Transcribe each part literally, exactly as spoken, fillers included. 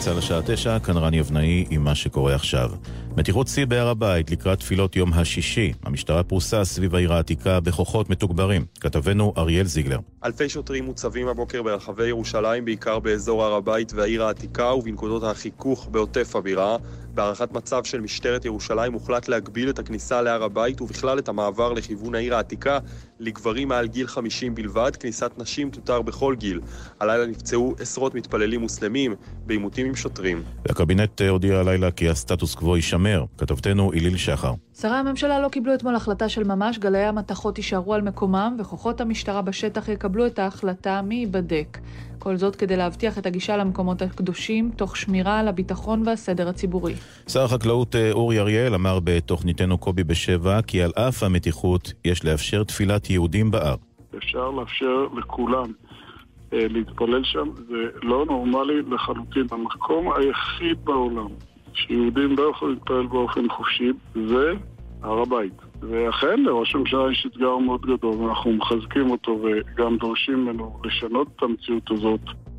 צה"ל השעה תשע, כאן רני אבנאי עם מה שקורה עכשיו. מתיחות שיא בהר הבית לקראת תפילות יום השישי. המשטרה פרוסה סביב העיר העתיקה בכוחות מתוגברים. כתבנו אריאל זיגלר. אלפי שוטרים מוצבים הבוקר ברחבי ירושלים, בעיקר באזור הר הבית והעיר העתיקה ובנקודות החיכוך בעוטף הבירה. בהערכת מצב של משטרת ירושלים הוחלט להגביל את הכניסה להר הבית ובכלל את המעבר לכיוון העיר העתיקה לגברים מעל גיל חמישים בלבד. כניסת נשים תותר בכל גיל. הלילה נפצעו עשרות מתפללים מוסלמים בעימותים עם שוטרים. הקבינט הודיע הלילה כי הסטטוס קוו יישמר. כתבתנו איליל שחר. שרי הממשלה לא קיבלו אתמול החלטה של ממש, גלי המתחות יישארו על מקומם וכוחות המשטרה בשטח יקבלו את ההחלטה מי ייבדק. כל זאת כדי להבטיח את הגישה למקומות הקדושים תוך שמירה על הביטחון והסדר הציבורי. שר החקלאות אורי אריאל אמר בתוכניתנו קובי בשבע כי על אף המתיחות יש לאפשר תפילת יהודים בהר. אפשר לאפשר לכולם אה, להתפלל שם, זה לא נורמלי לחלוטין. המקום היחיד בעולם שיהודים לא יכולים להתפלל באופן חופשי זה הר הבית. ואכן לראש הממשלה יש אתגר מאוד גדול ואנחנו מחזקים אותו וגם דורשים ממנו לשנות את המציאות הזאת.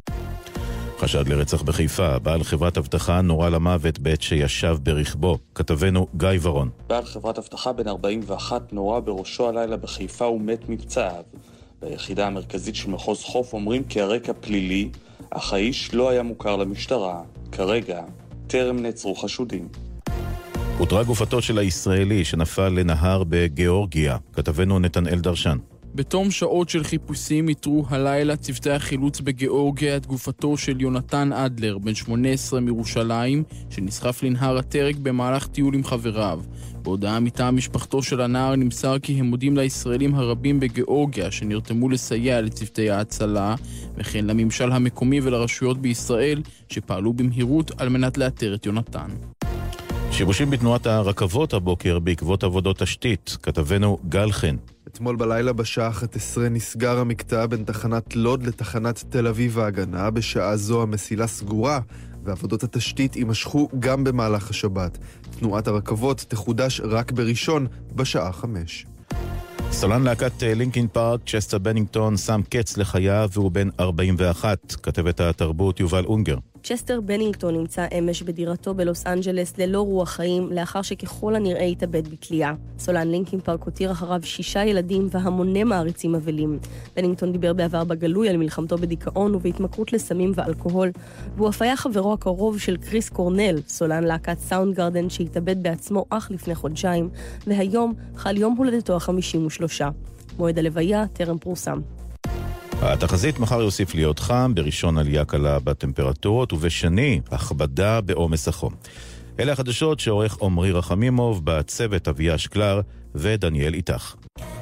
חשד לרצח בחיפה, בעל חברת אבטחה נורה למוות בעת שישב ברכבו. כתבנו גיא ורון. בעל חברת אבטחה בן ארבעים ואחת נורה בראשו הלילה בחיפה ומת מפצעיו. ביחידה המרכזית של מחוז חוף אומרים כי הרקע פלילי, אך האיש לא היה מוכר למשטרה. כרגע טרם נעצרו חשודים. הותרה גופתו של הישראלי שנפל לנהר בגיאורגיה. כתבנו נתנאל דרשן. בתום שעות של חיפושים איתרו הלילה צוותי החילוץ בגיאורגיה את גופתו של יונתן אדלר, בן שמונה עשרה מירושלים, שנסחף לנהר הטרק במהלך טיול עם חבריו. בהודעה מטעם משפחתו של הנער נמסר כי הם מודים לישראלים הרבים בגיאורגיה שנרתמו לסייע לצוותי ההצלה, וכן לממשל המקומי ולרשויות בישראל שפעלו במהירות על מנת לאתר את יונתן. שיבושים בתנועת הרכבות הבוקר בעקבות עבודות תשתית. כתבנו גל חן. אתמול בלילה בשעה אחת עשרה נסגר המקטע בין תחנת לוד לתחנת תל אביב ההגנה. בשעה זו המסילה סגורה ועבודות התשתית יימשכו גם במהלך השבת. תנועת הרכבות תחודש רק בראשון בשעה חמש. סולן להקת לינקין פארק, צ'סטר בנינגטון, שם קץ לחייו והוא בן ארבעים ואחת. כתבת התרבות יובל אונגר. צ'סטר בנינגטון נמצא אמש בדירתו בלוס אנג'לס ללא רוח חיים, לאחר שככל הנראה התאבד בתלייה. סולן לינקין פארק הותיר אחריו שישה ילדים והמוני מעריצים אבלים. בנינגטון דיבר בעבר בגלוי על מלחמתו בדיכאון ובהתמכרות לסמים ואלכוהול, והוא אף היה חברו הקרוב של קריס קורנל, סולן להקת סאונד גרדן שהתאבד בעצמו אך לפני חודשיים, והיום חל יום הולדתו ה-חמישים ושלוש. מועד הלוויה טרם פורסם. התחזית מחר יוסיף להיות חם, בראשון עלייה קלה בטמפרטורות ובשני הכבדה בעומס החום. אלה החדשות שעורך עומרי רחמימוב, בצוות אביה שקלר ודניאל איתך.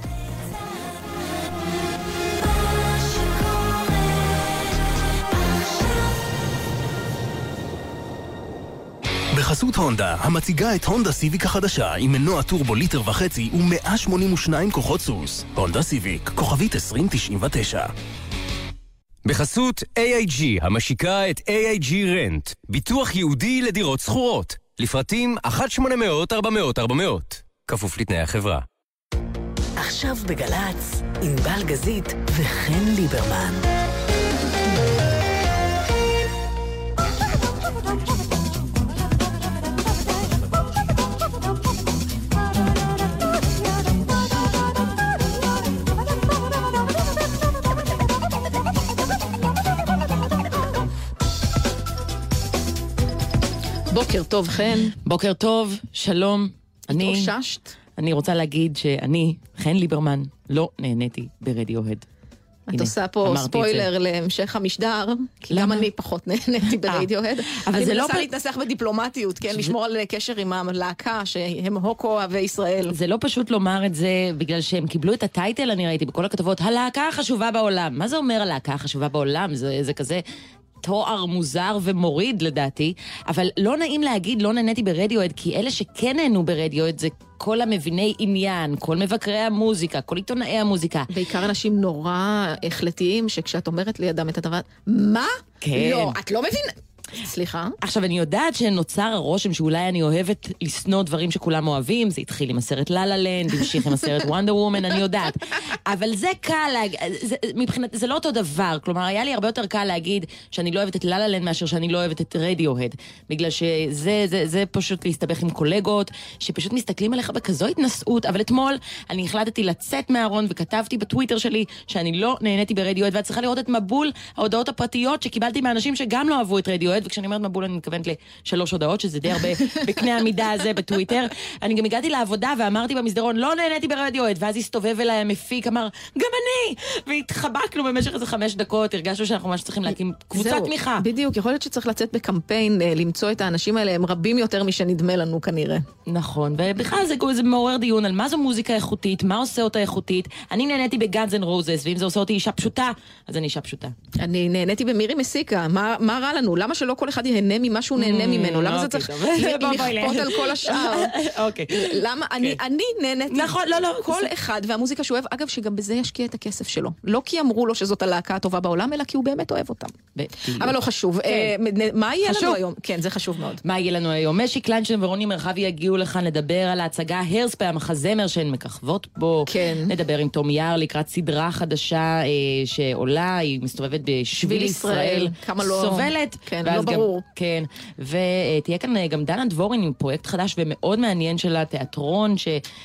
בחסות הונדה, המציגה את הונדה סיביק החדשה עם מנוע טורבו ליטר וחצי ו-מאה שמונים ושתיים כוחות סוס. הונדה סיביק, כוכבית עשרים תשעים ותשע. בחסות איי איי ג'י, המשיקה את איי איי ג'י רנט, ביטוח יהודי לדירות סחורות. לפרטים אחת שמונה אפס אפס ארבע אפס אפס ארבע אפס. כפוף לתנאי החברה. עכשיו בגלץ, ענבל גזית וחן ליברמן. בוקר טוב חן. בוקר טוב, שלום. אני התאוששת? אני רוצה להגיד שאני, חן ליברמן, לא נהניתי ברדיוהד. את עושה פה ספוילר להמשך המשדר, כי גם אני פחות נהניתי ברדיוהד. אבל זה לא מנסה להתנסח בדיפלומטיות, כן? לשמור על קשר עם הלהקה שהם הוקו אוהבי ישראל. זה לא פשוט לומר את זה, בגלל שהם קיבלו את הטייטל, אני ראיתי בכל הכתבות, הלהקה החשובה בעולם. מה זה אומר הלהקה החשובה בעולם? זה, זה כזה תואר מוזר ומוריד לדעתי, אבל לא נעים להגיד לא נהניתי ברדיואד, כי אלה שכן נהנו ברדיואד זה כל המביני עניין, כל מבקרי המוזיקה, כל עיתונאי המוזיקה. בעיקר אנשים נורא החלטיים, שכשאת אומרת לידם את הדבר, מה? כן. לא, את לא מבינה. סליחה? עכשיו, אני יודעת שנוצר הרושם שאולי אני אוהבת לסנוע דברים שכולם אוהבים, זה התחיל עם הסרט לה לה לנד, המשיך עם הסרט וונדר וומן, אני יודעת. אבל זה קל, זה, מבחינת, זה לא אותו דבר, כלומר, היה לי הרבה יותר קל להגיד שאני לא אוהבת את לה לה לנד מאשר שאני לא אוהבת את רדיוהד, בגלל שזה זה, זה פשוט להסתבך עם קולגות, שפשוט מסתכלים עליך בכזו התנסות, אבל אתמול אני החלטתי לצאת מהארון וכתבתי בטוויטר שלי שאני לא נהניתי ברדיוהד, ואת צריכה לראות את מבול ההודעות הפרטיות שקיבלתי מאנשים שגם לא אהבו את רדיוהד, וכשאני אומרת מבול אני מתכוונת לשלוש הודעות, שזה די הרבה בקנה המידה הזה בטוויטר. אני גם הגעתי לעבודה ואמרתי במסדרון, לא נהניתי ברדיוהד, ואז הסתובב אליי המפיק, אמר, גם אני! והתחבקנו במשך איזה חמש דקות, הרגשנו שאנחנו ממש צריכים להקים קבוצת תמיכה. בדיוק, יכול להיות שצריך לצאת בקמפיין, למצוא את האנשים האלה, הם רבים יותר משנדמה לנו כנראה. נכון, ובכלל זה, זה מעורר דיון על מה זו מוזיקה איכותית, מה עושה אותה איכותית. אני נהניתי בגאנז אנד רוזס, ואם זה עושה אותי אישה פשוטה, אז אני אישה פשוטה. אני נהניתי במירי מסיקה, מה, מה רע לנו? למה שלא כל אחד ייהנה ממה שהוא נהנה ממנו? למה זה צריך לכפות על כל השאר? אוקיי. למה? אני נהניתי. נכון, לא, לא. כל אחד והמוזיקה שהוא אוהב, אגב, שגם בזה ישקיע את הכסף שלו. לא כי אמרו לו שזאת הלהקה הטובה בעולם, אלא כי הוא באמת אוהב אותם. אבל לא חשוב. מה יהיה לנו היום? כן, זה חשוב מאוד. מה יהיה לנו היום? משי קליינשטיין ורוני מרחבי יגיעו לכאן לדבר על ההצגה הרספי, המחזמר שהן מככבות בו. כן. נדבר עם תום יער לקראת סדרה חדשה שעולה, היא מסתובבת בשביל ישראל. כמה לא... סובלת. כן, לא ברור. כן. ותהיה כאן גם דנה דבורין עם פרויקט חדש ומאוד מעניין שלה, תיאטרון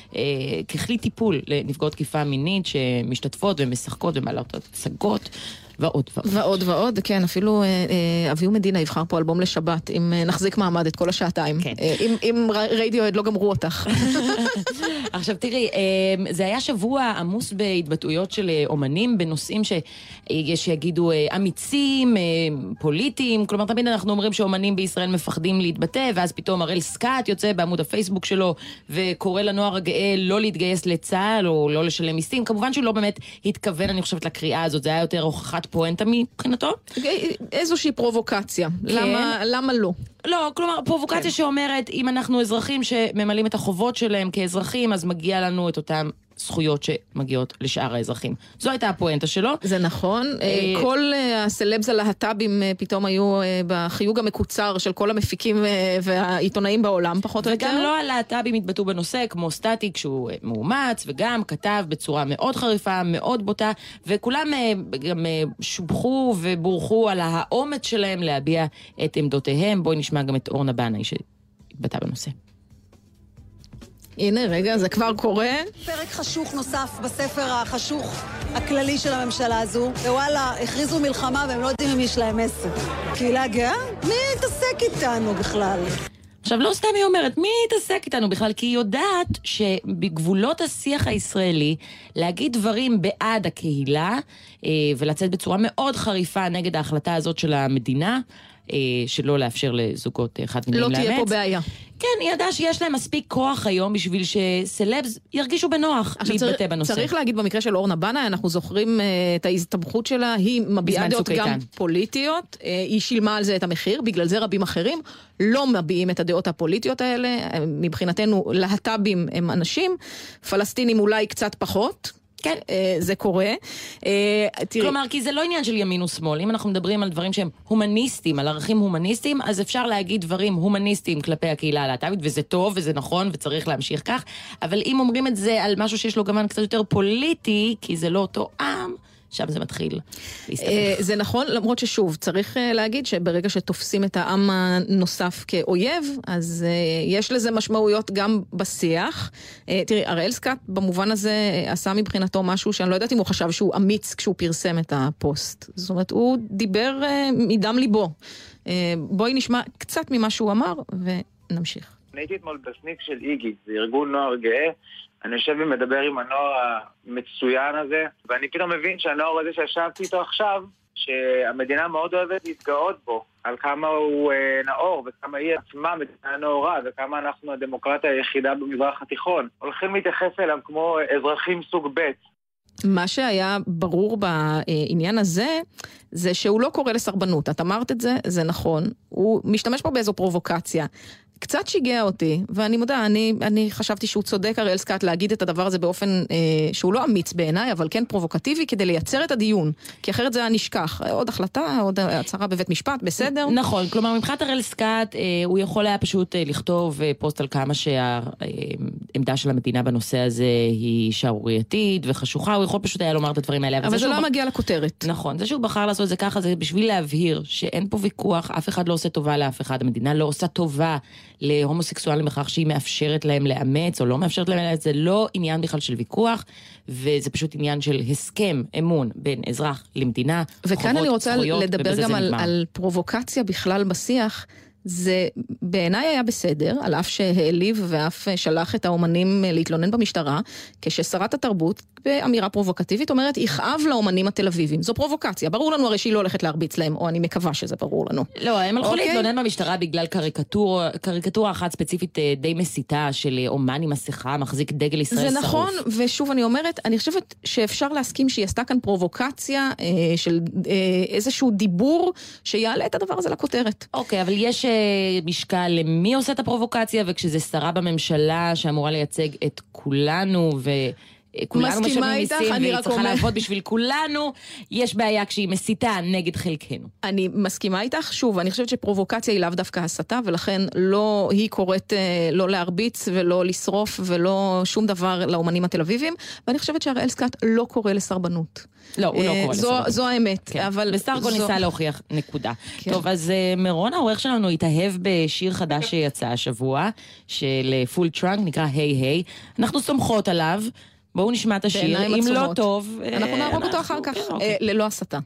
שככלי טיפול לנפגעות תקיפה מינית שמשתתפות ומשחקות ומעלות הצגות. ועוד ועוד. ועוד ועוד, כן, אפילו אביהו מדינה יבחר פה אלבום לשבת, אם נחזיק מעמד את כל השעתיים. כן. אם רדיוהד לא גמרו אותך. עכשיו תראי, זה היה שבוע עמוס בהתבטאויות של אומנים, בנושאים שיש שיגידו אמיצים, פוליטיים, כלומר תמיד אנחנו אומרים שאומנים בישראל מפחדים להתבטא, ואז פתאום הראל סקאט יוצא בעמוד הפייסבוק שלו, וקורא לנוער הגאה לא להתגייס לצה"ל, או לא לשלם מיסים. כמובן שהוא לא באמת התכוון, אני חושבת, לקריאה הזאת, זה היה יותר הוכחת פואנטה מבחינתו? איזושהי פרובוקציה. למה, למה לא? לא, כלומר, פרובוקציה שאומרת, אם אנחנו אזרחים שממלאים את החובות שלהם כאזרחים, אז מגיע לנו את אותם זכויות שמגיעות לשאר האזרחים. זו הייתה הפואנטה שלו. זה נכון. כל הסלבס הלהט"בים פתאום היו בחיוג המקוצר של כל המפיקים והעיתונאים בעולם, פחות או יותר. וגם לא הלהט"בים התבטאו בנושא, כמו סטטיק, שהוא מאומץ, וגם כתב בצורה מאוד חריפה, מאוד בוטה, וכולם גם שובחו ובורכו על האומץ שלהם להביע את עמדותיהם. בואי נשמע גם את אורנה בנאי שהתבטא בנושא. הנה, רגע, זה כבר קורה. פרק חשוך נוסף בספר החשוך הכללי של הממשלה הזו, ווואלה, הכריזו מלחמה והם לא יודעים אם יש להם עסק. קהילה גאה? מי יתעסק איתנו בכלל? עכשיו, לא סתם היא אומרת, מי יתעסק איתנו בכלל? כי היא יודעת שבגבולות השיח הישראלי, להגיד דברים בעד הקהילה, ולצאת בצורה מאוד חריפה נגד ההחלטה הזאת של המדינה, שלא לאפשר לזוגות חד מיניים לאמץ. לא תהיה פה בעיה. כן, היא ידעה שיש להם מספיק כוח היום בשביל שסלבס ירגישו בנוח להתבטא בנושא. צריך להגיד במקרה של אורנה בנאי, אנחנו זוכרים את ההסתבכות שלה, היא מביעה דעות גם פוליטיות, היא שילמה על זה את המחיר, בגלל זה רבים אחרים לא מביעים את הדעות הפוליטיות האלה, מבחינתנו להט"בים הם אנשים, פלסטינים אולי קצת פחות, כן, זה קורה. כלומר, כי זה לא עניין של ימין ושמאל. אם אנחנו מדברים על דברים שהם הומניסטיים, על ערכים הומניסטיים, אז אפשר להגיד דברים הומניסטיים כלפי הקהילה הלהט"בית, וזה טוב וזה נכון וצריך להמשיך כך. אבל אם אומרים את זה על משהו שיש לו גוון קצת יותר פוליטי, כי זה לא אותו עם, שם זה מתחיל להסתבך. זה נכון, למרות ששוב, צריך להגיד שברגע שתופסים את העם הנוסף כאויב, אז יש לזה משמעויות גם בשיח. תראי, הראל סקאט במובן הזה עשה מבחינתו משהו שאני לא יודעת אם הוא חשב שהוא אמיץ כשהוא פרסם את הפוסט. זאת אומרת, הוא דיבר מדם ליבו. בואי נשמע קצת ממה שהוא אמר ונמשיך. אני הייתי אתמול בסניף של איגי, זה ארגון נוער גאה. אני יושב ומדבר עם הנוער המצוין הזה, ואני פתאום מבין שהנוער הזה שישבתי איתו עכשיו, שהמדינה מאוד אוהבת להתגאות בו, על כמה הוא אה, נאור, וכמה היא עצמה מדינה נאורה, וכמה אנחנו הדמוקרטיה היחידה במזרח התיכון. הולכים להתייחס אליהם כמו אזרחים סוג ב'. מה שהיה ברור בעניין הזה, זה שהוא לא קורא לסרבנות. את אמרת את זה, זה נכון. הוא משתמש פה באיזו פרובוקציה. קצת שיגע אותי, ואני מודה, אני, אני חשבתי שהוא צודק, הראל סקאט, להגיד את הדבר הזה באופן אה, שהוא לא אמיץ בעיניי, אבל כן פרובוקטיבי, כדי לייצר את הדיון, כי אחרת זה היה נשכח. עוד החלטה, עוד הצהרה בבית משפט, בסדר? נכון, כלומר, מבחינת הראל סקאט, אה, הוא יכול היה פשוט אה, לכתוב אה, פוסט על כמה שהעמדה של המדינה בנושא הזה היא שערורייתית וחשוכה, הוא יכול פשוט היה לומר את הדברים האלה. אבל, אבל זה לא מגיע לכותרת. נכון, זה שהוא בחר לעשות זה ככה, זה בשביל להבהיר שאין פה ויכוח, אף אחד לא עושה טובה לאף אחד, המדינה לא עושה טובה להומוסקסואלים בכך שהיא מאפשרת להם לאמץ או לא מאפשרת להם לאמץ, זה לא עניין בכלל של ויכוח, וזה פשוט עניין של הסכם, אמון בין אזרח למדינה, וכאן אני רוצה זכויות, לדבר גם על, על פרובוקציה בכלל בשיח, זה בעיניי היה בסדר, על אף שהעליב ואף שלח את האומנים להתלונן במשטרה, כששרת התרבות באמירה פרובוקטיבית אומרת, יכאב לאומנים התל אביבים. זו פרובוקציה. ברור לנו הרי שהיא לא הולכת להרביץ להם, או אני מקווה שזה ברור לנו. לא, הם הלכו להתלונן במשטרה בגלל קריקטורה, קריקטורה אחת ספציפית די מסיתה של אומן עם מסכה, מחזיק דגל ישראל שרוף. זה נכון, ושוב אני אומרת, אני חושבת שאפשר להסכים שהיא עשתה כאן פרובוקציה של איזשהו דיבור שיעלה את הדבר הזה לכותרת. אוקיי, אבל יש משקל למי עושה את הפרובוקציה, וכשזה שרה בממשלה שאמורה לייצג את כולנו ו... כולנו משלמים מיסים והיא צריכה לעבוד בשביל כולנו, יש בעיה כשהיא מסיתה נגד חלקנו. אני מסכימה איתך, שוב, אני חושבת שפרובוקציה היא לאו דווקא הסתה, ולכן לא, היא קוראת לא להרביץ ולא לשרוף ולא שום דבר לאומנים התל אביבים, ואני חושבת שהראל סקאט לא קורא לסרבנות. לא, הוא לא קורא לסרבנות. זו האמת. בסך הכל ניסה להוכיח נקודה. טוב, אז מרון, העורך שלנו התאהב בשיר חדש שיצא השבוע, של פול טראנק, נקרא היי היי. אנחנו סומכות עליו, בואו נשמע את השיר, אם לא טוב... אנחנו נערוק אותו אחר כך, ללא הסתה.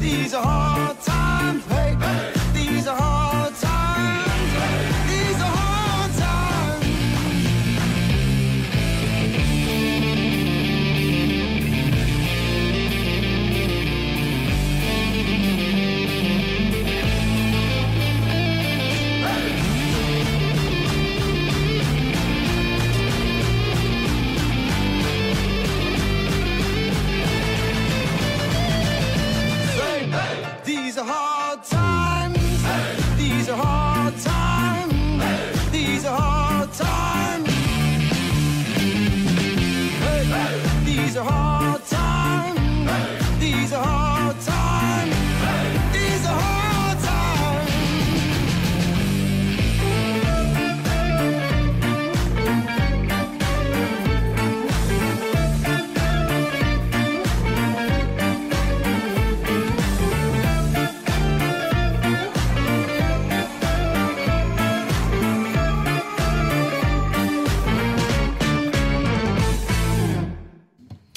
These are hard times. Hey, these are hard times. These are hard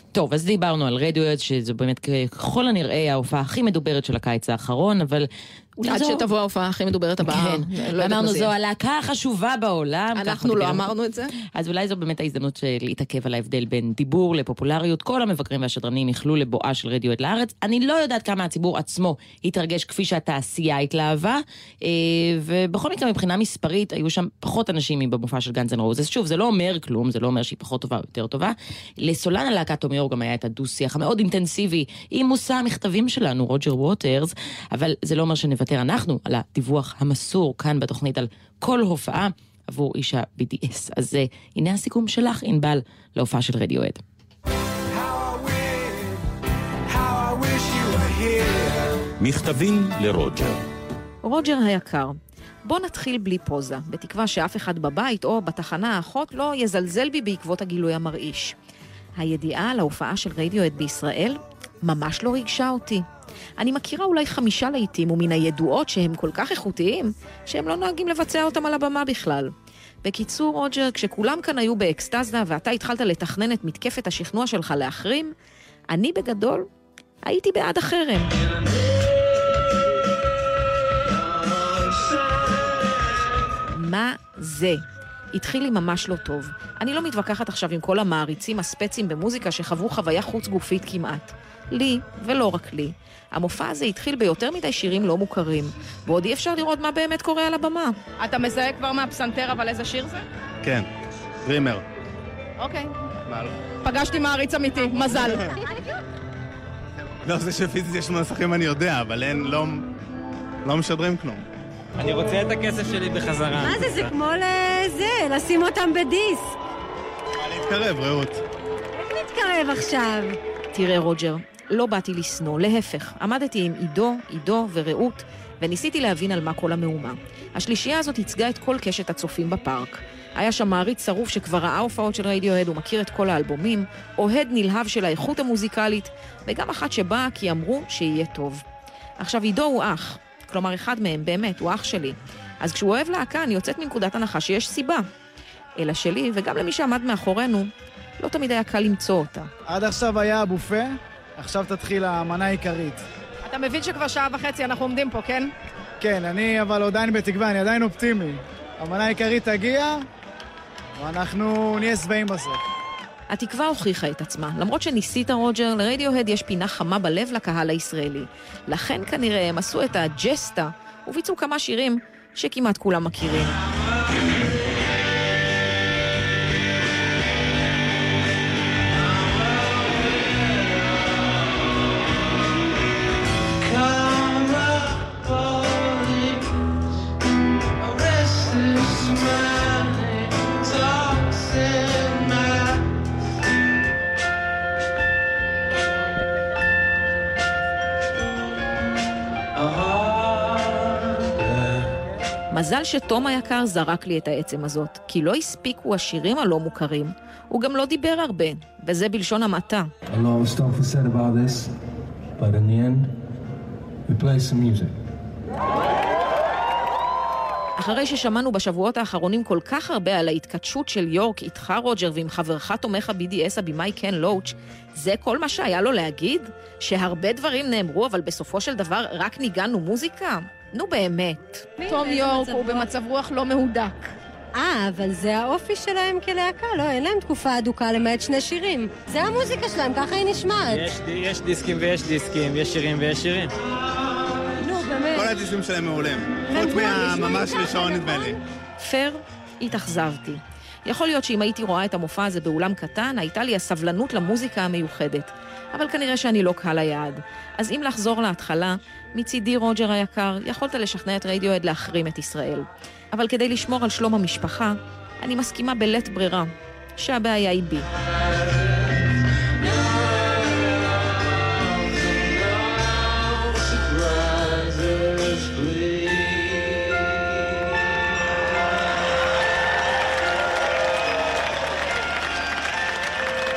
טוב, אז דיברנו על רדיואד, שזו באמת ככל הנראה ההופעה הכי מדוברת של הקיץ האחרון, אבל... עד שתבוא ההופעה הכי מדוברת הבאה. כן, אמרנו, זו הלהקה החשובה בעולם. אנחנו לא אמרנו את זה. אז אולי זו באמת ההזדמנות של להתעכב על ההבדל בין דיבור לפופולריות. כל המבקרים והשדרנים יכלו לבואה של רדיואד לארץ. אני לא יודעת כמה הציבור עצמו התרגש כפי שהתעשייה התלהבה, ובכל מקרה מבחינה מספרית היו שם פחות אנשים מבמופע של גאנז אנד רוזס. שוב, זה לא אומר כלום, זה לא אומר שהיא פחות טובה או יותר טובה. לסולן הלהקת תום יורק גם היה את הדו-שיח המאוד אינטנסיבי עם מושא המכתבים שלנו, רוג'ר ווטרס, אבל זה לא אומר שנוותר אנחנו על הדיווח המסור כאן בתוכנית על כל הופעה עבור אישה בי די אס. אז uh, הנה הסיכום שלך, ענבל, להופעה של רדיואד. מכתבים לרוג'ר. רוג'ר היקר, בוא נתחיל בלי פוזה, בתקווה שאף אחד בבית או בתחנה האחות לא יזלזל בי בעקבות הגילוי המרעיש. הידיעה על ההופעה של רדיואד בישראל ממש לא ריגשה אותי. אני מכירה אולי חמישה לעיתים ומן הידועות שהם כל כך איכותיים, שהם לא נוהגים לבצע אותם על הבמה בכלל. בקיצור, רוג'ר, כשכולם כאן היו באקסטזה ואתה התחלת לתכנן את מתקפת השכנוע שלך להחרים, אני בגדול הייתי בעד החרם. מה זה? התחיל לי ממש לא טוב. אני לא מתווכחת עכשיו עם כל המעריצים הספצים במוזיקה שחוו חוויה חוץ גופית כמעט. לי, ולא רק לי. המופע הזה התחיל ביותר מדי שירים לא מוכרים, ועוד אי אפשר לראות מה באמת קורה על הבמה. אתה מזהה כבר מהפסנתר, אבל איזה שיר זה? כן, דרימר. אוקיי. מה לא? פגשתי מעריץ אמיתי, מזל. לא, זה שפיזית יש מנסחים אני יודע, אבל אין, לא, לא משדרים כלום. אני רוצה את הכסף שלי בחזרה. מה זה? זה כמו לזה, לשים אותם בדיס. מה להתקרב, רעות? איך להתקרב עכשיו? תראה, רוג'ר, לא באתי לסנוע, להפך. עמדתי עם עידו, עידו ורעות, וניסיתי להבין על מה כל המהומה. השלישייה הזאת ייצגה את כל קשת הצופים בפארק. היה שם מעריץ שרוף שכבר ראה הופעות של רדיואד, הוא מכיר את כל האלבומים, אוהד נלהב של האיכות המוזיקלית, וגם אחת שבאה כי אמרו שיהיה טוב. עכשיו, עידו הוא אח. כלומר, אחד מהם, באמת, הוא אח שלי. אז כשהוא אוהב להקה, אני יוצאת מנקודת הנחה שיש סיבה. אלא שלי, וגם למי שעמד מאחורינו, לא תמיד היה קל למצוא אותה. עד עכשיו היה הבופה, עכשיו תתחיל המנה העיקרית. אתה מבין שכבר שעה וחצי אנחנו עומדים פה, כן? כן, אני אבל עדיין בתקווה, אני עדיין אופטימי. המנה העיקרית תגיע, ואנחנו נהיה שבעים בסוף. התקווה הוכיחה את עצמה. למרות שניסית, רוג'ר, לרדיוהד יש פינה חמה בלב לקהל הישראלי. לכן כנראה הם עשו את הג'סטה וביצעו כמה שירים שכמעט כולם מכירים. מזל שתום היקר זרק לי את העצם הזאת, כי לא הספיקו השירים הלא מוכרים. הוא גם לא דיבר הרבה, וזה בלשון המעטה. A lot of stuff was said about this, but in the end, we play some music. אחרי ששמענו בשבועות האחרונים כל כך הרבה על ההתקדשות של יורק איתך, רוג'ר, ועם חברך תומך ה-בי די אס הבימאי קן לואוץ', זה כל מה שהיה לו להגיד? שהרבה דברים נאמרו, אבל בסופו של דבר רק ניגענו מוזיקה? נו באמת. תום יורק הוא במצב רוח לא מהודק. אה, אבל זה האופי שלהם כלהקה, לא? אין להם תקופה אדוקה למעט שני שירים. זה המוזיקה שלהם, ככה היא נשמעת. יש, יש דיסקים ויש דיסקים, יש שירים ויש שירים. נו, באמת. כל הדיסקים שלהם מעולים. חוץ מהממש ראשון נדמה לי. פר, התאכזבתי. יכול להיות שאם הייתי רואה את המופע הזה באולם קטן, הייתה לי הסבלנות למוזיקה המיוחדת. אבל כנראה שאני לא קהל היעד. אז אם לחזור להתחלה, מצידי רוג'ר היקר, יכולת לשכנע את רדיואד להחרים את ישראל. אבל כדי לשמור על שלום המשפחה, אני מסכימה בלית ברירה, שהבעיה היא בי.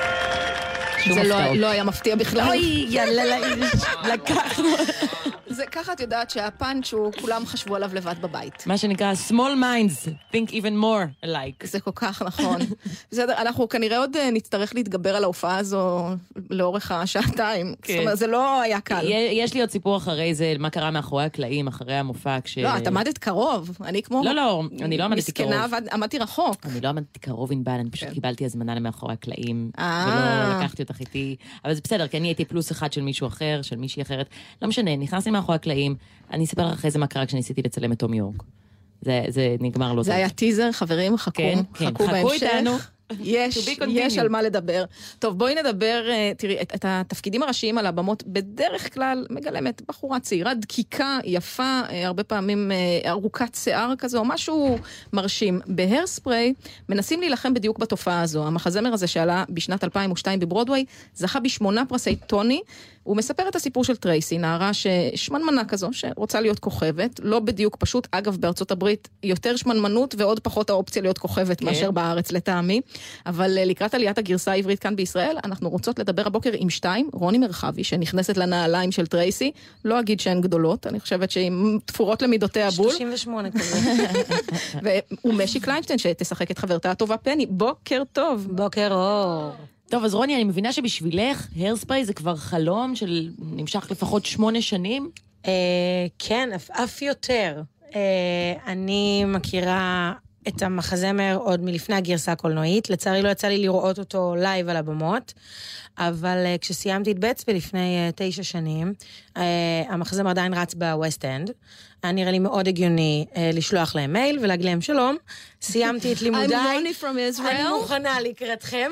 זה לא, לא היה מפתיע בכלל. אוי, יאללה, לקחנו. זה ככה את יודעת שהפאנץ' הוא כולם חשבו עליו לבד בבית. מה שנקרא small minds think even more alike. זה כל כך נכון. בסדר, אנחנו כנראה עוד נצטרך להתגבר על ההופעה הזו לאורך השעתיים. זאת אומרת, זה לא היה קל. יש לי עוד סיפור אחרי זה, מה קרה מאחורי הקלעים, אחרי המופע, כש... לא, את עמדת קרוב. אני כמו... לא, לא, אני לא עמדתי קרוב. מסכנה, עמדתי רחוק. אני לא עמדתי קרוב ענבל, אני פשוט קיבלתי הזמנה למאחורי הקלעים, ולא לקחתי אותך איתי. אבל זה בסדר, כי אני הייתי פלוס אחד של מישהו אחר, של מישהי אחרת. לא משנה, נכנסתי מאחורי הקלעים, אני אספר אחרי זה מה קרה כשניסיתי לצלם את תום יורק. זה, זה נגמר לא זה היה טיזר, חברים, חכו, כן, חכו כן, בהמשך. איתנו. יש, יש על מה לדבר. טוב, בואי נדבר, תראי, את, את התפקידים הראשיים על הבמות בדרך כלל מגלמת בחורה צעירה, דקיקה, יפה, הרבה פעמים ארוכת שיער כזה, או משהו מרשים. בהרספריי מנסים להילחם בדיוק בתופעה הזו. המחזמר הזה שעלה בשנת אלפיים ושתיים בברודווי, זכה בשמונה פרסי טוני, הוא מספר את הסיפור של טרייסי, נערה ששמנמנה כזו, שרוצה להיות כוכבת, לא בדיוק פשוט, אגב, בארצות הברית, יותר שמנמנות ועוד פחות האופציה להיות כוכבת כן. מאשר בארץ לטעמי, אבל לקראת עליית הגרסה העברית כאן בישראל, אנחנו רוצות לדבר הבוקר עם שתיים, רוני מרחבי, שנכנסת לנעליים של טרייסי, לא אגיד שהן גדולות, אני חושבת שהן תפורות למידותי הבול. שלושים ושמונה כזה. ומשי קליינשטיין, שתשחק את חברתה הטובה פני, בוקר טוב. בוקר אור. טוב, אז רוני, אני מבינה שבשבילך, הרספריי זה כבר חלום של נמשך לפחות שמונה שנים? כן, אף יותר. אני מכירה את המחזמר עוד מלפני הגרסה הקולנועית, לצערי לא יצא לי לראות אותו לייב על הבמות, אבל כשסיימתי את בצבי לפני תשע שנים, המחזמר עדיין רץ בווסט אנד, היה נראה לי מאוד הגיוני לשלוח להם מייל ולהגיד להם שלום, סיימתי את לימודיי, I'm Ronnie from Israel. אני מוכנה לקראתכם.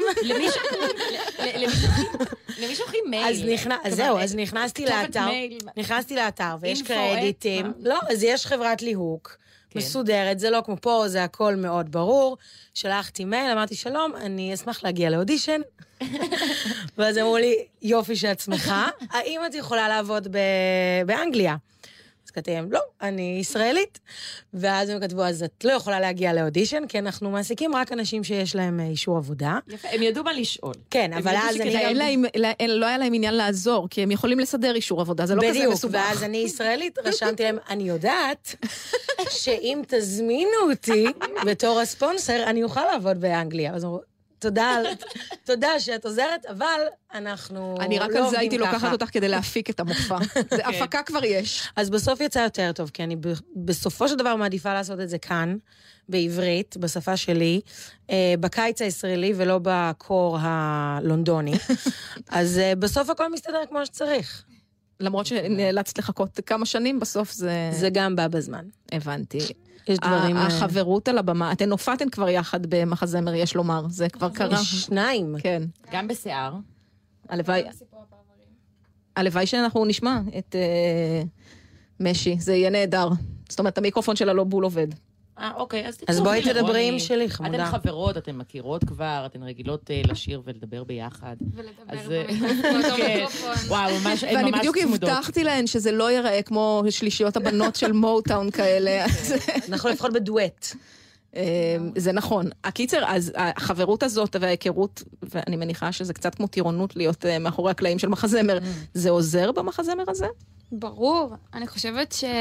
למי שולחים מייל? אז זהו, אז נכנסתי לאתר, נכנסתי לאתר ויש קרדיטים, לא, אז יש חברת ליהוק, מסודרת, זה לא כמו פה, זה הכל מאוד ברור. שלחתי מייל, אמרתי שלום, אני אשמח להגיע לאודישן. ואז אמרו לי, יופי שעצמך, האם את יכולה לעבוד באנגליה? אז כתבתי להם, לא, אני ישראלית. ואז הם כתבו, אז את לא יכולה להגיע לאודישן, כי אנחנו מעסיקים רק אנשים שיש להם אישור עבודה. יפה, הם ידעו מה לשאול. כן, אבל אז אני... לא היה להם עניין לעזור, כי הם יכולים לסדר אישור עבודה, זה לא כזה מסובך. בדיוק, ואז אני ישראלית, רשמתי להם, אני יודעת שאם תזמינו אותי בתור הספונסר, אני אוכל לעבוד באנגליה. אז אמרו, תודה, תודה שאת עוזרת, אבל אנחנו אני רק על זה הייתי לוקחת אותך כדי להפיק את המופע. זה הפקה כבר יש. אז בסוף יצא יותר טוב, כי אני בסופו של דבר מעדיפה לעשות את זה כאן, בעברית, בשפה שלי, בקיץ הישראלי ולא בקור הלונדוני. אז בסוף הכל מסתדר כמו שצריך. למרות שנאלצת לחכות כמה שנים, בסוף זה... זה גם בא בזמן. הבנתי. יש דברים... החברות על הבמה, אתן הופעתן כבר יחד במחזמר, יש לומר, זה כבר קרה. שניים. כן. גם בשיער. הלוואי... הלוואי שאנחנו נשמע את משי, זה יהיה נהדר. זאת אומרת, המיקרופון שלה לא בול עובד. אה, אוקיי, אז, אז בואי תדברי עם שלי, חמודה. אתן חברות, אתן מכירות כבר, אתן רגילות לשיר ולדבר ביחד. ולדבר במיקרופון. וואו, ממש, הן ממש צמודות. ואני בדיוק הבטחתי להן שזה לא ייראה כמו שלישיות הבנות של מוטאון כאלה. אנחנו לפחות בדואט. זה נכון. הקיצר, אז החברות הזאת וההיכרות, ואני מניחה שזה קצת כמו טירונות להיות מאחורי הקלעים של מחזמר, זה עוזר במחזמר הזה? ברור. אני חושבת ש...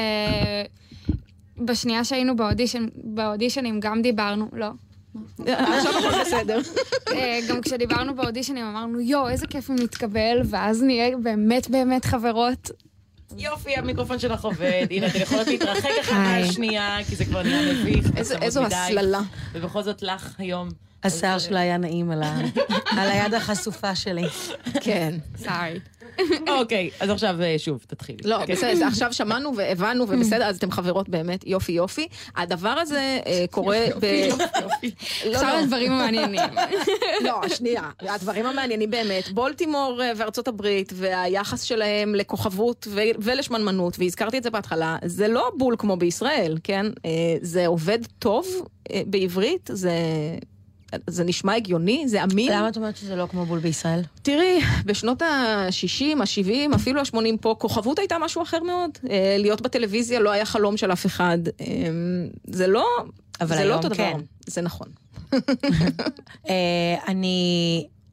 בשנייה שהיינו באודישן, באודישנים גם דיברנו, לא. עכשיו הכל בסדר. גם כשדיברנו באודישנים אמרנו, יו, איזה כיף אם נתקבל, ואז נהיה באמת באמת חברות. יופי, המיקרופון שלך עובד, הנה, אתם יכולות להתרחק אחת מהשנייה, כי זה כבר נהיה מביך. איזו הסללה. ובכל זאת לך היום. השיער שלה היה נעים על היד החשופה שלי. כן. סארי. אוקיי, אז עכשיו שוב, תתחיל. לא, בסדר, עכשיו שמענו והבנו, ובסדר, אז אתם חברות באמת, יופי יופי. הדבר הזה קורה ב... עכשיו הדברים המעניינים. לא, שנייה, הדברים המעניינים באמת, בולטימור וארצות הברית, והיחס שלהם לכוכבות ולשמנמנות, והזכרתי את זה בהתחלה, זה לא בול כמו בישראל, כן? זה עובד טוב בעברית, זה... זה נשמע הגיוני, זה אמין. למה את אומרת שזה לא כמו בול בישראל? תראי, בשנות ה-שישים, ה-שבעים, אפילו ה-שמונים פה, כוכבות הייתה משהו אחר מאוד. להיות בטלוויזיה לא היה חלום של אף אחד. זה לא, זה לא אותו דבר. זה נכון. אני,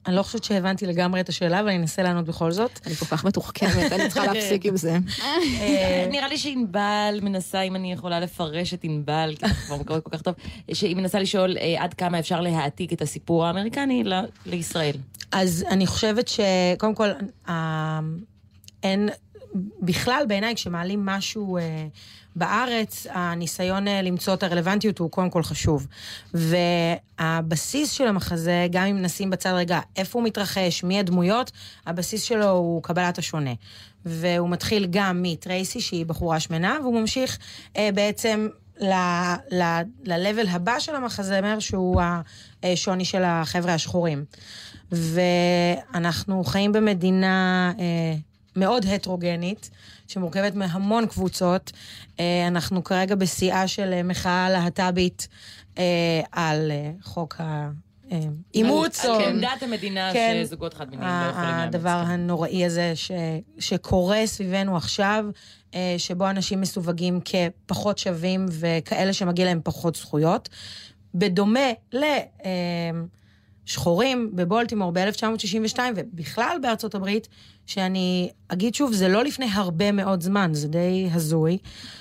אני לא חושבת שהבנתי לגמרי את השאלה, אבל אני אנסה לענות בכל זאת. אני כל כך מתוחכמת, אני צריכה להפסיק עם זה. נראה לי שאינבל מנסה, אם אני יכולה לפרש את אינבל, כי זה כבר מקורה כל כך טוב, שהיא מנסה לשאול עד כמה אפשר להעתיק את הסיפור האמריקני לישראל. אז אני חושבת שקודם כל, אין, בכלל בעיניי כשמעלים משהו בארץ, הניסיון למצוא את הרלוונטיות הוא קודם כל חשוב. והבסיס של המחזה, גם אם נשים בצד רגע איפה הוא מתרחש, מי הדמויות, הבסיס שלו הוא קבלת השונה. והוא מתחיל גם מטרייסי, שהיא בחורה שמנה, והוא ממשיך אה, בעצם ל-level הבא של המחזמר, שהוא השוני של החבר'ה השחורים. ואנחנו חיים במדינה אה, מאוד הטרוגנית, שמורכבת מהמון קבוצות. אנחנו כרגע בשיאה של מחאה להט"בית על חוק האימוץ. על עמדת המדינה שזוגות חד מיניים לא יכולים לאמץ. הדבר הנוראי הזה שקורה סביבנו עכשיו, שבו אנשים מסווגים כפחות שווים וכאלה שמגיע להם פחות זכויות. בדומה ל... שחורים בבולטימור ב-אלף תשע מאות שישים ושתיים, ובכלל בארצות הברית, שאני אגיד שוב, זה לא לפני הרבה מאוד זמן, זה די הזוי,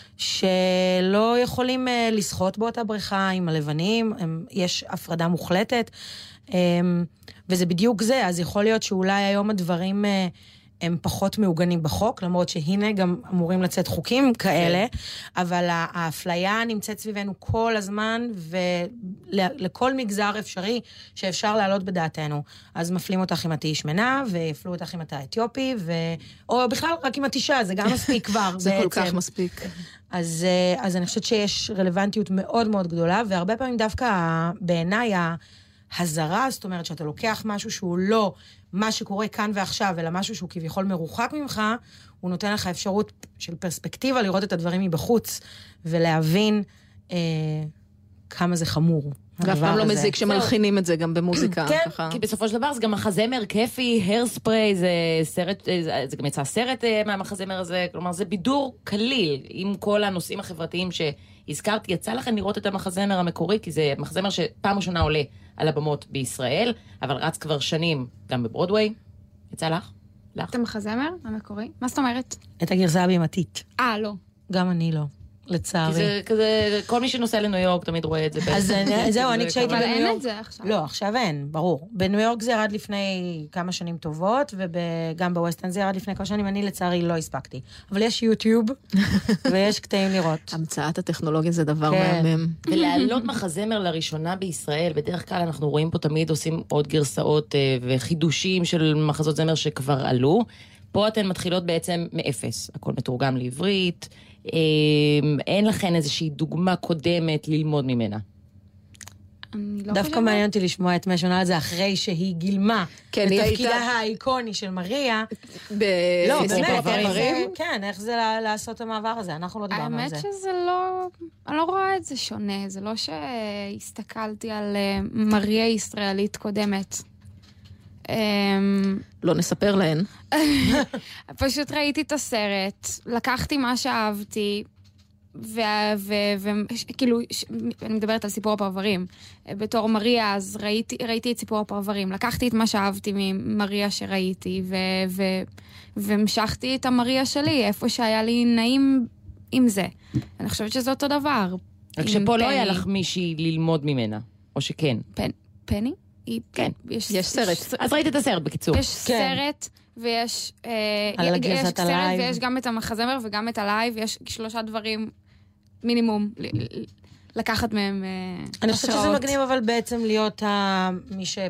שלא יכולים uh, לשחות באותה בריכה עם הלבנים, הם, יש הפרדה מוחלטת, um, וזה בדיוק זה, אז יכול להיות שאולי היום הדברים... Uh, הם פחות מעוגנים בחוק, למרות שהנה גם אמורים לצאת חוקים כאלה, אבל האפליה נמצאת סביבנו כל הזמן, ולכל מגזר אפשרי שאפשר לעלות בדעתנו. אז מפלים אותך אם את איש מנה, ויפלו אותך אם אתה אתיופי, ו... או בכלל רק אם את אישה, זה גם מספיק כבר. זה בעצם. כל כך מספיק. אז, אז אני חושבת שיש רלוונטיות מאוד מאוד גדולה, והרבה פעמים דווקא בעיניי ההזרה, זאת אומרת שאתה לוקח משהו שהוא לא... מה שקורה כאן ועכשיו, אלא משהו שהוא כביכול מרוחק ממך, הוא נותן לך אפשרות של פרספקטיבה לראות את הדברים מבחוץ, ולהבין אה, כמה זה חמור. ואף פעם לא מזיק שמלחינים את זה גם במוזיקה. כן, כי בסופו של דבר זה גם מחזמר כיפי, הרספריי, זה סרט, זה גם יצא סרט מהמחזמר הזה, כלומר זה בידור כליל, עם כל הנושאים החברתיים שהזכרתי, יצא לכם לראות את המחזמר המקורי, כי זה מחזמר שפעם ראשונה עולה על הבמות בישראל, אבל רץ כבר שנים גם בברודווי. יצא לך? לך? את המחזמר המקורי? מה זאת אומרת? את הגרסה הבימתית. אה, לא. גם אני לא. לצערי. כי זה כזה, כל מי שנוסע לניו יורק תמיד רואה את זה. אז זהו, אני כשהייתי בניו יורק... אבל אין את זה עכשיו. לא, עכשיו אין, ברור. בניו יורק זה ירד לפני כמה שנים טובות, וגם בווסטן זה ירד לפני כמה שנים, אני לצערי לא הספקתי. אבל יש יוטיוב, ויש קטעים לראות. המצאת הטכנולוגיה זה דבר מהמם. ולהעלות מחזמר לראשונה בישראל, בדרך כלל אנחנו רואים פה תמיד עושים עוד גרסאות וחידושים של מחזות זמר שכבר עלו. פה אתן מתחילות בעצם מאפס. הכל מתורגם לעברית, אין לכן איזושהי דוגמה קודמת ללמוד ממנה. דווקא מעניין אותי לשמוע את משונה על זה אחרי שהיא גילמה את תפקידה האיקוני של מריה. לא, באמת, כן, איך זה לעשות המעבר הזה? אנחנו לא דיברנו על זה. האמת שזה לא, אני לא רואה את זה שונה, זה לא שהסתכלתי על מריה ישראלית קודמת. לא נספר להן. פשוט ראיתי את הסרט, לקחתי מה שאהבתי, וכאילו, אני מדברת על סיפור הפרברים. בתור מריה, אז ראיתי את סיפור הפרברים. לקחתי את מה שאהבתי ממריה שראיתי, והמשכתי את המריה שלי, איפה שהיה לי נעים עם זה. אני חושבת שזה אותו דבר. רק שפה לא היה לך מישהי ללמוד ממנה, או שכן? פני? כן, יש, יש סרט. אז ראית את הסרט בקיצור. יש סרט ויש על הגרסת הלייב. ויש גם את המחזמר וגם את הלייב, יש שלושה דברים מינימום לקחת מהם השראות. אני חושבת שזה מגניב אבל בעצם להיות מי ש...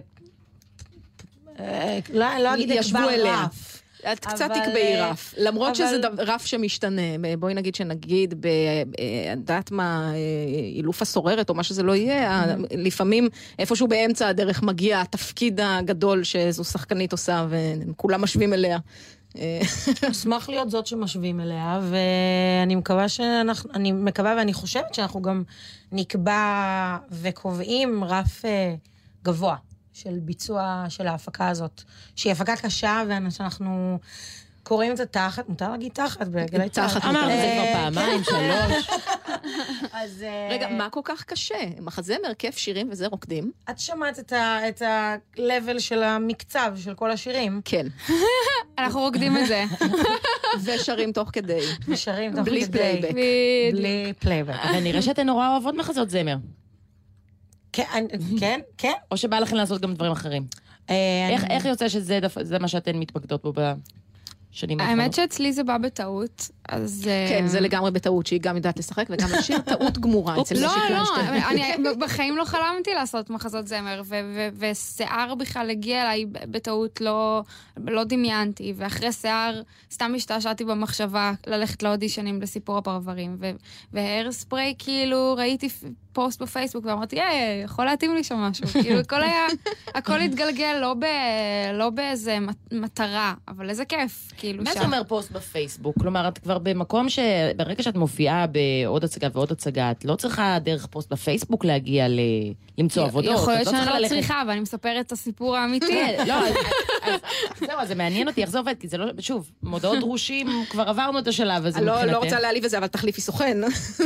לא אגיד אקבר רף. את קצת תקבעי רף, למרות שזה רף שמשתנה. בואי נגיד שנגיד, בדעת מה, אילוף הסוררת או מה שזה לא יהיה, לפעמים איפשהו באמצע הדרך מגיע התפקיד הגדול שזו שחקנית עושה, וכולם משווים אליה. אשמח להיות זאת שמשווים אליה, ואני מקווה שאנחנו, אני מקווה ואני חושבת שאנחנו גם נקבע וקובעים רף גבוה. של ביצוע של ההפקה הזאת, שהיא הפקה קשה, ואנחנו קוראים את זה תחת, מותר להגיד תחת, בגלי תחת, אמרנו את זה כבר פעמיים, שלוש. אז... רגע, מה כל כך קשה? מחזמר, כיף, שירים וזה רוקדים? את שמעת את ה-level של המקצב של כל השירים? כן. אנחנו רוקדים את זה. ושרים תוך כדי. ושרים תוך כדי. בלי פלייבק. בלי פלייבק. אבל נראה שאתן נורא אוהבות מחזות זמר. כן, כן, כן. או שבא לכן לעשות גם דברים אחרים. איך יוצא שזה מה שאתן מתמקדות בו בשנים האחרונות? האמת שאצלי זה בא בטעות, אז... כן, זה לגמרי בטעות שהיא גם יודעת לשחק וגם לשיר טעות גמורה אצל לא, לא, אני בחיים לא חלמתי לעשות מחזות זמר, ושיער בכלל הגיע אליי בטעות, לא דמיינתי, ואחרי שיער סתם השתעשעתי במחשבה ללכת לאודישנים לסיפור הפרברים, וההר ספרי כאילו ראיתי פוסט בפייסבוק ואמרתי, היי, יכול להתאים לי שם משהו. כאילו, הכל היה, הכל התגלגל לא, ב, לא באיזה מטרה, אבל איזה כיף, כאילו מה שם. זה אומר פוסט בפייסבוק? כלומר, את כבר במקום שברגע שאת מופיעה בעוד הצגה ועוד הצגה, את לא צריכה דרך פוסט בפייסבוק להגיע ל... למצוא עבודות. יכול להיות שאני לא צריכה, אבל אני מספרת את הסיפור האמיתי. לא, זהו, זה מעניין אותי, איך זה עובד, כי זה לא, שוב, מודעות דרושים, כבר עברנו את השלב הזה מבחינתך. לא רוצה להעליב את זה, אבל תחליפי סוכן.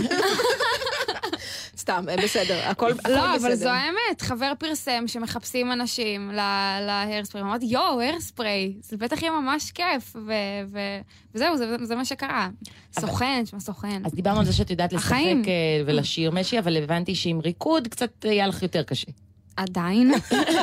סתם, בסדר, הכל בסדר. לא, אבל זו האמת, חבר פרסם שמחפשים אנשים להרספרי, אמרתי, יואו, הרספרי, זה בטח יהיה ממש כיף, וזהו, זה מה שקרה. סוכן, שמה סוכן. אז דיברנו על זה שאת יודעת לשחק ולשיר משי, אבל הבנתי שעם ריקוד קצת היה לך יותר קשה. עדיין.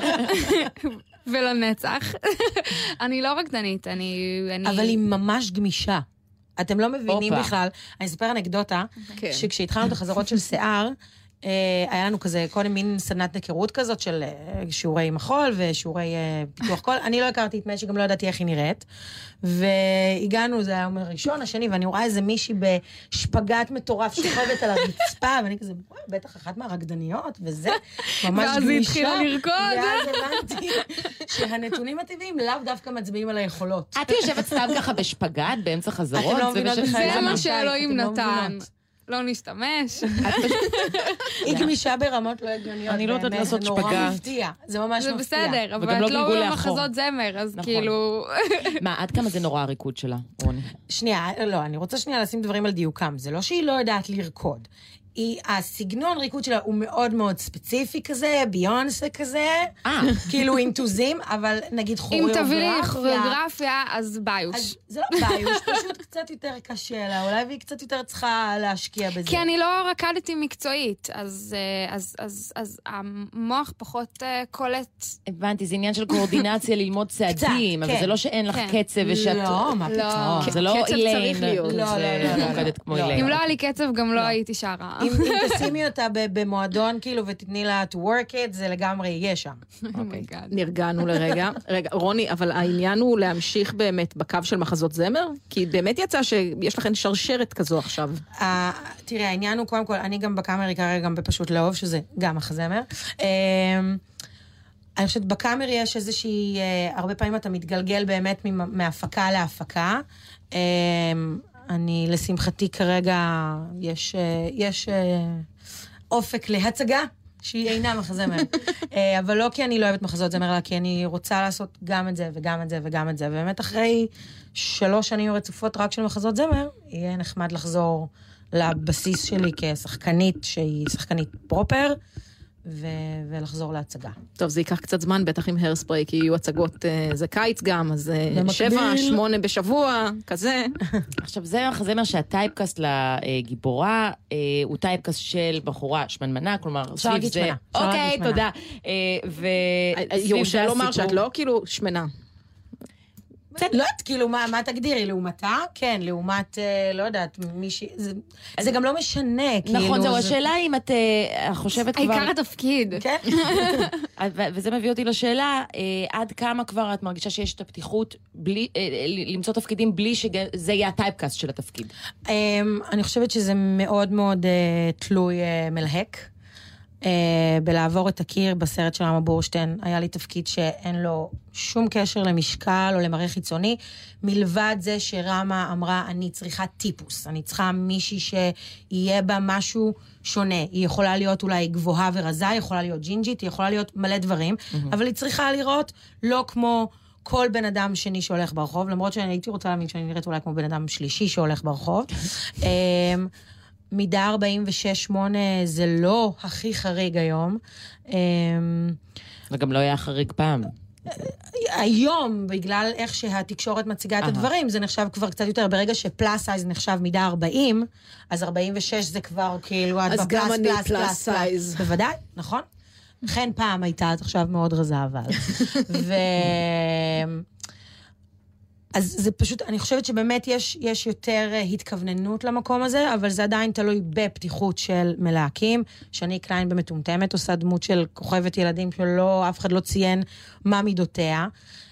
ולנצח. אני לא רקדנית, אני... אבל היא ממש גמישה. אתם לא מבינים בכלל. אני אספר אנקדוטה, שכשהתחלנו את החזרות של שיער, היה לנו כזה, קודם מין סדנת נקרות כזאת של שיעורי מחול ושיעורי פיתוח קול. אני לא הכרתי את משי, גם לא ידעתי איך היא נראית. והגענו, זה היה אומר ראשון, השני, ואני רואה איזה מישהי בשפגת מטורף שוכבת על הרצפה, ואני כזה, וואי, בטח אחת מהרקדניות, וזה ממש גמישה. ואז היא התחילה לרקוד. ואז הבנתי שהנתונים הטבעיים לאו דווקא מצביעים על היכולות. את יושבת סתם ככה בשפגת באמצע חזרות? זה מה שאלוהים נתן. לא נשתמש. היא גמישה ברמות לא הגיוניות. אני לא יודעת לעשות שפגה. זה נורא מפתיע. זה ממש מפתיע. זה בסדר, אבל את לא במחזות זמר, אז כאילו... מה, עד כמה זה נורא הריקוד שלה, רוני? שנייה, לא, אני רוצה שנייה לשים דברים על דיוקם. זה לא שהיא לא יודעת לרקוד. היא, הסגנון ריקוד שלה הוא מאוד מאוד ספציפי כזה, ביונסה כזה, כאילו אינטוזים, אבל נגיד כוריאוגרפיה. אם תביא לי כוריאוגרפיה, אז ביוש. זה לא ביוש, פשוט קצת יותר קשה לה, אולי והיא קצת יותר צריכה להשקיע בזה. כי אני לא רקדתי מקצועית, אז, אז, אז, אז המוח פחות קולט. הבנתי, זה עניין של קואורדינציה ללמוד צעדים, אבל זה לא שאין לך קצב ושאת... לא, מה פתאום. זה לא איליין. צריך להיות. אם לא היה לי קצב, גם לא הייתי שרה. אם תשימי אותה במועדון, כאילו, ותתני לה to work it, זה לגמרי יהיה שם. נרגענו לרגע. רגע, רוני, אבל העניין הוא להמשיך באמת בקו של מחזות זמר? כי באמת יצא שיש לכן שרשרת כזו עכשיו. תראה, העניין הוא, קודם כל, אני גם בקאמרי כרגע גם בפשוט לאהוב, שזה גם מחזמר. אני חושבת, בקאמרי יש איזושהי, הרבה פעמים אתה מתגלגל באמת מהפקה להפקה. אני, לשמחתי כרגע, יש, יש אופק להצגה שהיא אינה מחזמר. אבל לא כי אני לא אוהבת מחזות זמר, אלא כי אני רוצה לעשות גם את זה וגם את זה וגם את זה. ובאמת אחרי שלוש שנים רצופות רק של מחזות זמר, יהיה נחמד לחזור לבסיס שלי כשחקנית, שהיא שחקנית פרופר, ו- ולחזור להצגה. טוב, זה ייקח קצת זמן, בטח עם הרספרי, כי יהיו הצגות, זה קיץ גם, אז שבע, שמונה בשבוע, כזה. עכשיו, זה מחזמר שהטייפקאסט לגיבורה, הוא טייפקאסט של בחורה שמנמנה, כלומר, סביב זה... שמנה. אוקיי, תודה. יורשה לומר שאת לא כאילו שמנה. לא יודעת, כאילו, מה תגדירי? לעומתה? כן, לעומת, לא יודעת, מישהי... זה גם לא משנה, כאילו... נכון, זהו, השאלה אם את חושבת כבר... העיקר התפקיד. כן. וזה מביא אותי לשאלה, עד כמה כבר את מרגישה שיש את הפתיחות למצוא תפקידים בלי שזה יהיה הטייפקאסט של התפקיד? אני חושבת שזה מאוד מאוד תלוי מלהק. Uh, בלעבור את הקיר בסרט של רמה בורשטיין, היה לי תפקיד שאין לו שום קשר למשקל או למראה חיצוני, מלבד זה שרמה אמרה, אני צריכה טיפוס, אני צריכה מישהי שיהיה בה משהו שונה, היא יכולה להיות אולי גבוהה ורזה, היא יכולה להיות ג'ינג'ית, היא יכולה להיות מלא דברים, mm-hmm. אבל היא צריכה לראות לא כמו כל בן אדם שני שהולך ברחוב, למרות שאני הייתי רוצה להאמין שאני נראית אולי כמו בן אדם שלישי שהולך ברחוב, מידה ארבעים ושש שמונה זה לא הכי חריג היום. וגם לא היה חריג פעם. היום, בגלל איך שהתקשורת מציגה את הדברים, זה נחשב כבר קצת יותר, ברגע שפלאס סייז נחשב מידה ארבעים, אז ארבעים ושש זה כבר כאילו... אז גם אני פלאס סייז. בוודאי, נכון? לכן פעם הייתה עד עכשיו מאוד רזה, אבל. ו... אז זה פשוט, אני חושבת שבאמת יש, יש יותר התכווננות למקום הזה, אבל זה עדיין תלוי בפתיחות של מלהקים. שני קליין במטומטמת עושה דמות של כוכבת ילדים שלא, אף אחד לא ציין מה מידותיה.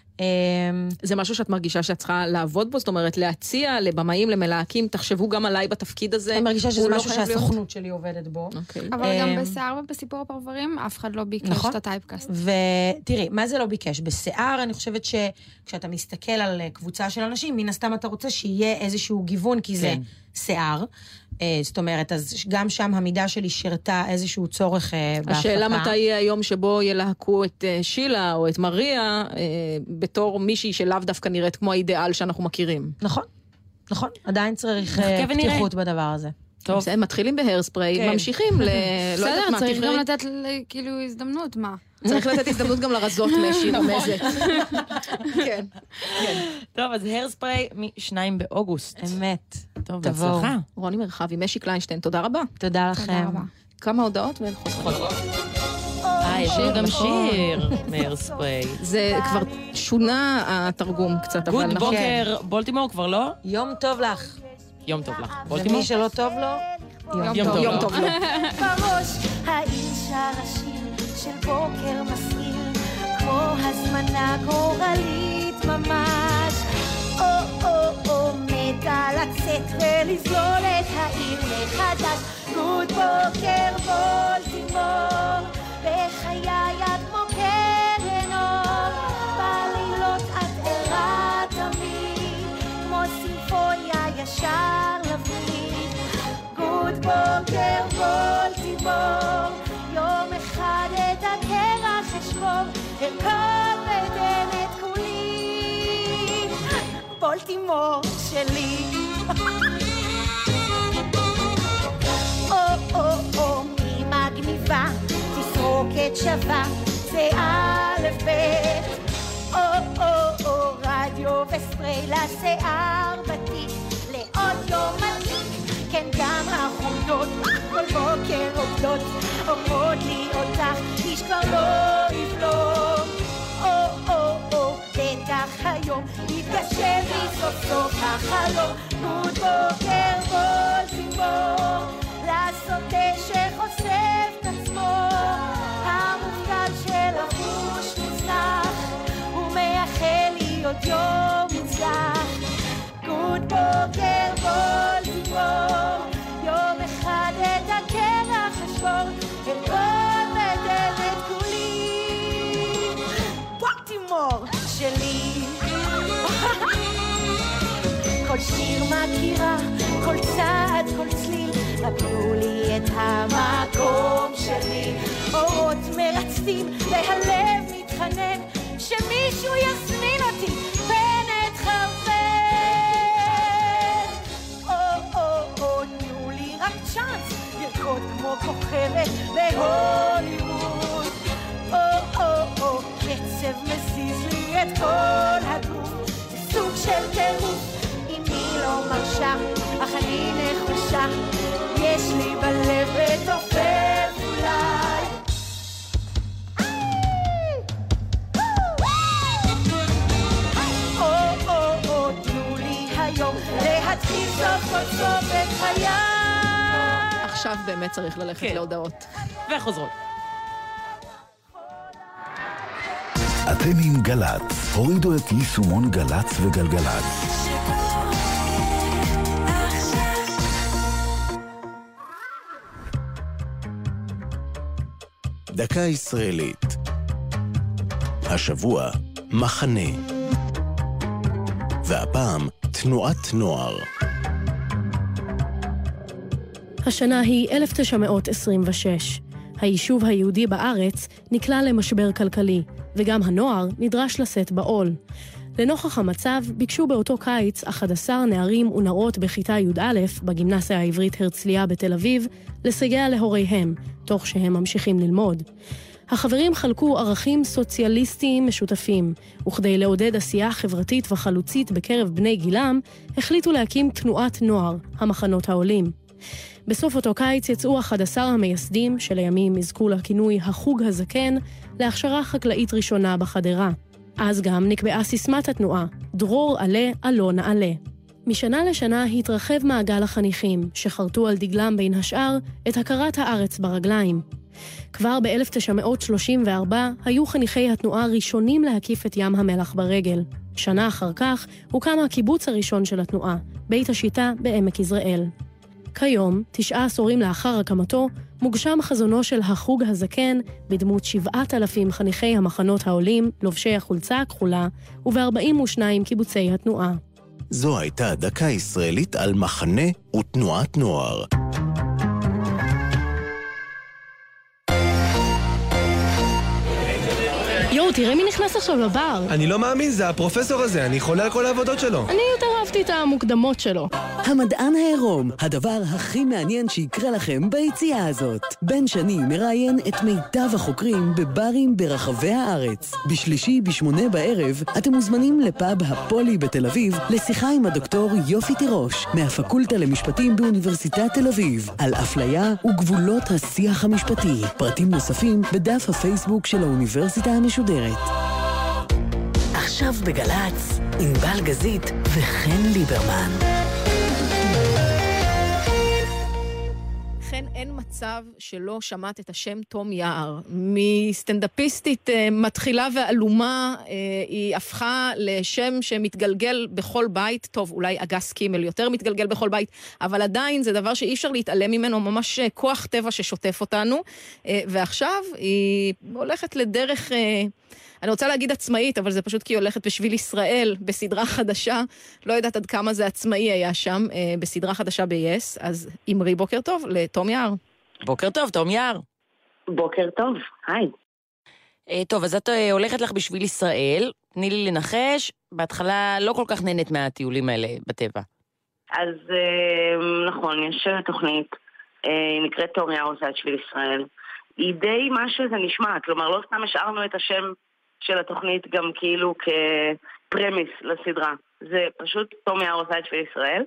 זה משהו שאת מרגישה שאת צריכה לעבוד בו? זאת אומרת, להציע לבמאים, למלהקים, תחשבו גם עליי בתפקיד הזה. אני מרגישה שזה משהו שהסוכנות שלי עובדת בו. אבל גם בשיער ובסיפור הפרברים, אף אחד לא ביקש את הטייפקאסט. ותראי, מה זה לא ביקש? בשיער אני חושבת שכשאתה מסתכל על קבוצה של אנשים, מן הסתם אתה רוצה שיהיה איזשהו גיוון, כי זה שיער. זאת אומרת, אז גם שם המידה שלי שירתה איזשהו צורך בהפקה. השאלה מתי יהיה היום שבו ילהקו את שילה או את מריה, בתור מישהי שלאו דווקא נראית כמו האידיאל שאנחנו מכירים. נכון, נכון. עדיין צריך פתיחות בדבר הזה. טוב. זה, מתחילים בהרספריי, ממשיכים ל... בסדר, צריך גם לתת כאילו הזדמנות, מה? צריך לתת הזדמנות גם לרזות משי רמזת. כן. טוב, אז הרספריי משניים באוגוסט. אמת. טוב, בהצלחה. רוני מרחבי, משי קליינשטיין, תודה רבה. תודה לכם. כמה הודעות וחוזרות. אה, יש לי גם שיר מהרספריי. זה כבר שונה התרגום קצת, אבל גוד בוקר, בולטימור כבר לא? יום טוב לך. יום טוב לך. ומי שלא טוב לו, יום טוב לו. בראש האיש הראשי של בוקר מסעיר, כמו הזמנה גורלית ממש. או או או מתה לצאת ולזלול את העיר מחדש. גוד בוקר בולטימור, בחיי את כמו קרן אור, בלילות את ערה תמיד, כמו סימפוניה ישר לביא. גוד בוקר בולטימור, יום אחד את הקרח אשבור, ארקוד בדמת כולי, בולטימור שלי. או או או מי מגניבה, תסרוקת שווה, זה א' ב'. או או או רדיו וספרי לשיער בתיק, לעוד יום מדליק. כן גם החולדות כל בוקר עובדות, אומרות לי אותך איש כבר לא יבלום. או או או בטח היום יתגשם לי סוף סוף החלום. גוד בוקר בולטימור, לעשות דשא חושף את עצמו, המובטל של החוש מוצלח, הוא מייחל לי עוד יום מוצלח. גוד בוקר בולטימור, יום אחד את הקרח אשבור, ארקוד בדלת כולי, בולטימור שלי. כל שיר מכירה, כל צעד, כל צליל, נתנו לי את המקום שלי. אורות מרצדים והלב מתחנן, שמישהו יזמין אותי בנט חרפן. או או או תנו לי רק צ'אנס, לרקוד כמו כוכבת בהוליווד. או או או קצב מזיז לי את כל הגוף, זה סוג של טירוף. אני לא מרשה, אך אני נחושה, יש לי בלב ותופף אולי. או או או תנו לי היום להתחיל סוף כל סוף את חיי. עכשיו באמת צריך ללכת להודעות. וחוזרות. אתם עם גלץ, הורידו את יישומון גלץ וגלגלץ. דקה ישראלית. השבוע מחנה. והפעם תנועת נוער. השנה היא אלף תשע מאות עשרים ושש. היישוב היהודי בארץ נקלע למשבר כלכלי, וגם הנוער נדרש לשאת בעול. לנוכח המצב ביקשו באותו קיץ אחד עשר נערים ונערות בכיתה י' א' בגימנסיה העברית הרצליה בתל אביב לסייע להוריהם, תוך שהם ממשיכים ללמוד. החברים חלקו ערכים סוציאליסטיים משותפים, וכדי לעודד עשייה חברתית וחלוצית בקרב בני גילם, החליטו להקים תנועת נוער, המחנות העולים. בסוף אותו קיץ יצאו אחד עשר המייסדים, שלימים יזכו לכינוי החוג הזקן, להכשרה חקלאית ראשונה בחדרה. אז גם נקבעה סיסמת התנועה, דרור עלה, עלו נעלה. משנה לשנה התרחב מעגל החניכים, שחרטו על דגלם בין השאר את הכרת הארץ ברגליים. כבר ב-אלף תשע מאות שלושים וארבע היו חניכי התנועה ראשונים להקיף את ים המלח ברגל. שנה אחר כך הוקם הקיבוץ הראשון של התנועה, בית השיטה בעמק יזרעאל. כיום, תשעה עשורים לאחר הקמתו, מוגשם חזונו של החוג הזקן בדמות שבעת אלפים חניכי המחנות העולים, לובשי החולצה הכחולה, וב-ארבעים ושניים קיבוצי התנועה. זו הייתה דקה ישראלית על מחנה ותנועת נוער. יואו, תראה מי נכנס עכשיו לבר. אני לא מאמין, זה הפרופסור הזה, אני חולה על כל העבודות שלו. אני יותר אהבתי את המוקדמות שלו. המדען העירום, הדבר הכי מעניין שיקרה לכם ביציאה הזאת. בן שני מראיין את מיטב החוקרים בברים ברחבי הארץ. בשלישי בשמונה בערב אתם מוזמנים לפאב הפולי בתל אביב לשיחה עם הדוקטור יופי תירוש מהפקולטה למשפטים באוניברסיטת תל אביב על אפליה וגבולות השיח המשפטי. פרטים נוספים בדף הפייסבוק של האוניברסיטה המשודרת. עכשיו בגלץ, ענבל גזית וחן ליברמן. חן, אין מצב שלא שמעת את השם תום יער. מסטנדאפיסטית מתחילה ואלומה, היא הפכה לשם שמתגלגל בכל בית. טוב, אולי אגס קימל יותר מתגלגל בכל בית, אבל עדיין זה דבר שאי אפשר להתעלם ממנו, ממש כוח טבע ששוטף אותנו. ועכשיו היא הולכת לדרך... אני רוצה להגיד עצמאית, אבל זה פשוט כי היא הולכת בשביל ישראל, בסדרה חדשה. לא יודעת עד כמה זה עצמאי היה שם, בסדרה חדשה ב-יס. אז אמרי בוקר טוב לתום יער. בוקר טוב, תום יער. בוקר טוב, היי. טוב, אז את הולכת לך בשביל ישראל. תני לי לנחש, בהתחלה לא כל כך נהנית מהטיולים האלה בטבע. אז נכון, יש תוכנית, היא נקראת תום יער עושה את שביל ישראל. היא די מה שזה נשמע, כלומר לא סתם השארנו את השם של התוכנית גם כאילו כפרמיס לסדרה. זה פשוט תום יער עושה את שביל ישראל.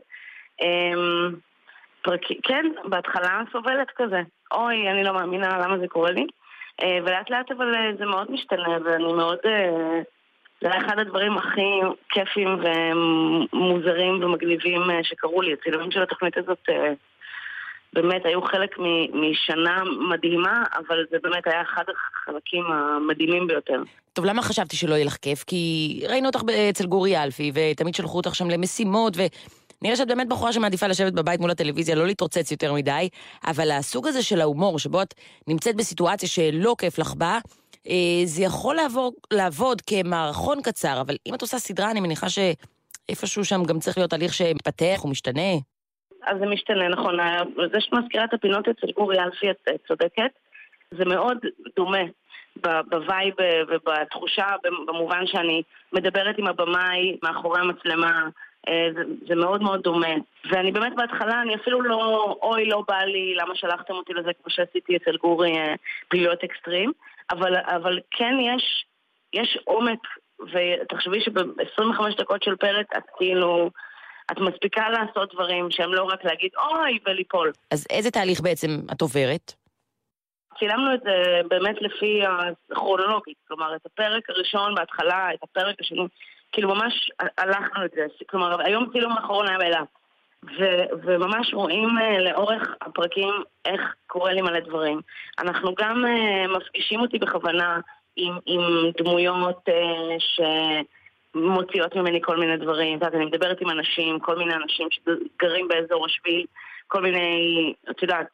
פרק... כן, בהתחלה סובלת כזה. אוי, אני לא מאמינה למה זה קורה לי. ולאט לאט אבל זה מאוד משתנה, ואני מאוד... זה היה אחד הדברים הכי כיפים ומוזרים ומגניבים שקרו לי. הצילומים של התוכנית הזאת... באמת היו חלק משנה מדהימה, אבל זה באמת היה אחד החלקים המדהימים ביותר. טוב, למה חשבתי שלא יהיה לך כיף? כי ראינו אותך אצל גורי אלפי, ותמיד שלחו אותך שם למשימות, ונראה שאת באמת בחורה שמעדיפה לשבת בבית מול הטלוויזיה, לא להתרוצץ יותר מדי, אבל הסוג הזה של ההומור, שבו את נמצאת בסיטואציה שלא כיף לך בה, זה יכול לעבור, לעבוד כמערכון קצר, אבל אם את עושה סדרה, אני מניחה שאיפשהו שם גם צריך להיות הליך שמתפתח ומשתנה. אז זה משתנה, נכון. זה שמזכירה את הפינות אצל גורי אלפי, את צודקת. זה מאוד דומה בווייב ובתחושה, במובן שאני מדברת עם הבמאי מאחורי המצלמה. זה, זה מאוד מאוד דומה. ואני באמת בהתחלה, אני אפילו לא, אוי, לא בא לי, למה שלחתם אותי לזה כמו שעשיתי אצל גורי פעילויות אקסטרים. אבל, אבל כן יש, יש עומק, ותחשבי שב-עשרים וחמש דקות של פרק את כאילו... את מספיקה לעשות דברים שהם לא רק להגיד אוי וליפול. אז איזה תהליך בעצם את עוברת? צילמנו את זה באמת לפי הכרונולוגית, כלומר את הפרק הראשון בהתחלה, את הפרק השני, כאילו ממש הלכנו את זה, כלומר היום צילום האחרון היה באילת, ו- וממש רואים לאורך הפרקים איך קורה לי מלא דברים. אנחנו גם מפגישים אותי בכוונה עם, עם דמויות ש... מוציאות ממני כל מיני דברים. אני מדברת עם אנשים, כל מיני אנשים שגרים באזור השביל, כל מיני, את יודעת,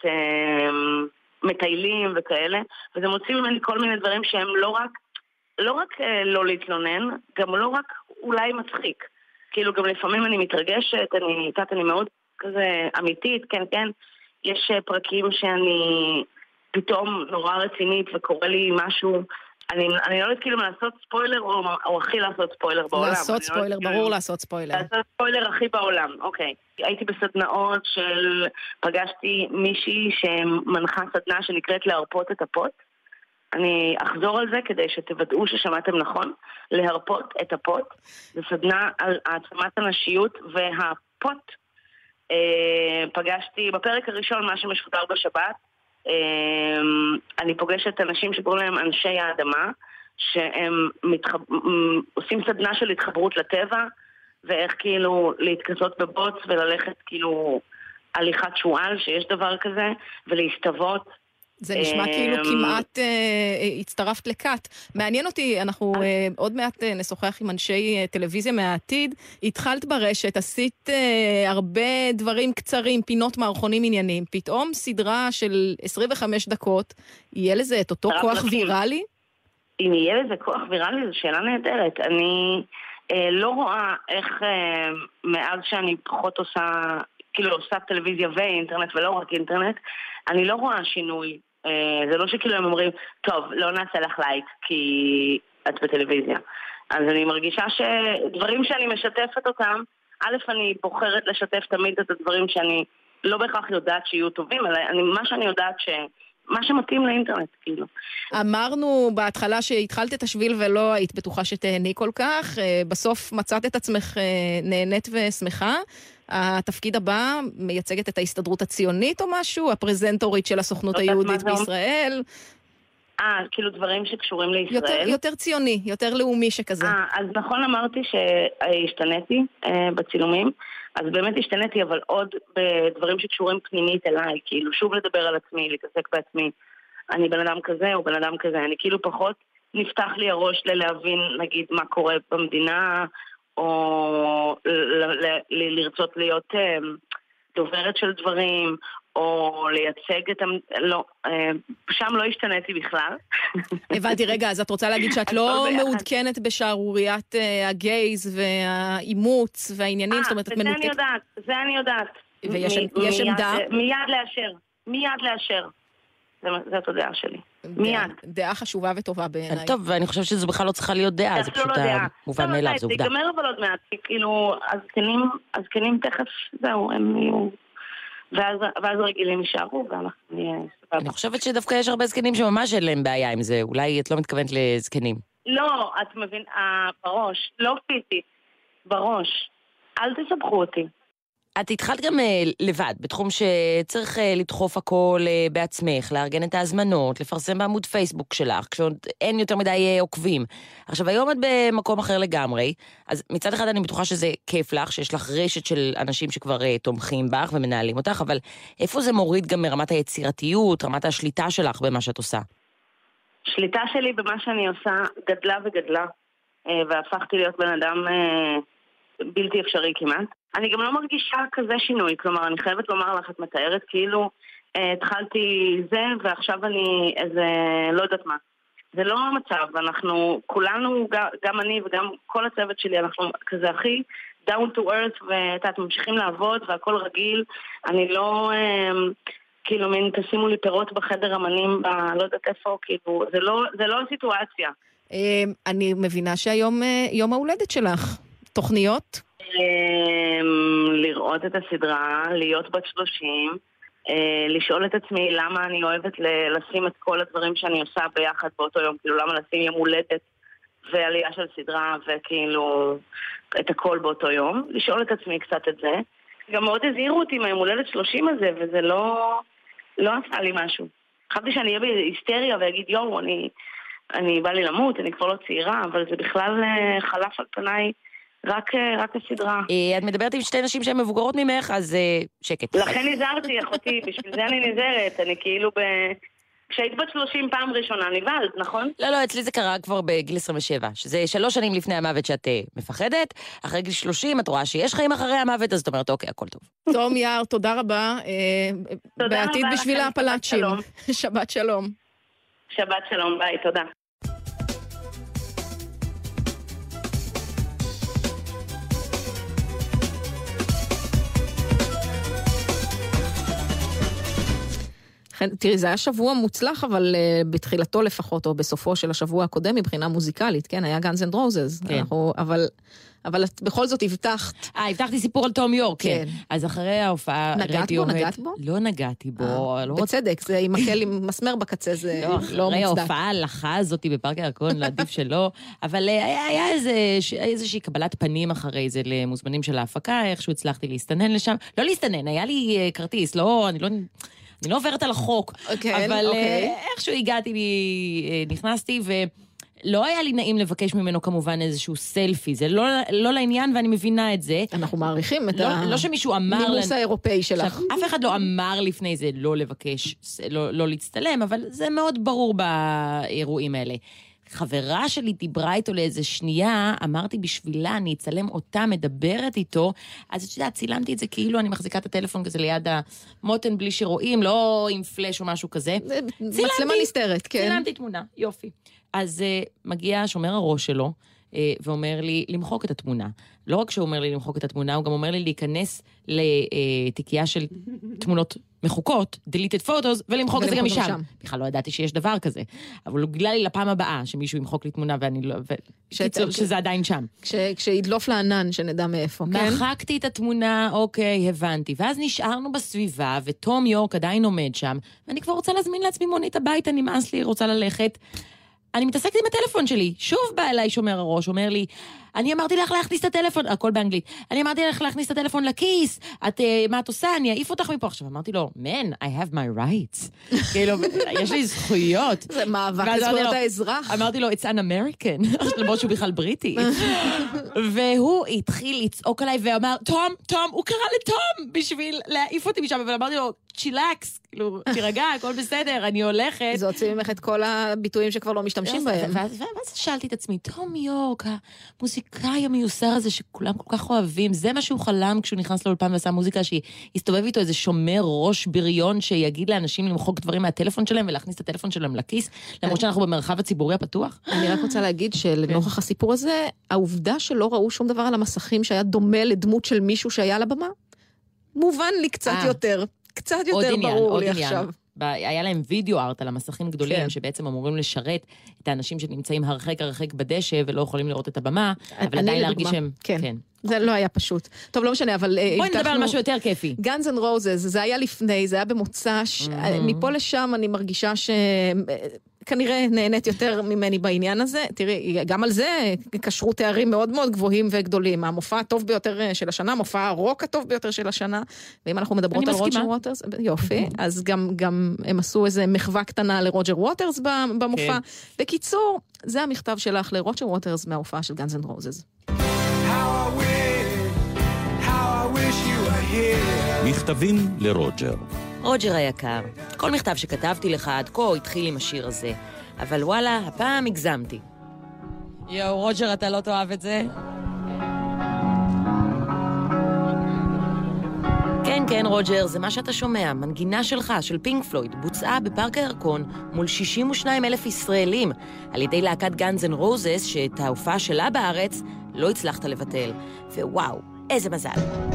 מטיילים וכאלה, וזה מוציא ממני כל מיני דברים שהם לא רק, לא רק לא להתלונן, גם לא רק אולי מצחיק. כאילו גם לפעמים אני מתרגשת, אני, יודעת, אני מאוד כזה אמיתית, כן, כן. יש פרקים שאני פתאום נורא רצינית וקורא לי משהו אני, אני לא יודעת כאילו לעשות ספוילר או, או הכי לעשות ספוילר בעולם. לעשות ספוילר, לא ברור כאילו, לעשות ספוילר. לעשות ספוילר הכי בעולם, אוקיי. הייתי בסדנאות של, פגשתי מישהי שמנחה סדנה שנקראת להרפות את הפוט. אני אחזור על זה כדי שתוודאו ששמעתם נכון. להרפות את הפוט. זו סדנה על העצמת הנשיות והפוט. אה, פגשתי בפרק הראשון מה שמשודר בשבת. אני פוגשת אנשים שקוראים להם אנשי האדמה, שהם מתחב... עושים סדנה של התחברות לטבע, ואיך כאילו להתכסות בבוץ וללכת כאילו הליכת שואל, שיש דבר כזה, ולהסתוות. זה נשמע כאילו כמעט אה, הצטרפת לקאט. מעניין אותי, אנחנו אה, עוד מעט אה, נשוחח עם אנשי אה, טלוויזיה מהעתיד. התחלת ברשת, עשית אה, הרבה דברים קצרים, פינות מערכונים עניינים. פתאום סדרה של עשרים וחמש דקות, יהיה לזה את אותו כוח ויראלי? אם יהיה לזה כוח ויראלי, זו שאלה נהדרת. אני אה, לא רואה איך אה, מאז שאני פחות עושה, כאילו עושה טלוויזיה ואינטרנט ולא רק אינטרנט, אני לא רואה שינוי. זה לא שכאילו הם אומרים, טוב, לא נעשה לך לייק כי את בטלוויזיה. אז אני מרגישה שדברים שאני משתפת אותם, א', אני בוחרת לשתף תמיד את הדברים שאני לא בהכרח יודעת שיהיו טובים, אלא אני, מה שאני יודעת ש... מה שמתאים לאינטרנט, כאילו. אמרנו בהתחלה שהתחלת את השביל ולא היית בטוחה שתהני כל כך, בסוף מצאת את עצמך נהנית ושמחה. התפקיד הבא מייצגת את ההסתדרות הציונית או משהו? הפרזנטורית של הסוכנות היהודית בישראל? אה, כאילו דברים שקשורים לישראל? יותר, יותר ציוני, יותר לאומי שכזה. אה, אז נכון אמרתי שהשתניתי אה, בצילומים, אז באמת השתניתי, אבל עוד בדברים שקשורים פנימית אליי, כאילו שוב לדבר על עצמי, להתעסק בעצמי. אני בן אדם כזה או בן אדם כזה, אני כאילו פחות נפתח לי הראש ללהבין, נגיד, מה קורה במדינה, או לרצות להיות דוברת של דברים, או לייצג את... לא, שם לא השתניתי בכלל. הבנתי, רגע, אז את רוצה להגיד שאת לא מעודכנת בשערוריית הגייז והאימוץ והעניינים, זאת אומרת, את מנותקת... זה אני יודעת, זה אני יודעת. ויש עמדה? מיד לאשר, מיד לאשר. זאת הדעה שלי. מיד. דעה חשובה וטובה בעיניי. טוב, ואני חושבת שזה בכלל לא צריכה להיות דעה, זה פשוט מובן מאליו, זה עובדה. זה ייגמר אבל עוד מעט, כאילו, הזקנים תכף, זהו, הם יהיו... ואז רגילים יישארו, ואנחנו נהיה סבבה. אני חושבת שדווקא יש הרבה זקנים שממש אין להם בעיה עם זה, אולי את לא מתכוונת לזקנים. לא, את מבין, בראש, לא פיזית, בראש. אל תסבכו אותי. את התחלת גם uh, לבד, בתחום שצריך uh, לדחוף הכל uh, בעצמך, לארגן את ההזמנות, לפרסם בעמוד פייסבוק שלך, כשעוד אין יותר מדי uh, עוקבים. עכשיו, היום את במקום אחר לגמרי, אז מצד אחד אני בטוחה שזה כיף לך, שיש לך רשת של אנשים שכבר uh, תומכים בך ומנהלים אותך, אבל איפה זה מוריד גם מרמת היצירתיות, רמת השליטה שלך במה שאת עושה? שליטה שלי במה שאני עושה גדלה וגדלה, uh, והפכתי להיות בן אדם uh, בלתי אפשרי כמעט. אני גם לא מרגישה כזה שינוי, כלומר, אני חייבת לומר לך, את מתארת כאילו, אה, התחלתי זה, ועכשיו אני איזה, לא יודעת מה. זה לא המצב, אנחנו, כולנו, גם, גם אני וגם כל הצוות שלי, אנחנו כזה הכי down to earth, ואתם ממשיכים לעבוד, והכל רגיל. אני לא, אה, כאילו, מין, תשימו לי פירות בחדר אמנים, ב, לא יודעת איפה, כאילו, זה לא, זה לא הסיטואציה. אה, אני מבינה שהיום אה, יום ההולדת שלך. תוכניות? לראות את הסדרה, להיות בת שלושים, לשאול את עצמי למה אני אוהבת לשים את כל הדברים שאני עושה ביחד באותו יום, כאילו למה לשים יום הולדת ועלייה של סדרה וכאילו את הכל באותו יום, לשאול את עצמי קצת את זה. גם מאוד הזהירו אותי מהיום הולדת שלושים הזה, וזה לא, לא עשה לי משהו. חשבתי שאני אהיה בהיסטריה ואגיד יואו, אני, אני בא לי למות, אני כבר לא צעירה, אבל זה בכלל חלף על פניי רק, רק הסדרה. את מדברת עם שתי נשים שהן מבוגרות ממך, אז שקט. לכן נזהרתי, אחותי, בשביל זה אני נזהרת. אני כאילו ב... כשהיית בת שלושים פעם ראשונה, נבלת, נכון? לא, לא, אצלי זה קרה כבר בגיל עשרים ושבע, שזה שלוש שנים לפני המוות שאת מפחדת. אחרי גיל שלושים את רואה שיש חיים אחרי המוות, אז את אומרת, אוקיי, הכל טוב. תום יער, תודה רבה. תודה רבה. בעתיד בשביל הפלאצ'ים. שבת שלום. שבת שלום, ביי, תודה. לכן, תראי, זה היה שבוע מוצלח, אבל uh, בתחילתו לפחות, או בסופו של השבוע הקודם, מבחינה מוזיקלית, כן, היה Guns and Roses. כן. אנחנו, אבל... אבל את בכל זאת הבטחת. אה, הבטחתי סיפור על תום יורק, כן. אז אחרי ההופעה... נגעת בו? נגעת בו? לא נגעתי בו. בצדק, זה עם מקל עם מסמר בקצה, זה לא מוצדק. אחרי ההופעה הלכה הזאת בפארק הירקון, לעדיף שלא, אבל היה איזושהי קבלת פנים אחרי זה למוזמנים של ההפקה, איכשהו הצלחתי להסתנן לשם. לא להסתנן, היה לי כרטיס, לא, אני לא... אני לא עוברת על החוק, אבל איכשהו הגעתי, נכנסתי ו... לא היה לי נעים לבקש ממנו כמובן איזשהו סלפי, זה לא, לא לעניין ואני מבינה את זה. אנחנו מעריכים את לא, ה... לא שמישהו אמר... נימוס לנו... האירופאי שלך. אף אחד לא אמר לפני זה לא לבקש, לא, לא להצטלם, אבל זה מאוד ברור באירועים האלה. חברה שלי דיברה איתו לאיזה שנייה, אמרתי בשבילה, אני אצלם אותה, מדברת איתו, אז את יודעת, צילמתי את זה כאילו אני מחזיקה את הטלפון כזה ליד המותן בלי שרואים, לא עם פלש או משהו כזה. מצלמה נסתרת, כן. צילמתי תמונה, יופי. אז uh, מגיע שומר הראש שלו, uh, ואומר לי למחוק את התמונה. לא רק שהוא אומר לי למחוק את התמונה, הוא גם אומר לי להיכנס לתיקייה של תמונות מחוקות, deleted photos, ולמחוק את זה גם משם. בכלל לא ידעתי שיש דבר כזה. אבל הוא גילה לי לפעם הבאה שמישהו ימחוק לי תמונה, ואני לא... קיצור, שזה עדיין שם. כשידלוף לענן, שנדע מאיפה, כן? מחקתי את התמונה, אוקיי, הבנתי. ואז נשארנו בסביבה, ותום יורק עדיין עומד שם, ואני כבר רוצה להזמין לעצמי מונית הביתה, נמאס לי, רוצה ללכת. אני מתעסקת עם הטלפון שלי, שוב בא אליי שומר הראש, אומר לי, אני אמרתי לך להכניס את הטלפון, הכל באנגלית, אני אמרתי לך להכניס את הטלפון לכיס, את, uh, מה את עושה? אני אעיף אותך מפה. עכשיו, אמרתי לו, man, I have my rights. כאילו, יש לי זכויות. זה מאבק לזכויות האזרח. אמרתי לו, it's an American, למרות שהוא בכלל בריטי. והוא התחיל לצעוק עליי ואמר, תום, תום, הוא קרא לתום בשביל להעיף אותי משם, אבל אמרתי לו, צ'ילקס, כאילו, תירגע, הכל בסדר, אני הולכת. זה הוציא ממך את כל הביטויים שכבר לא משתמשים בהם. ואז שאלתי את עצמי, תום יורק, המוזיקאי המיוסר הזה שכולם כל כך אוהבים, זה מה שהוא חלם כשהוא נכנס לאולפן ועשה מוזיקה, שיסתובב איתו איזה שומר ראש בריון שיגיד לאנשים למחוק דברים מהטלפון שלהם ולהכניס את הטלפון שלהם לכיס, למרות שאנחנו במרחב הציבורי הפתוח. אני רק רוצה להגיד שלנוכח הסיפור הזה, העובדה שלא ראו שום דבר על המסכים שהיה דומה לדמות של מישהו שהיה על הבמה, מובן לי קצת יותר. קצת יותר ברור לי עכשיו. היה להם וידאו ארט על המסכים גדולים, שבעצם אמורים לשרת את האנשים שנמצאים הרחק הרחק בדשא, ולא יכולים לראות את הבמה, אבל עדיין להרגיש שהם... כן. זה לא היה פשוט. טוב, לא משנה, אבל... בואי נדבר על משהו יותר כיפי. Guns and Roses, זה היה לפני, זה היה במוצ"ש. מפה לשם אני מרגישה ש... כנראה נהנית יותר ממני בעניין הזה. תראי, גם על זה קשרו תארים מאוד מאוד גבוהים וגדולים. המופע הטוב ביותר של השנה, מופע הרוק הטוב ביותר של השנה, ואם אנחנו מדברות על רוג'ר ווטרס, יופי, אז גם, גם הם עשו איזה מחווה קטנה לרוג'ר ווטרס במופע. בקיצור, זה המכתב שלך לרוג'ר ווטרס מההופעה של Guns and Roses. מכתבים לרוג'ר. רוג'ר היקר, כל מכתב שכתבתי לך עד כה התחיל עם השיר הזה, אבל וואלה, הפעם הגזמתי. יואו, רוג'ר, אתה לא תאהב את זה? כן, כן, רוג'ר, זה מה שאתה שומע. מנגינה שלך, של פינק פלויד, בוצעה בפארק הירקון מול שישים ושניים אלף ישראלים, על ידי להקת Guns and Roses, שאת ההופעה שלה בארץ לא הצלחת לבטל. ווואו, איזה מזל.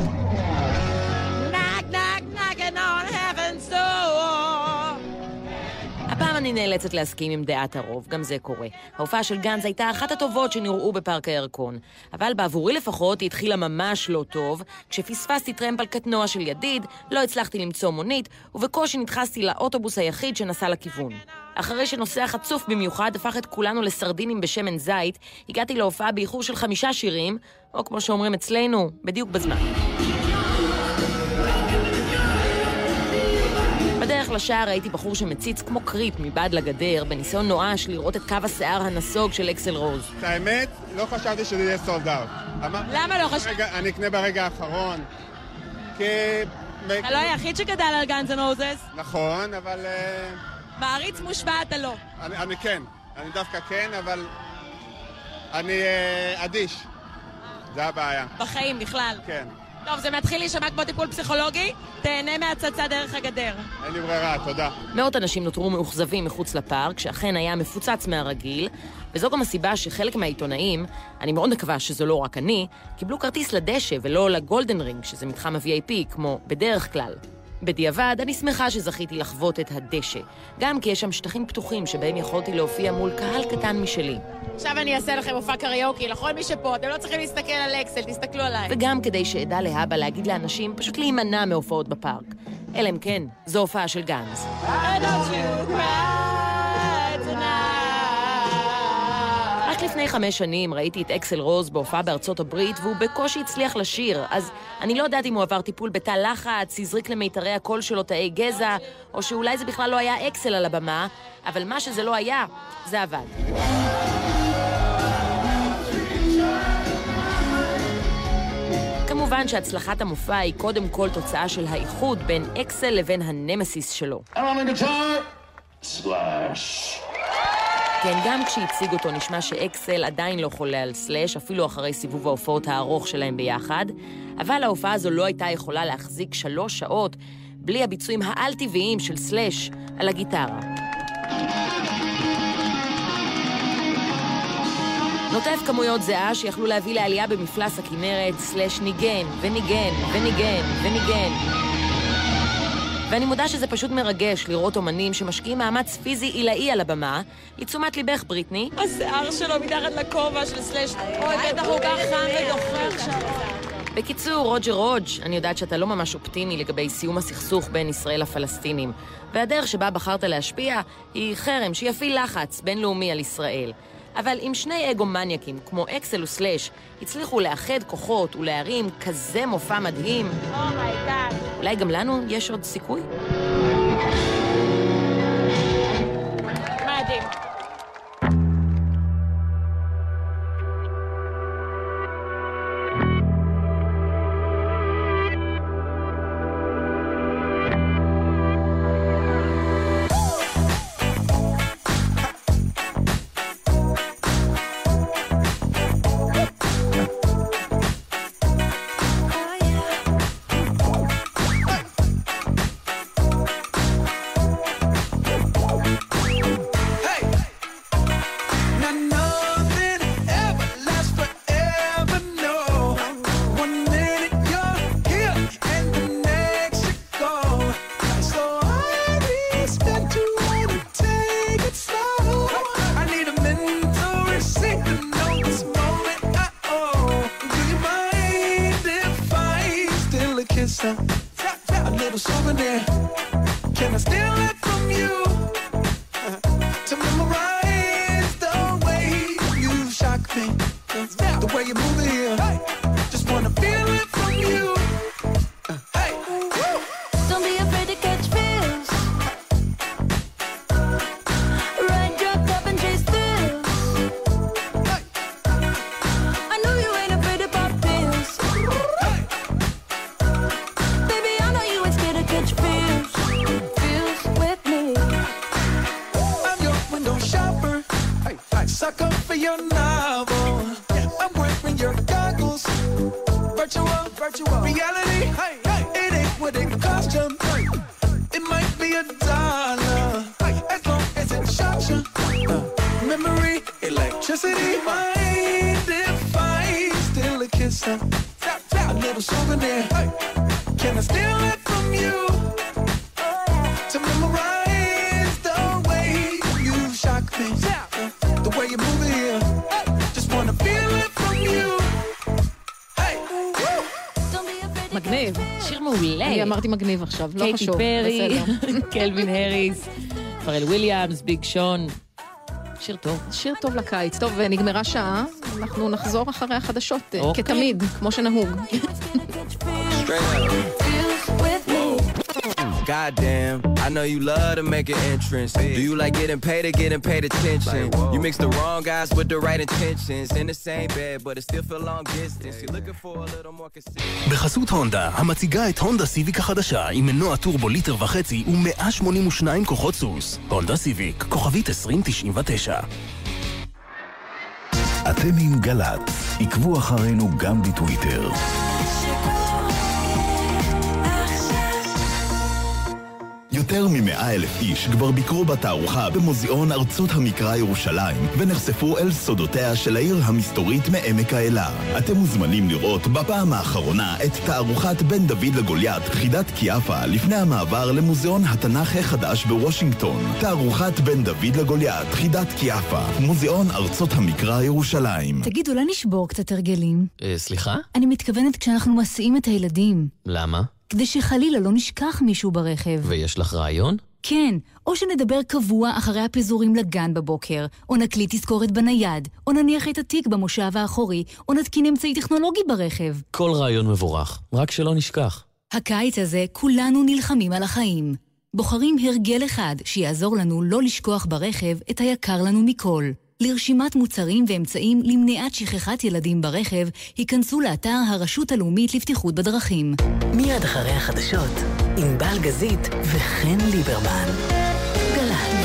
הפעם אני נאלצת להסכים עם דעת הרוב, גם זה קורה. ההופעה של גנז הייתה אחת הטובות שנראו בפארק הירקון. אבל בעבורי לפחות היא התחילה ממש לא טוב. כשפספסתי טרמפ על קטנוע של ידיד, לא הצלחתי למצוא מונית, ובקושי נדחסתי לאוטובוס היחיד שנסע לכיוון. אחרי שנוסע חצוף במיוחד הפך את כולנו לסרדינים בשמן זית, הגעתי להופעה באיחור של חמישה שירים, או כמו שאומרים אצלנו, בדיוק בזמן. בדרך לשער ראיתי בחור שמציץ כמו קריפ מבעד לגדר, בניסיון נואש לראות את קו השיער הנסוג של אקסל רוז. את האמת, לא חשבתי שזה יהיה סולד אאוט. למה לא חשבתי? אני אקנה ברגע האחרון. כי... אתה לא היחיד שגדל על Guns and Roses? נכון, אבל... מעריץ מושבע אתה לא. אני כן, אני דווקא כן, אבל... אני אדיש. זה הבעיה. בחיים בכלל. כן. טוב, זה מתחיל להישמע כמו טיפול פסיכולוגי, תהנה מהצצה דרך הגדר. אין לי ברירה, תודה. מאות אנשים נותרו מאוכזבים מחוץ לפארק, שאכן היה מפוצץ מהרגיל, וזו גם הסיבה שחלק מהעיתונאים, אני מאוד מקווה שזו לא רק אני, קיבלו כרטיס לדשא ולא לגולדן רינג, שזה מתחם ה-וי איי פי, כמו בדרך כלל. בדיעבד, אני שמחה שזכיתי לחוות את הדשא, גם כי יש שם שטחים פתוחים שבהם יכולתי להופיע מול קהל קטן משלי. עכשיו אני אעשה לכם מופע קריוקי, לכל מי שפה, אתם לא צריכים להסתכל על אקסל, תסתכלו עליי. וגם כדי שאדע להבא להגיד לאנשים פשוט להימנע מהופעות בפארק. אלא אם כן, זו הופעה של גאנז. רק לפני חמש שנים ראיתי את אקסל רוז בהופעה בארצות הברית, והוא בקושי הצליח לשיר, אז אני לא יודעת אם הוא עבר טיפול בתא לחץ, הזריק למיתרי הקול שלו תאי גזע, או שאולי זה בכלל לא היה אקסל על הבמה, אבל מה שזה לא היה, זה עבד. כמובן שהצלחת המופע היא קודם כל תוצאה של האיחוד בין אקסל לבין הנמסיס שלו. כן, גם כשהציג אותו נשמע שאקסל עדיין לא חולה על סלאש, אפילו אחרי סיבוב ההופעות הארוך שלהם ביחד, אבל ההופעה הזו לא הייתה יכולה להחזיק שלוש שעות בלי הביצועים העל-טבעיים של סלאש על הגיטרה. נוטף כמויות זהה שיכלו להביא לעלייה במפלס הכנרת, סלאש ניגן וניגן וניגן וניגן. ואני מודה שזה פשוט מרגש לראות אומנים שמשקיעים מאמץ פיזי עילאי על הבמה. לתשומת ליבך, בריטני. השיער שלו מתחת לכובע של סלאש. אוי, בטח הוא כך חם ודוחך שם. בקיצור, רוג'ר רוג', אני יודעת שאתה לא ממש אופטימי לגבי סיום הסכסוך בין ישראל לפלסטינים. והדרך שבה בחרת להשפיע היא חרם שיפעיל לחץ בינלאומי על ישראל. אבל אם שני אגו-מניאקים, כמו אקסל וסלאש, הצליחו לאחד כוחות ולהרים כזה מופע מדהים, אומייגאד. אולי גם לנו יש עוד סיכוי? מדהים. A little souvenir. Can I steal it from you? To memorize the way you shock me, the way you move it here. Just wanna feel it from you. Hey, don't be afraid to catch feels. Ride your cup and chase thrills. I know you ain't afraid to pop pills. Baby, I know you ain't scared to catch feels. Feels with me. I'm your window shopper. Suck up for your novel. I'm wearing your goggles. Virtual, virtual reality. It ain't what it cost you. It might be a dollar, as long as it shocks you. Uh, memory, electricity. Mind if I steal a kiss? Uh, a little souvenir. Can I steal it from you? To memorize the way you shock me. The way you move it here. Just wanna feel it from you. Hey, מגניב. שיר מעולה. אני אמרתי מגניב עכשיו, לא חשוב. קייטי פרי, קלווין הריס, פרל וויליאמס, ביג שון. שיר טוב. שיר טוב לקיץ. טוב, נגמרה שעה, אנחנו נחזור אחרי החדשות, כתמיד, כמו שנהוג. Goddamn, I know you love to make an entrance. Do you like getting paid or getting paid attention? You mix the wrong guys with the right intentions. In the same bed, but it still feel long distance. You're looking for a little more consistent. בחסות הונדה, המציגה את הונדה סיביק החדשה עם מנוע טורבו ליטר וחצי ו-מאה שמונים ושתיים כוחות סוס. הונדה סיביק, כוכבית עשרים תשעים ותשע. אתם עם גל"צ, עקבו אחרינו גם בטוויטר. יותר ממאה אלף איש כבר ביקרו בתערוכה במוזיאון ארצות המקרא ירושלים ונחשפו אל סודותיה של העיר המסתורית מעמק האלה. אתם מוזמנים לראות בפעם האחרונה את תערוכת בן דוד לגוליית, חידת קיאפה, לפני המעבר למוזיאון התנ"ך החדש בוושינגטון. תערוכת בן דוד לגוליית, חידת קיאפה, מוזיאון ארצות המקרא ירושלים. תגיד, אולי נשבור קצת הרגלים? אה, סליחה? אני מתכוונת כשאנחנו מסיעים את הילדים. למה? כדי שחלילה לא נשכח מישהו ברכב. ויש לך רעיון? כן, או שנדבר קבוע אחרי הפיזורים לגן בבוקר, או נקליט תזכורת בנייד, או נניח את התיק במושב האחורי, או נתקין אמצעי טכנולוגי ברכב. כל רעיון מבורך, רק שלא נשכח. הקיץ הזה כולנו נלחמים על החיים. בוחרים הרגל אחד שיעזור לנו לא לשכוח ברכב את היקר לנו מכל. לרשימת מוצרים ואמצעים למניעת שכחת ילדים ברכב, היכנסו לאתר הרשות הלאומית לבטיחות בדרכים. מיד אחרי החדשות, ענבל גזית וחן ליברמן. גל"צ.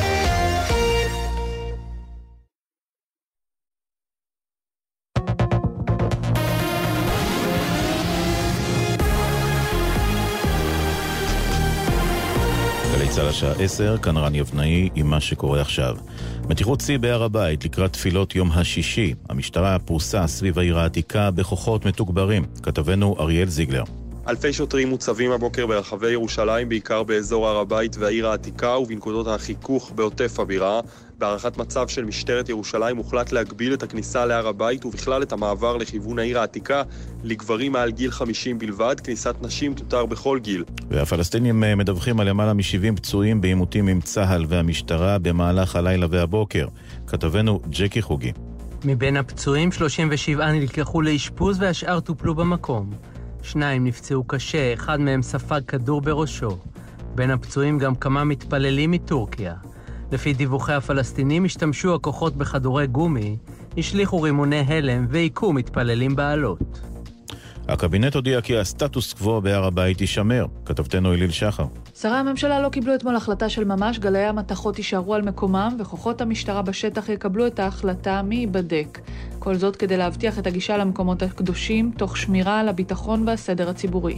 גלי צה"ל השעה עשר, כאן רן יבנאי עם מה שקורה עכשיו. מתיחות שיא בהר הבית לקראת תפילות יום השישי. המשטרה פרוסה סביב העיר העתיקה בכוחות מתוגברים. כתבנו אריאל זיגלר. אלפי שוטרים מוצבים הבוקר ברחבי ירושלים, בעיקר באזור הר הבית והעיר העתיקה ובנקודות החיכוך בעוטף הבירה. בהערכת מצב של משטרת ירושלים הוחלט להגביל את הכניסה להר הבית ובכלל את המעבר לכיוון העיר העתיקה לגברים מעל גיל חמישים בלבד. כניסת נשים תותר בכל גיל. והפלסטינים מדווחים על למעלה מ-שבעים פצועים בעימותים עם צה"ל והמשטרה במהלך הלילה והבוקר. כתבנו ג'קי חוגי. מבין הפצועים שלושים ושבעה נלקחו לאשפוז והשאר טופלו במקום. שניים נפצעו קשה, אחד מהם ספג כדור בראשו. בין הפצועים גם כמה מתפללים מטורקיה. לפי דיווחי הפלסטינים השתמשו הכוחות בכדורי גומי, השליחו רימוני הלם ועיקו מתפללים בעלות. הקבינט הודיע כי הסטטוס קוו בהר הבית יישמר. כתבתנו אליל שחר. שרי הממשלה לא קיבלו אתמול החלטה של ממש, גלי המתחות יישארו על מקומם וכוחות המשטרה בשטח יקבלו את ההחלטה מי ייבדק. כל זאת כדי להבטיח את הגישה למקומות הקדושים תוך שמירה על הביטחון והסדר הציבורי.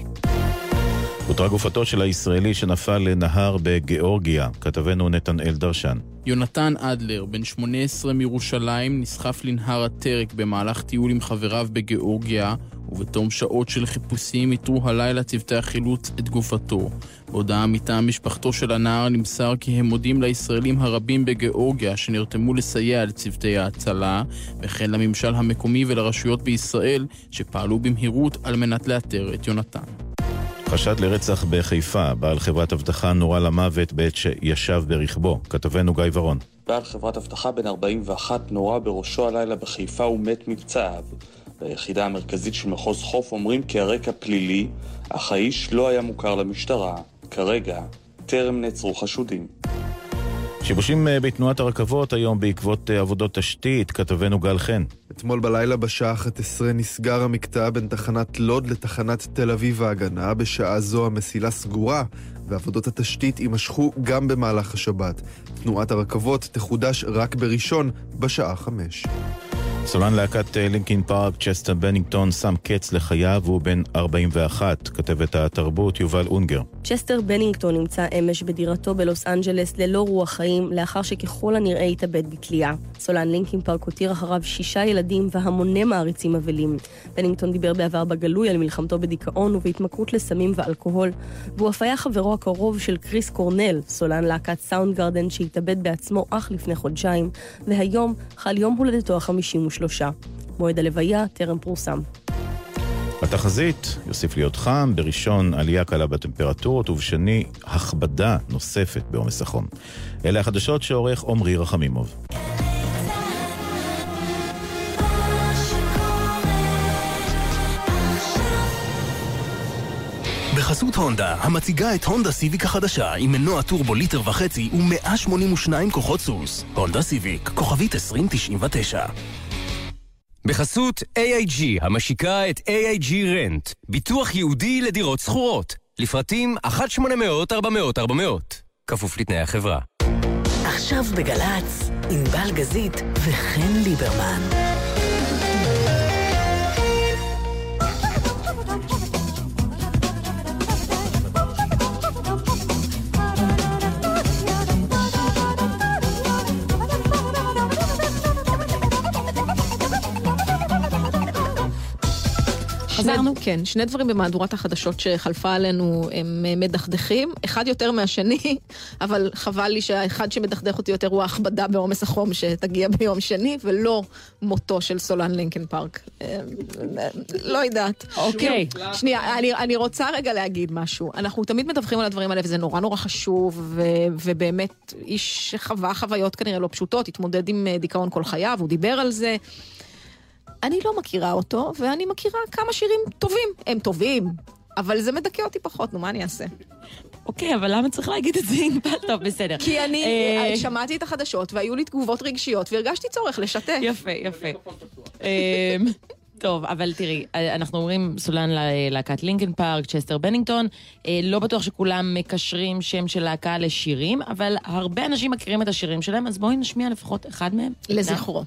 אותרה גופתו של הישראלי שנפל לנהר בגיאורגיה. כתבנו נתנאל דרשן. יונתן אדלר, בן שמונה עשרה מירושלים, נסחף לנהר הטרק במהלך טיול עם חבריו בגיאורגיה, ובתום שעות של חיפושים איתרו הלילה צוותי החילוץ את גופתו. בהודעה מטעם משפחתו של הנער נמסר כי הם מודים לישראלים הרבים בגיאורגיה שנרתמו לסייע לצוותי ההצלה, וכן לממשל המקומי ולרשויות בישראל שפעלו במהירות על מנת לאתר את יונתן. חשד לרצח בחיפה, בעל חברת אבטחה נורה למוות בעת שישב ברכבו. כתבנו גיא ורון. בעל חברת אבטחה בן ארבעים ואחת נורה בראשו הלילה בחיפה ומת מפצעיו. ביחידה המרכזית של מחוז חוף אומרים כי הרקע פלילי, אך האיש לא היה מוכר למשטרה. כרגע טרם נעצרו חשודים. שיבושים בתנועת הרכבות היום בעקבות עבודות תשתית. כתבנו גל חן. אתמול בלילה בשעה אחת עשרה נסגר המקטע בין תחנת לוד לתחנת תל אביב ההגנה. בשעה זו המסילה סגורה ועבודות התשתית יימשכו גם במהלך השבת. תנועת הרכבות תחודש רק בראשון בשעה חמש. סולן להקת לינקין פארק, צ'סטר בנינגטון, שם קץ לחייו והוא בן ארבעים ואחת. כתבת התרבות יובל אונגר. צ'סטר בנינגטון נמצא אמש בדירתו בלוס אנג'לס ללא רוח חיים, לאחר שככל הנראה התאבד בתלייה. סולן לינקין פארק הותיר אחריו שישה ילדים והמוני מעריצים אבלים. בנינגטון דיבר בעבר בגלוי על מלחמתו בדיכאון ובהתמכרות לסמים ואלכוהול, והוא אף היה חברו הקרוב של קריס קורנל, סולן להקת סאונד גרדן שהתאבד בעצמו אך לפני חודשיים, והיום חל יום הולדתו ה-חמישים ושלוש. מועד הלוויה טרם פורסם. התחזית יוסיף להיות חם, בראשון עלייה קלה בטמפרטורות ובשני הכבדה נוספת בעומס החום. אלה החדשות שעורך עומרי רחמימוב. בחסות הונדה, המציגה את הונדה סיביק החדשה עם מנוע טורבו ליטר וחצי ו-מאה שמונים ושניים כוחות סוס. הונדה סיביק, כוכבית עשרים תשעים ותשע. בחסות איי איי ג'י, המשיקה את איי איי ג'י רנט, ביטוח ייעודי לדירות סחורות. לפרטים אחת שמונה אפס אפס ארבע אפס אפס ארבע אפס אפס. כפוף לתנאי החברה. עכשיו בגל"צ, ענבל גזית וחן ליברמן. חזרנו? כן, שני דברים במהדורת החדשות שחלפה עלינו הם מדכדכים, אחד יותר מהשני, אבל חבל לי שהאחד שמדכדך אותי יותר הוא ההכבדה בעומס החום שתגיע ביום שני, ולא מותו של סולן לינקן פארק. לא יודעת. אוקיי. שנייה, אני, אני רוצה רגע להגיד משהו. אנחנו תמיד מדווחים על הדברים האלה, וזה נורא נורא חשוב, ו, ובאמת איש שחווה חוויות כנראה לא פשוטות, התמודד עם דיכאון כל חייו, הוא דיבר על זה. אני לא מכירה אותו, ואני מכירה כמה שירים טובים. הם טובים, אבל זה מדכא אותי פחות, נו, מה אני אעשה? אוקיי, אבל למה צריך להגיד את זה? טוב, בסדר. כי אני שמעתי את החדשות, והיו לי תגובות רגשיות, והרגשתי צורך לשתף. יפה, יפה. טוב, אבל תראי, אנחנו אומרים סולן ללהקת לינקן פארק, צ'סטר בנינגטון, לא בטוח שכולם מקשרים שם של להקה לשירים, אבל הרבה אנשים מכירים את השירים שלהם, אז בואי נשמיע לפחות אחד מהם. לזכרו.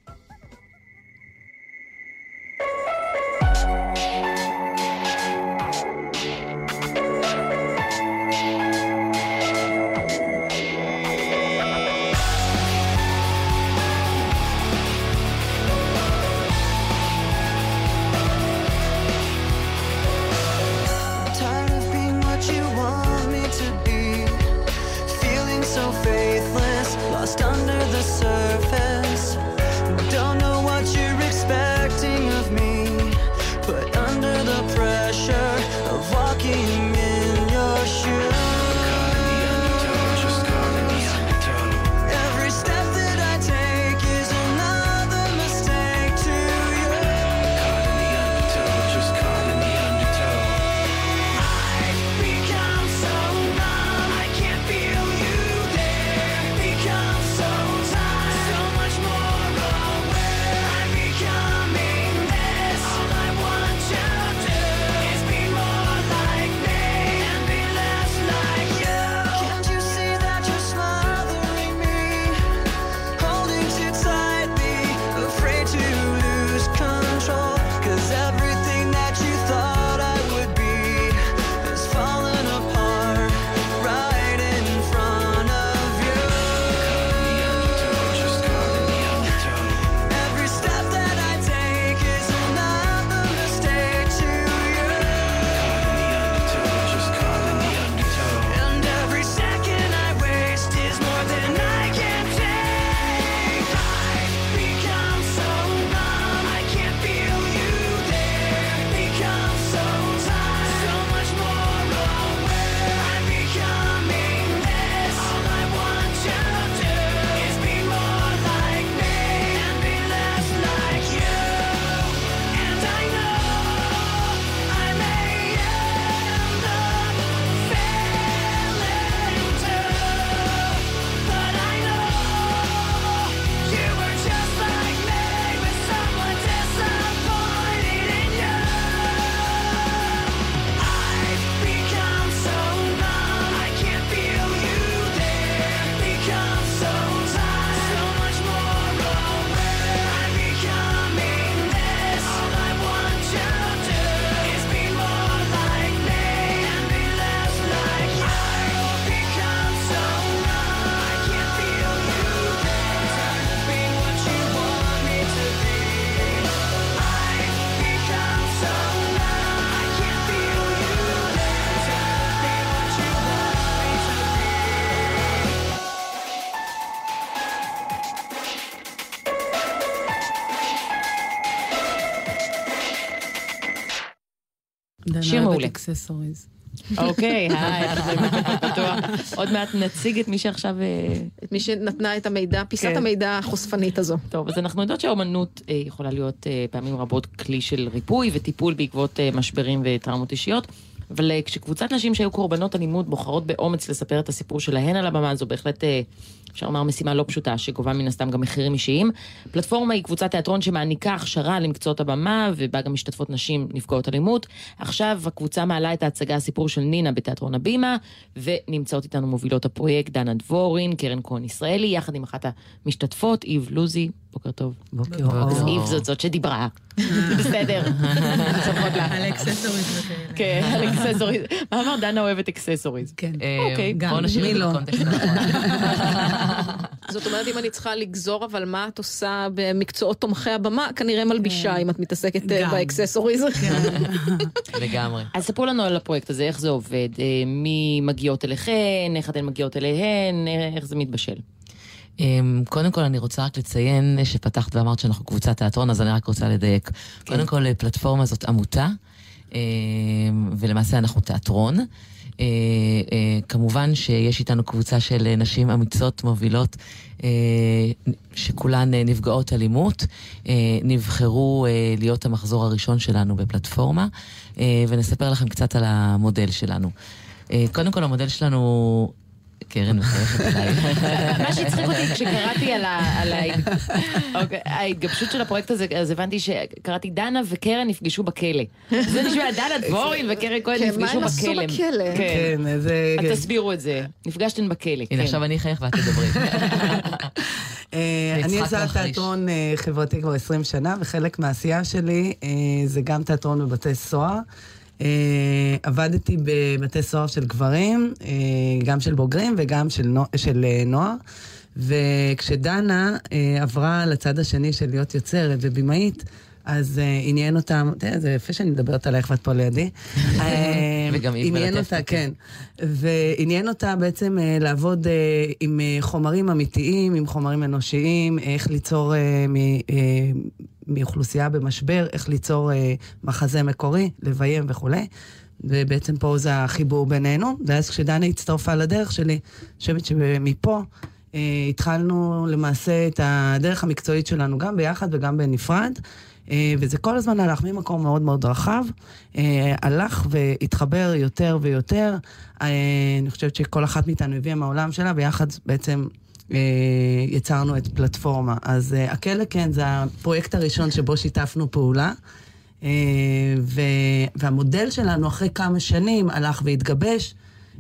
Lost under the surface. Don't know what you're expecting of me. Put under the pressure of walking in your shoes. Every step that I take is another mistake to you. Just caught in the undertow. I've become so numb, I can't feel you there. Become so tired, so much more aware. I'm becoming this. All I want you to do is be more like me and be less like you. Can't you see that you're smothering me? Holding too tightly, afraid to lose control. 'Cause everything that you thought I would be has fallen apart right in front of you. Every step that I take is another mistake to you. And every second I waste is more than I can take. I've become so numb, I can't feel you there. Become so tired, so much more aware. I'm becoming this. All I want you to do is be more like me and be less like you. And I know I may end up failing too, but I know you were just like me, with someone disappointed in you. I've become so numb, I can't feel you there. Become so tired, so much more aware. I'm becoming this. All I want you to do is be more like me and be less like you. I've become so numb, I can't feel you there. Tired of being what you want me to be. I've become so numb, I can't feel you there. Tired of being what you want me to שיר מעולה. אקססוריז. אוקיי, היי, עוד מעט נציג את מי שעכשיו... את מי שנתנה את המידע, פיסת המידע החושפנית הזו. טוב, אז אנחנו יודעות שהאומנות יכולה להיות פעמים רבות כלי של ריפוי וטיפול בעקבות משברים וטראומות אישיות, אבל כשקבוצת נשים שהיו קורבנות אלימות בוחרות באומץ לספר את הסיפור שלהן על הבמה, זו בהחלט, אפשר לומר, משימה לא פשוטה, שגובה מן הסתם גם מחירים אישיים. פלטפורמה היא קבוצת תיאטרון שמעניקה הכשרה למקצועות הבמה, ובה גם משתתפות נשים נפגעות אלימות. עכשיו הקבוצה מעלה את ההצגה הסיפור של נינה בתיאטרון הבימה, ונמצאות איתנו מובילות הפרויקט, דנה דבורין, קרן כהן ישראלי, יחד עם אחת המשתתפות, איב לוזי. בוקר טוב. בוקר טוב. אז איב זאת זאת שדיברה. בסדר. על אקססוריז. כן, על אקססוריז. מה אמר? דנה אוהבת אקססוריז. כן. אוקיי. בוא נשאיר את הקונטקסט הנכון. זאת אומרת, אם אני צריכה לגזור, אבל מה את עושה במקצועות תומכי הבמה, כנראה מלבישה, אם את מתעסקת באקססוריז. לגמרי. אז ספרו לנו על הפרויקט הזה, איך זה עובד, מי מגיעות אליכן, איך אתן מגיעות אליהן, איך זה מתבשל. קודם כל אני רוצה רק לציין שפתחת ואמרת שאנחנו קבוצת תיאטרון, אז אני רק רוצה לדייק. קודם כל פלטפורמה זאת עמותה, ולמעשה אנחנו תיאטרון. כמובן שיש איתנו קבוצה של נשים אמיצות מובילות שכולן נפגעות אלימות, נבחרו להיות המחזור הראשון שלנו בפלטפורמה, ונספר לכם קצת על המודל שלנו. קודם כל המודל שלנו... קרן מחייכת אליי. מה שהצחיק אותי כשקראתי על ההתגבשות של הפרויקט הזה, אז הבנתי שקראתי דנה וקרן נפגשו בכלא. זה נשמע דנה דבורין וקרן כהן נפגשו בכלא. מה הם עשו בכלא? כן, זה... תסבירו את זה. נפגשתן בכלא. הנה, עכשיו אני חייך ואת תדברי. אני עושה תיאטרון חברתי כבר עשרים שנה, וחלק מהעשייה שלי זה גם תיאטרון בבתי סוהר. Uh, עבדתי בבתי סוהר של גברים, uh, גם של בוגרים וגם של, נו, של uh, נוער, וכשדנה uh, עברה לצד השני של להיות יוצרת ובימאית, אז uh, עניין אותם, תראה, זה יפה שאני מדברת עליך ואת פה לידי. וגם היא עניין אותה, כן. ועניין אותה בעצם uh, לעבוד uh, עם uh, חומרים אמיתיים, עם חומרים אנושיים, איך ליצור uh, מ... Uh, מאוכלוסייה במשבר, איך ליצור אה, מחזה מקורי, לביים וכו'. ובעצם פה זה החיבור בינינו. ואז כשדנה הצטרפה לדרך שלי, אני חושבת שמפה אה, התחלנו למעשה את הדרך המקצועית שלנו, גם ביחד וגם בנפרד. אה, וזה כל הזמן הלך ממקום מאוד מאוד רחב, אה, הלך והתחבר יותר ויותר. אה, אני חושבת שכל אחת מאיתנו הביאה מהעולם שלה, ביחד בעצם... יצרנו את פלטפורמה. אז הכלא, כן, זה הפרויקט הראשון שבו שיתפנו פעולה, והמודל שלנו אחרי כמה שנים הלך והתגבש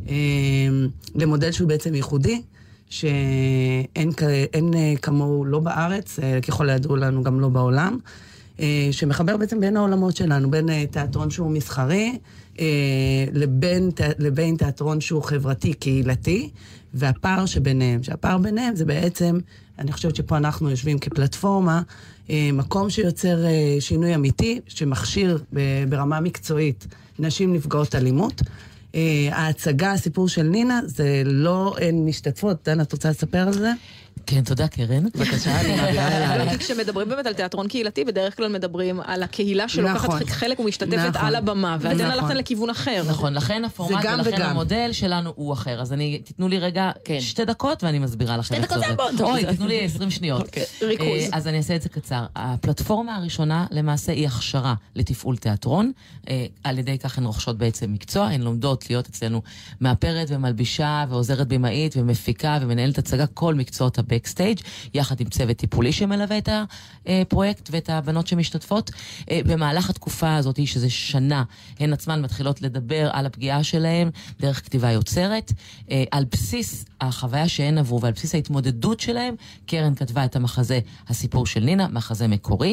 למודל שהוא בעצם ייחודי, שאין כמוהו לא בארץ, ככל הידעו לנו גם לא בעולם, שמחבר בעצם בין העולמות שלנו, בין תיאטרון שהוא מסחרי, לבין, לבין תיאטרון שהוא חברתי, קהילתי, והפער שביניהם, שהפער ביניהם זה בעצם, אני חושבת שפה אנחנו יושבים כפלטפורמה, מקום שיוצר שינוי אמיתי, שמכשיר ברמה מקצועית נשים נפגעות אלימות. ההצגה, הסיפור של נינה, זה לא, אין משתתפות. דנה, את רוצה לספר על זה? כן, תודה, קרן. בבקשה, אני מעבירה אליי. כשמדברים באמת על תיאטרון קהילתי, בדרך כלל מדברים על הקהילה שלוקחת חלק ומשתתפת על הבמה, ואתן הלכתן לכיוון אחר. נכון, לכן הפורמט ולכן המודל שלנו הוא אחר. אז אני, תתנו לי רגע שתי דקות, ואני מסבירה לכם איך זה עובד. אוי, תתנו לי עשרים שניות. ריכוז. אז אני אעשה את זה קצר. הפלטפורמה הראשונה למעשה היא הכשרה לתפעול תיאטרון. על ידי כך הן רוכשות בעצם מקצוע, הן לומדות להיות אצלנו מאפרת ומלבישה ועוזרת בימאית ומפיקה ומנהלת הצגה, כל מקצועות בקסטייג' יחד עם צוות טיפולי שמלווה את הפרויקט ואת הבנות שמשתתפות. במהלך התקופה הזאת, שזה שנה, הן עצמן מתחילות לדבר על הפגיעה שלהן דרך כתיבה יוצרת. על בסיס החוויה שהן עברו ועל בסיס ההתמודדות שלהן, קרן כתבה את המחזה הסיפור של נינה, מחזה מקורי,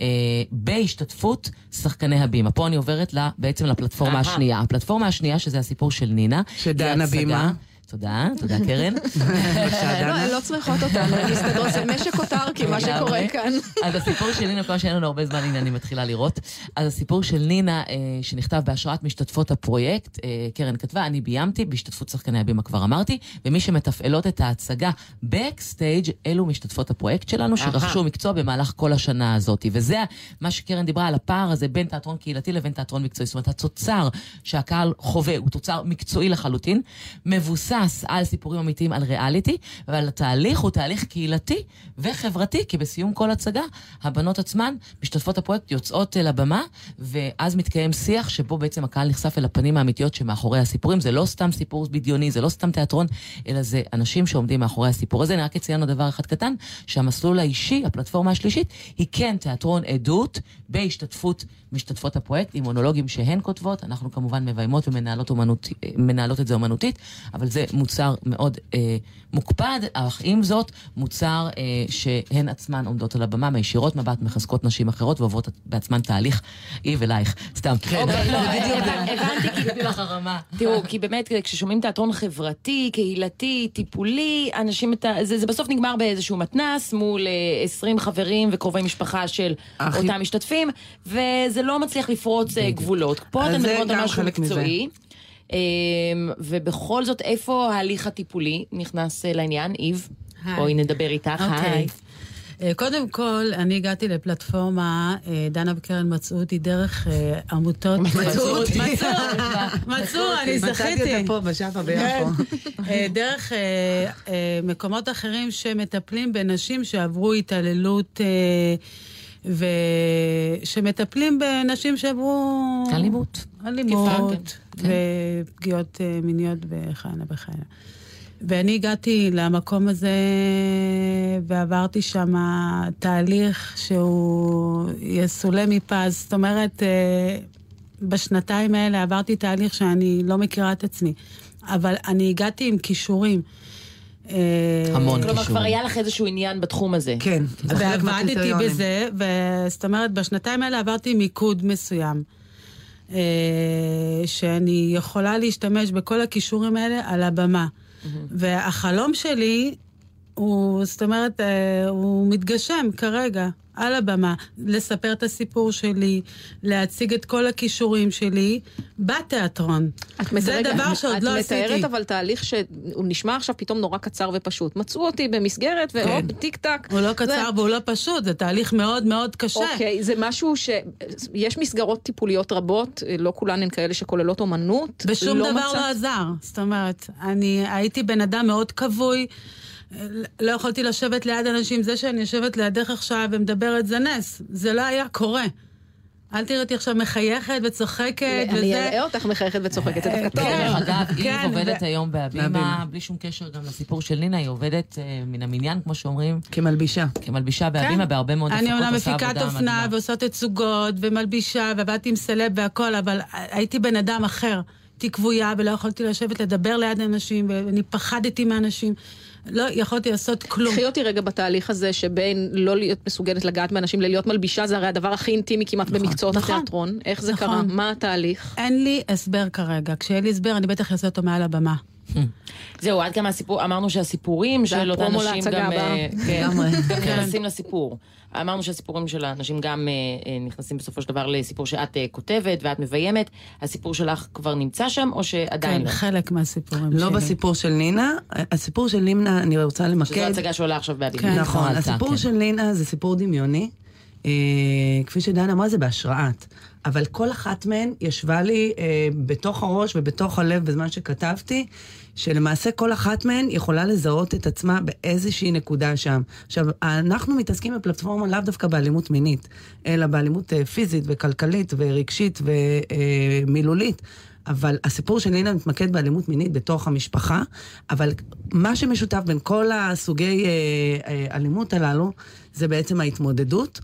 בהשתתפות שחקני הבימה. פה אני עוברת לה, בעצם לפלטפורמה השנייה. הפלטפורמה השנייה, שזה הסיפור של נינה, שדנה בימה. תודה, תודה קרן. לא, לא צריכות אותנו, מסתדרות, זה משק אוטרקי, מה שקורה כאן. אז הסיפור של נינה, כמו שאין לנו הרבה זמן, הנה אני מתחילה לראות. אז הסיפור של נינה, שנכתב בהשראת משתתפות הפרויקט, קרן כתבה, אני ביימתי, בהשתתפות שחקני הבימה כבר אמרתי, ומי שמתפעלות את ההצגה בקסטייג' אלו משתתפות הפרויקט שלנו, שרכשו מקצוע במהלך כל השנה הזאת. וזה מה שקרן דיברה על הפער הזה בין תיאטרון קהילתי לבין תיאטרון מקצועי. זאת אומרת, התוצר שהקהל חווה הוא תוצר מקצועי לחלוטין, מבוסס על סיפורים אמיתיים, על ריאליטי, אבל התהליך הוא תהליך קהילתי וחברתי, כי בסיום כל הצגה, הבנות עצמן, משתתפות הפרויקט, יוצאות לבמה, ואז מתקיים שיח שבו בעצם הקהל נחשף אל הפנים האמיתיות שמאחורי הסיפורים. זה לא סתם סיפור בדיוני, זה לא סתם תיאטרון, אלא זה אנשים שעומדים מאחורי הסיפור הזה. אני רק אציין עוד דבר אחד קטן, שהמסלול האישי, הפלטפורמה השלישית, היא כן תיאטרון עדות, בהשתתפות משתתפות הפרויקט, עם מונולוגים שהן כותבות. אנחנו כמובן מביימות ומנהלות אומנות, מנהלות את זה אומנותית, אבל זה מוצר מאוד אה, מוקפד, אך עם זאת, מוצר אה, שהן עצמן עומדות על הבמה, מישירות מבט, מחזקות נשים אחרות, ועוברות בעצמן תהליך, היא ולייך, סתם. הבנתי כי גבי לך הרמה. תראו, כי באמת, כששומעים תיאטרון חברתי, קהילתי, טיפולי, אנשים, זה בסוף נגמר באיזשהו מתנס, מול עשרים חברים וקרובי משפחה של אותם משתתפים, וזה לא מצליח לפרוץ גבולות. פה אתם מדברות על משהו מקצועי. ובכל זאת, איפה ההליך הטיפולי נכנס לעניין? איב, בואי נדבר איתך. היי. קודם כל, אני הגעתי לפלטפורמה, דנה וקרן מצאו אותי דרך עמותות. מצאו אותי. מצאו, אני זכיתי. מצאתי אותה פה בשפה ביפו. דרך מקומות אחרים שמטפלים בנשים שעברו התעללות, ושמטפלים בנשים שעברו... אלימות. אלימות, ופגיעות מיניות וכהנה וכהנה. ואני הגעתי למקום הזה ועברתי שם תהליך שהוא יסולה מפז. זאת אומרת, בשנתיים האלה עברתי תהליך שאני לא מכירה את עצמי. אבל אני הגעתי עם כישורים. המון כלומר, כבר היה לך איזשהו עניין בתחום הזה. כן. ועבדתי בזה, זאת אומרת, בשנתיים האלה עברתי מיקוד מסוים. שאני יכולה להשתמש בכל הכישורים האלה על הבמה. והחלום שלי הוא, זאת אומרת, הוא מתגשם כרגע על הבמה, לספר את הסיפור שלי, להציג את כל הכישורים שלי בתיאטרון. זה דבר שעוד לא עשיתי. את מתארת אבל תהליך שהוא נשמע עכשיו פתאום נורא קצר ופשוט. מצאו אותי במסגרת והופ, טיק טק. הוא לא קצר והוא לא פשוט, זה תהליך מאוד מאוד קשה. אוקיי, זה משהו שיש מסגרות טיפוליות רבות, לא כולן הן כאלה שכוללות אומנות. ושום דבר לא עזר. זאת אומרת, אני הייתי בן אדם מאוד כבוי, לא יכולתי לשבת ליד אנשים, זה שאני יושבת לידך עכשיו ומדברת זה נס, זה לא היה קורה. אל תראי אותי עכשיו מחייכת וצוחקת וזה... אני אראה אותך מחייכת וצוחקת, זה דווקא טוב. אגב, היא עובדת היום בהבימה, בלי שום קשר גם לסיפור של נינה, היא עובדת מן המניין, כמו שאומרים. כמלבישה. כמלבישה בהבימה, בהרבה מאוד הפקות, אני אומנם מפיקת אופנה ועושות תצוגות ומלבישה, ועבדתי עם סלב והכל, אבל הייתי בן אדם אחר. הייתי כבויה ולא יכולתי לשבת לדבר ליד אנשים, ואני פחדתי מאנשים. לא יכולתי לעשות כלום. קחי אותי רגע בתהליך הזה שבין לא להיות מסוגלת לגעת באנשים ללהיות מלבישה, זה הרי הדבר הכי אינטימי כמעט במקצועות התיאטרון. איך זה קרה? מה התהליך? אין לי הסבר כרגע. כשיהיה לי הסבר, אני בטח אעשה אותו מעל הבמה. זהו, עד כמה הסיפור, אמרנו שהסיפורים של אותה נשים גם נכנסים לסיפור. אמרנו שהסיפורים של האנשים גם נכנסים בסופו של דבר לסיפור שאת כותבת ואת מביימת. הסיפור שלך כבר נמצא שם או שעדיין לא? כן, חלק מהסיפורים שלי. לא בסיפור של נינה. הסיפור של נינה, אני רוצה למקד. שזו הצגה שעולה עכשיו בהבימה. נכון, הסיפור של נינה זה סיפור דמיוני. כפי שדנה אמרה, זה בהשראת. אבל כל אחת מהן ישבה לי אה, בתוך הראש ובתוך הלב בזמן שכתבתי, שלמעשה כל אחת מהן יכולה לזהות את עצמה באיזושהי נקודה שם. עכשיו, אנחנו מתעסקים בפלטפורמה לאו דווקא באלימות מינית, אלא באלימות אה, פיזית וכלכלית ורגשית ומילולית. אבל הסיפור של נינה מתמקד באלימות מינית בתוך המשפחה, אבל מה שמשותף בין כל הסוגי אה, אה, אלימות הללו, זה בעצם ההתמודדות,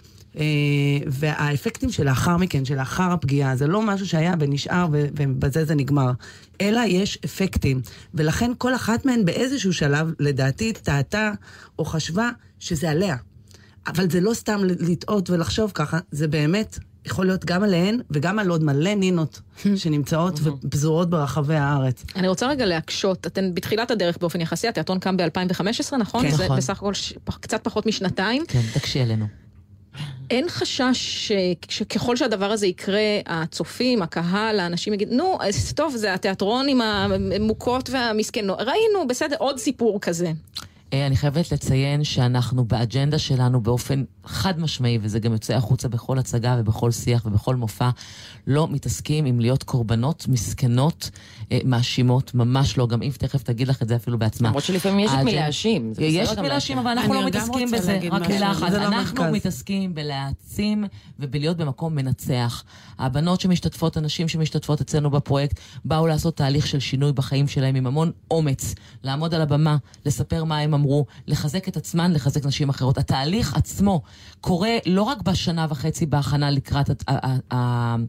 והאפקטים שלאחר מכן, שלאחר הפגיעה, זה לא משהו שהיה ונשאר ובזה זה נגמר, אלא יש אפקטים, ולכן כל אחת מהן באיזשהו שלב, לדעתי, טעתה או חשבה שזה עליה. אבל זה לא סתם לטעות ולחשוב ככה, זה באמת יכול להיות גם עליהן וגם על עוד מלא נינות שנמצאות ופזורות ברחבי הארץ. אני רוצה רגע להקשות, אתן בתחילת הדרך באופן יחסי, התיאטרון קם ב-אלפיים וחמש עשרה, נכון? כן, זה נכון. בסך הכל ש... קצת פחות משנתיים. כן, תקשי עלינו. אין חשש שככל שהדבר הזה יקרה, הצופים, הקהל, האנשים יגיד, נו, טוב, זה התיאטרון עם המוקות והמסכנות. ראינו, בסדר, עוד סיפור כזה. אני חייבת לציין שאנחנו באג'נדה שלנו באופן חד משמעי, וזה גם יוצא החוצה בכל הצגה ובכל שיח ובכל מופע, לא מתעסקים עם להיות קורבנות, מסכנות, מאשימות, ממש לא. גם אם תכף תגיד לך את זה אפילו בעצמה. למרות שלפעמים יש את מלהאשים. יש את מלהאשים, אבל אנחנו לא מתעסקים בזה. רק מילה אחת. אנחנו מתעסקים בלהעצים ובלהיות במקום מנצח. הבנות שמשתתפות, הנשים שמשתתפות אצלנו בפרויקט, באו לעשות תהליך של שינוי בחיים שלהם עם המון אומץ, לעמוד על הבמה, לספר מה הם אמרו, לחזק את עצמן, לחזק נשים אחרות. התהליך עצמו קורה לא רק בשנה וחצי בהכנה לקראת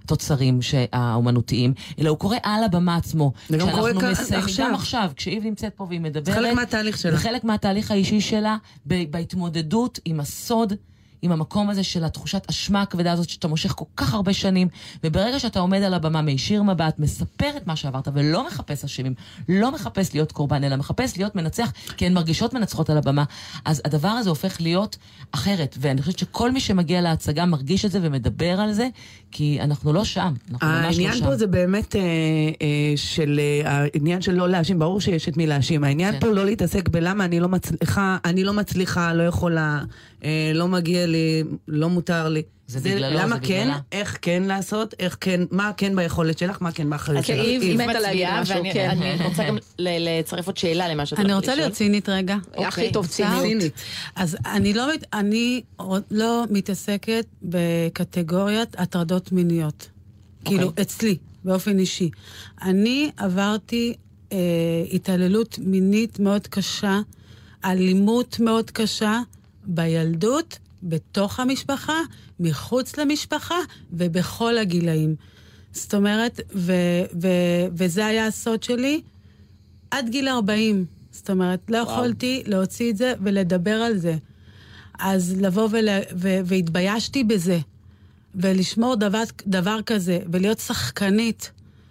התוצרים האומנותיים, אלא הוא קורה על הבמה עצמו. זה גם קורה כאן עכשיו. גם עכשיו, כשאיב נמצאת פה והיא מדברת... זה חלק מהתהליך שלה. זה חלק מהתהליך האישי שלה, בהתמודדות עם הסוד, עם המקום הזה של התחושת אשמה הכבדה הזאת שאתה מושך כל כך הרבה שנים, וברגע שאתה עומד על הבמה, מישיר מבט, מספר את מה שעברת, ולא מחפש אשמים, לא מחפש להיות קורבן, אלא מחפש להיות מנצח, כי הן מרגישות מנצחות על הבמה, אז הדבר הזה הופך להיות אחרת, ואני חושבת שכל מי שמגיע להצגה מרגיש את זה ומדבר על זה, כי אנחנו לא שם, אנחנו ממש לא שם. העניין פה זה באמת אה, אה, של, אה, העניין של לא להאשים, ברור שיש את מי להאשים, העניין כן. פה לא להתעסק בלמה אני לא מצליחה, אני לא מצליחה, לא יכולה, אה, לא מגיע לי, לא מותר לי. זה בגללו, למה זה כן, בגללה. איך כן לעשות, איך כן, מה כן ביכולת שלך, מה כן באחריות שלך. היא מתה להגיד משהו, כן. אני רוצה גם לצרף עוד שאלה למה שאתה אני רוצה להיות צינית רגע. הכי טוב ציניות. אז אני לא, אני לא מתעסקת בקטגוריית הטרדות מיניות. כאילו, אצלי, באופן אישי. אני עברתי אה, התעללות מינית מאוד קשה, אלימות מאוד קשה, בילדות, בתוך המשפחה, מחוץ למשפחה, ובכל הגילאים. זאת אומרת, ו- ו- וזה היה הסוד שלי עד גיל ארבעים. זאת אומרת, לא וואו. יכולתי להוציא את זה ולדבר על זה. אז לבוא ול- ו- והתביישתי בזה, ולשמור דבר, דבר כזה, ולהיות שחקנית,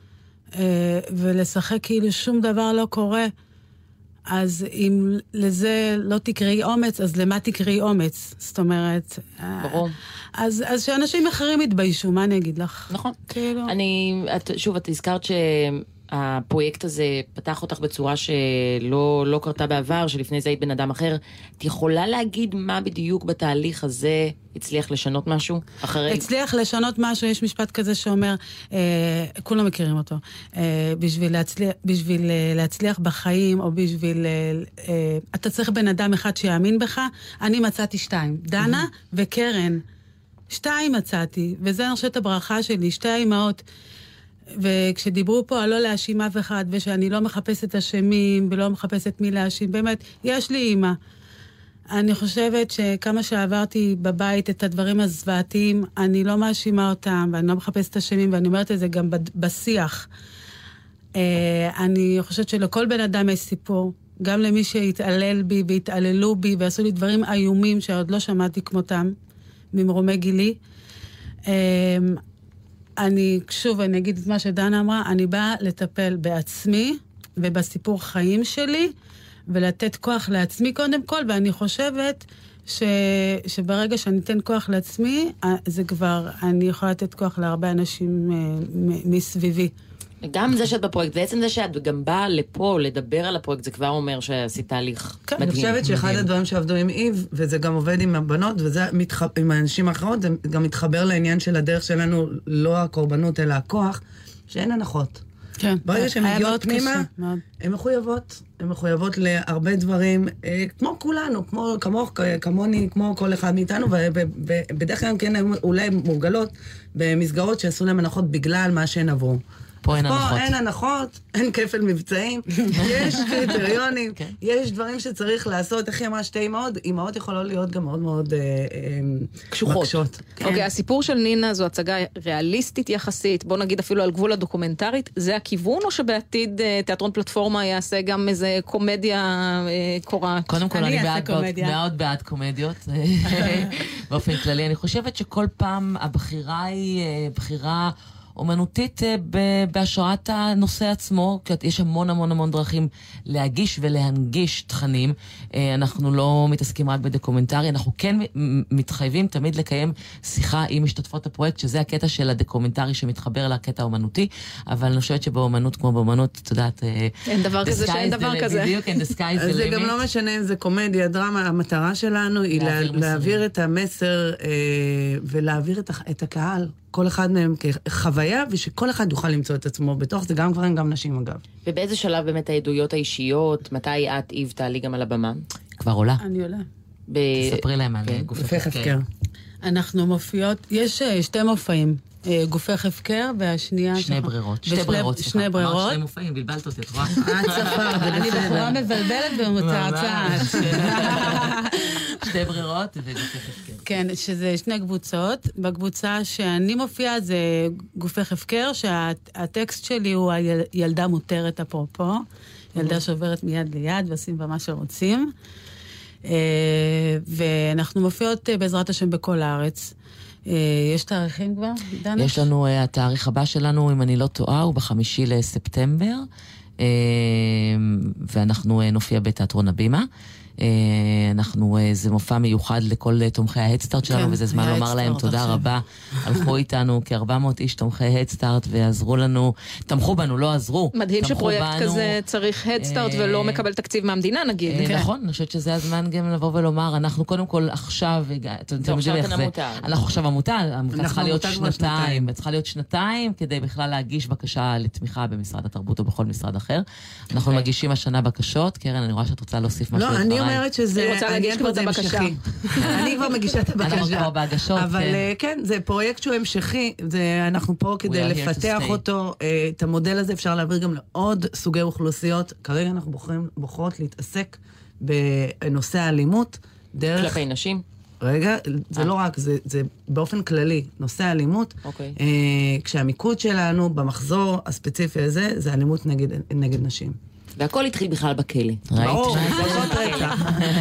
ולשחק כאילו שום דבר לא קורה, אז אם לזה לא תקראי אומץ, אז למה תקראי אומץ? זאת אומרת... ברור. אז, אז שאנשים אחרים יתביישו, מה אני אגיד לך? נכון. כאילו... אני, את, שוב, את הזכרת שהפרויקט הזה פתח אותך בצורה שלא לא קרתה בעבר, שלפני זה היית בן אדם אחר. את יכולה להגיד מה בדיוק בתהליך הזה הצליח לשנות משהו? אחרי... הצליח לשנות משהו, יש משפט כזה שאומר, אה, כולם מכירים אותו, אה, בשביל, להצליח, בשביל אה, להצליח בחיים, או בשביל... אה, אה, אתה צריך בן אדם אחד שיאמין בך, אני מצאתי שתיים, דנה mm-hmm. וקרן. שתיים מצאתי, וזה אני חושבת הברכה שלי, שתי האימהות. וכשדיברו פה על לא להאשים אף אחד, ושאני לא מחפשת אשמים, ולא מחפשת מי להאשים, באמת, יש לי אימא. אני חושבת שכמה שעברתי בבית את הדברים הזוועתיים, אני לא מאשימה אותם, ואני לא מחפשת אשמים, ואני אומרת את זה גם בשיח. אני חושבת שלכל בן אדם יש סיפור, גם למי שהתעלל בי, והתעללו בי, ועשו לי דברים איומים שעוד לא שמעתי כמותם, ממרומי גילי. אני, שוב, אני אגיד את מה שדנה אמרה, אני באה לטפל בעצמי, ובסיפור חיים שלי, ולתת כוח לעצמי קודם כל, ואני חושבת ש, שברגע שאני אתן כוח לעצמי, זה כבר, אני יכולה לתת כוח להרבה אנשים מסביבי. גם זה שאת בפרויקט, בעצם זה שאת גם באה לפה לדבר על הפרויקט, זה כבר אומר שעשית תהליך מדהים. אני חושבת שאחד הדברים שעבדו עם איב, וזה גם עובד עם הבנות, וזה עם האנשים האחרות, זה גם מתחבר לעניין של הדרך שלנו, לא הקורבנות, אלא הכוח, שאין הנחות. כן. ברגע שהן מגיעות פנימה, הן מחויבות. הן מחויבות להרבה דברים, כמו כולנו, כמו, כמו, כמוני, כמו כל אחד מאיתנו, ובדרך כלל כן אולי מורגלות במסגרות שעשו להם הנחות בגלל מה שהן עברו. פה אין הנחות. פה אין הנחות, אין כפל מבצעים, יש קריטריונים, יש דברים שצריך לעשות, איך היא אמרה שתי אמהות, אמהות יכולות להיות גם מאוד מאוד קשוחות. אוקיי, הסיפור של נינה זו הצגה ריאליסטית יחסית, בוא נגיד אפילו על גבול הדוקומנטרית, זה הכיוון או שבעתיד תיאטרון פלטפורמה יעשה גם איזה קומדיה קורעת? קודם כל אני מאוד בעד קומדיות, באופן כללי. אני חושבת שכל פעם הבחירה היא בחירה אומנותית בהשראת הנושא עצמו, כי יש המון המון המון דרכים להגיש ולהנגיש תכנים. אנחנו לא מתעסקים רק בדוקומנטרי, אנחנו כן מתחייבים תמיד לקיים שיחה עם משתתפות הפרויקט, שזה הקטע של הדוקומנטרי שמתחבר לקטע האומנותי, אבל אני חושבת שבאומנות כמו באומנות, את יודעת... אין דבר כזה שאין דבר כזה. בדיוק, אין the sky is the limit. זה גם לא משנה אם זה קומדיה, דרמה, המטרה שלנו היא להעביר את המסר ולהעביר את הקהל. כל אחד מהם כחוויה, ושכל אחד יוכל למצוא את עצמו בתוך זה, גם גברים, גם נשים אגב. ובאיזה שלב באמת העדויות האישיות, מתי את, איב, תעלי גם על הבמה? כבר עולה. אני עולה. תספרי להם על גוף הפקר. אנחנו מופיעות, יש שתי מופעים. גופך הפקר, והשנייה... שני ברירות. שתי ברירות, סליחה. שני ברירות. אמרת שני מופעים, בלבלת אותי, את רואה? אני בחורה מבלבלת ומתעצעת. שתי ברירות וגופך הפקר. כן, שזה שני קבוצות. בקבוצה שאני מופיעה זה גופך הפקר, שהטקסט שלי הוא הילדה מותרת אפרופו. ילדה שעוברת מיד ליד ועושים בה מה שרוצים. ואנחנו מופיעות בעזרת השם בכל הארץ. יש תאריכים כבר, דנה? יש לנו, התאריך הבא שלנו, אם אני לא טועה, הוא בחמישי לספטמבר, ואנחנו נופיע בתיאטרון הבימה. אנחנו, זה מופע מיוחד לכל תומכי ההדסטארט שלנו, וזה זמן לומר להם תודה רבה. הלכו איתנו כ-ארבע מאות איש תומכי הדסטארט ועזרו לנו, תמכו בנו, לא עזרו. מדהים שפרויקט כזה צריך הדסטארט ולא מקבל תקציב מהמדינה, נגיד. נכון, אני חושבת שזה הזמן גם לבוא ולומר, אנחנו קודם כל עכשיו, אנחנו עכשיו עמותה, עמותה צריכה להיות שנתיים, צריכה להיות שנתיים כדי בכלל להגיש בקשה לתמיכה במשרד התרבות או בכל משרד אחר. אנחנו מגישים השנה בקשות. קרן, אני רואה שאת רוצה להוסיף משהו. אני אומרת שזה, העניין כבר זה המשכי. אני כבר מגישה את הבקשה. אנחנו כבר בהגשות, אבל כן, זה פרויקט שהוא המשכי, אנחנו פה כדי לפתח אותו, את המודל הזה אפשר להעביר גם לעוד סוגי אוכלוסיות. כרגע אנחנו בוחרות להתעסק בנושא האלימות, דרך... כלפי נשים? רגע, זה לא רק, זה באופן כללי, נושא האלימות, כשהמיקוד שלנו במחזור הספציפי הזה, זה אלימות נגד נשים. והכל התחיל בכלל בכלא. ברור, זה עוד רצח.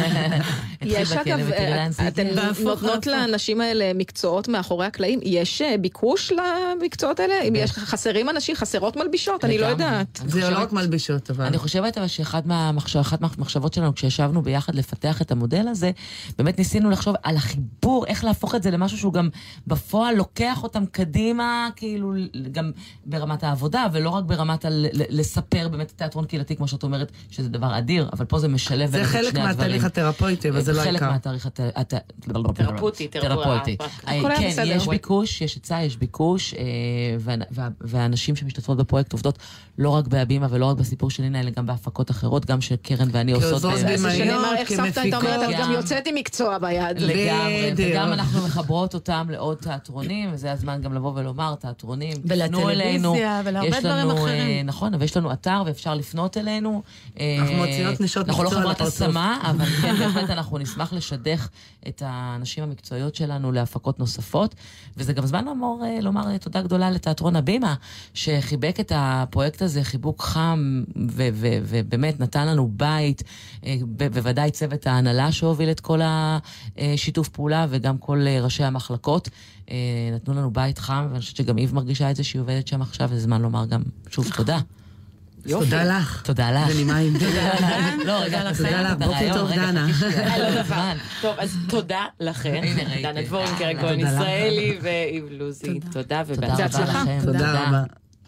יש אגב, אתן נותנות לאנשים האלה מקצועות מאחורי הקלעים, יש ביקוש למקצועות האלה? אם יש חסרים אנשים, חסרות מלבישות, אני לא יודעת. זה לא רק מלבישות, אבל... אני חושבת אבל שאחת מהמחשבות שלנו, כשישבנו ביחד לפתח את המודל הזה, באמת ניסינו לחשוב על החיבור, איך להפוך את זה למשהו שהוא גם בפועל לוקח אותם קדימה, כאילו גם ברמת העבודה, ולא רק ברמת לספר באמת תיאטרון קהילתי, כמו שאת אומרת, שזה דבר אדיר, אבל פה זה משלב בין שני הדברים. זה חלק מהתהליך התרפויטי, אבל זה לא העיקר. חלק מהתהליך התרפויטי. תרפויטי. כן, יש ביקוש, יש היצע, יש ביקוש, והאנשים שמשתתפות בפרויקט עובדות לא רק בהבימה ולא רק בסיפור של נינה, אלא גם בהפקות אחרות, גם שקרן ואני עושות. איך סבתא הייתה אומרת, גם יוצאת עם מקצוע ביד. לגמרי, וגם אנחנו מחברות אותם לעוד תיאטרונים, וזה הזמן גם לבוא ולומר, תיאטרונים, תפנו אלינו. ולטלוויזיה, ולהרבה דברים אחרים. נכון, אבל יש לנו אתר ואפשר לפנות אלינו. אנחנו מוציאות נשות אנחנו לא מקצוע חברת לפרצוף. השמה, אבל כן, בהחלט אנחנו נשמח לשדך את האנשים המקצועיות שלנו להפקות נוספות, וזה גם זמן לומר, לומר תודה גדולה לתיאטרון הבימה, שחיבק את הפרויקט הזה, חיבוק חם, ו- ו- ובאמת נתן לנו בית, בוודאי צוות ההנהלה שהוביל את כל השיתוף פעולה, וגם כל ראשי המחלקות, נתנו לנו בית חם, ואני חושבת שגם איב מרגישה את זה שהיא עובדת שם עכשיו, וזה זמן לומר גם שוב תודה. תודה לך. תודה לך. זה נימה עם תודה לך. לא, רגע, תודה לך. בוקר טוב, דנה. טוב, אז תודה לכם. דנה דבורין, קרן כהן ישראלי ואיב לוזי. תודה ובהצלחה. תודה רבה.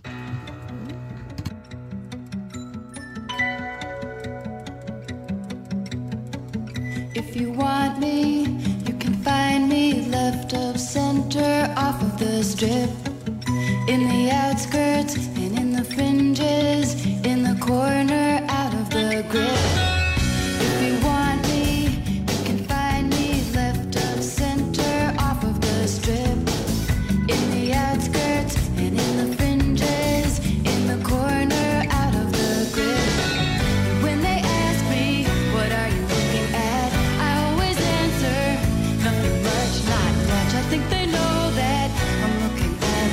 If you want me, you can find me left of center off of the strip. In the outskirts and in the fringes, in the corner out of the grip. If you want me, you can find me left of center off of the strip. In the outskirts and in the fringes, in the corner out of the grip. When they ask me, what are you looking at? I always answer, nothing much, not much. I think they know that I'm looking at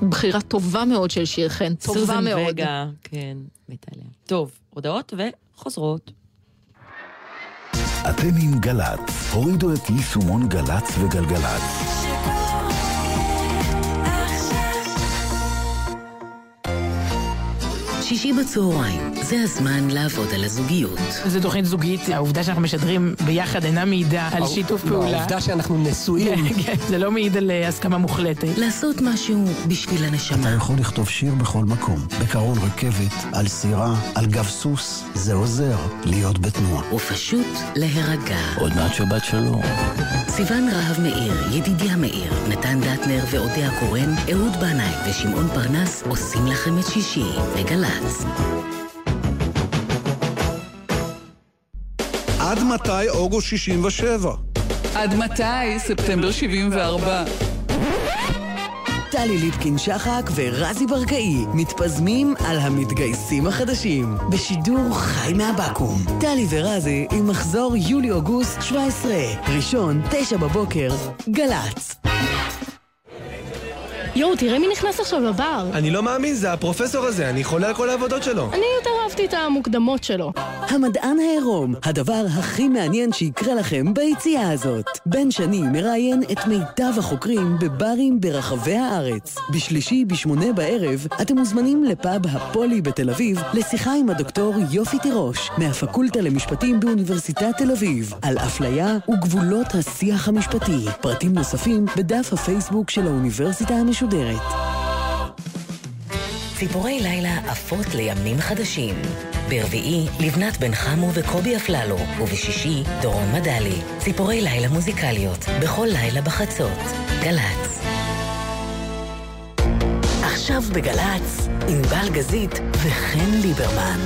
בחירה טובה מאוד של שיר חן, טובה סוזן מאוד. וגה, כן, מתה עליה. טוב, הודעות וחוזרות. אתם עם גל"צ, הורידו את יישומון גל"צ וגלגל"צ. שישי בצהריים, זה הזמן לעבוד על הזוגיות. זו תוכנית זוגית, העובדה שאנחנו משדרים ביחד אינה מעידה על שיתוף פעולה. העובדה שאנחנו נשואים. כן, זה לא מעיד על הסכמה מוחלטת. לעשות משהו בשביל הנשמה. אתה יכול לכתוב שיר בכל מקום, בקרון רכבת, על סירה, על גב סוס, זה עוזר להיות בתנועה. ופשוט להירגע. עוד מעט שבת שלום. סיוון רהב מאיר, ידידיה מאיר, נתן דטנר ואודיה קורן, אהוד בנאי ושמעון פרנס עושים לכם את שישי בגל"צ. עד מתי אוגוסט שישים ושבע? עד מתי ספטמבר שבעים וארבע? טלי ליפקין-שחק ורזי ברקאי מתפזמים על המתגייסים החדשים בשידור חי מהבקו"ם. טלי ורזי עם מחזור יולי-אוגוסט שבע עשרה, ראשון, תשע בבוקר, גל"צ. יואו, תראה מי נכנס עכשיו לבר. אני לא מאמין, זה הפרופסור הזה, אני חולה על כל העבודות שלו. אני יותר אהבתי את המוקדמות שלו. המדען העירום, הדבר הכי מעניין שיקרה לכם ביציאה הזאת. בן שני מראיין את מיטב החוקרים בברים ברחבי הארץ. בשלישי בשמונה בערב אתם מוזמנים לפאב הפולי בתל אביב לשיחה עם הדוקטור יופי תירוש מהפקולטה למשפטים באוניברסיטת תל אביב על אפליה וגבולות השיח המשפטי. פרטים נוספים בדף הפייסבוק של האוניברסיטה המשודרת. ציפורי לילה עפות לימים חדשים. ברביעי, לבנת בן חמו וקובי אפללו, ובשישי, דורון מדלי. ציפורי לילה מוזיקליות, בכל לילה בחצות. גל"צ. עכשיו בגל"צ, ענבל גזית וחן ליברמן.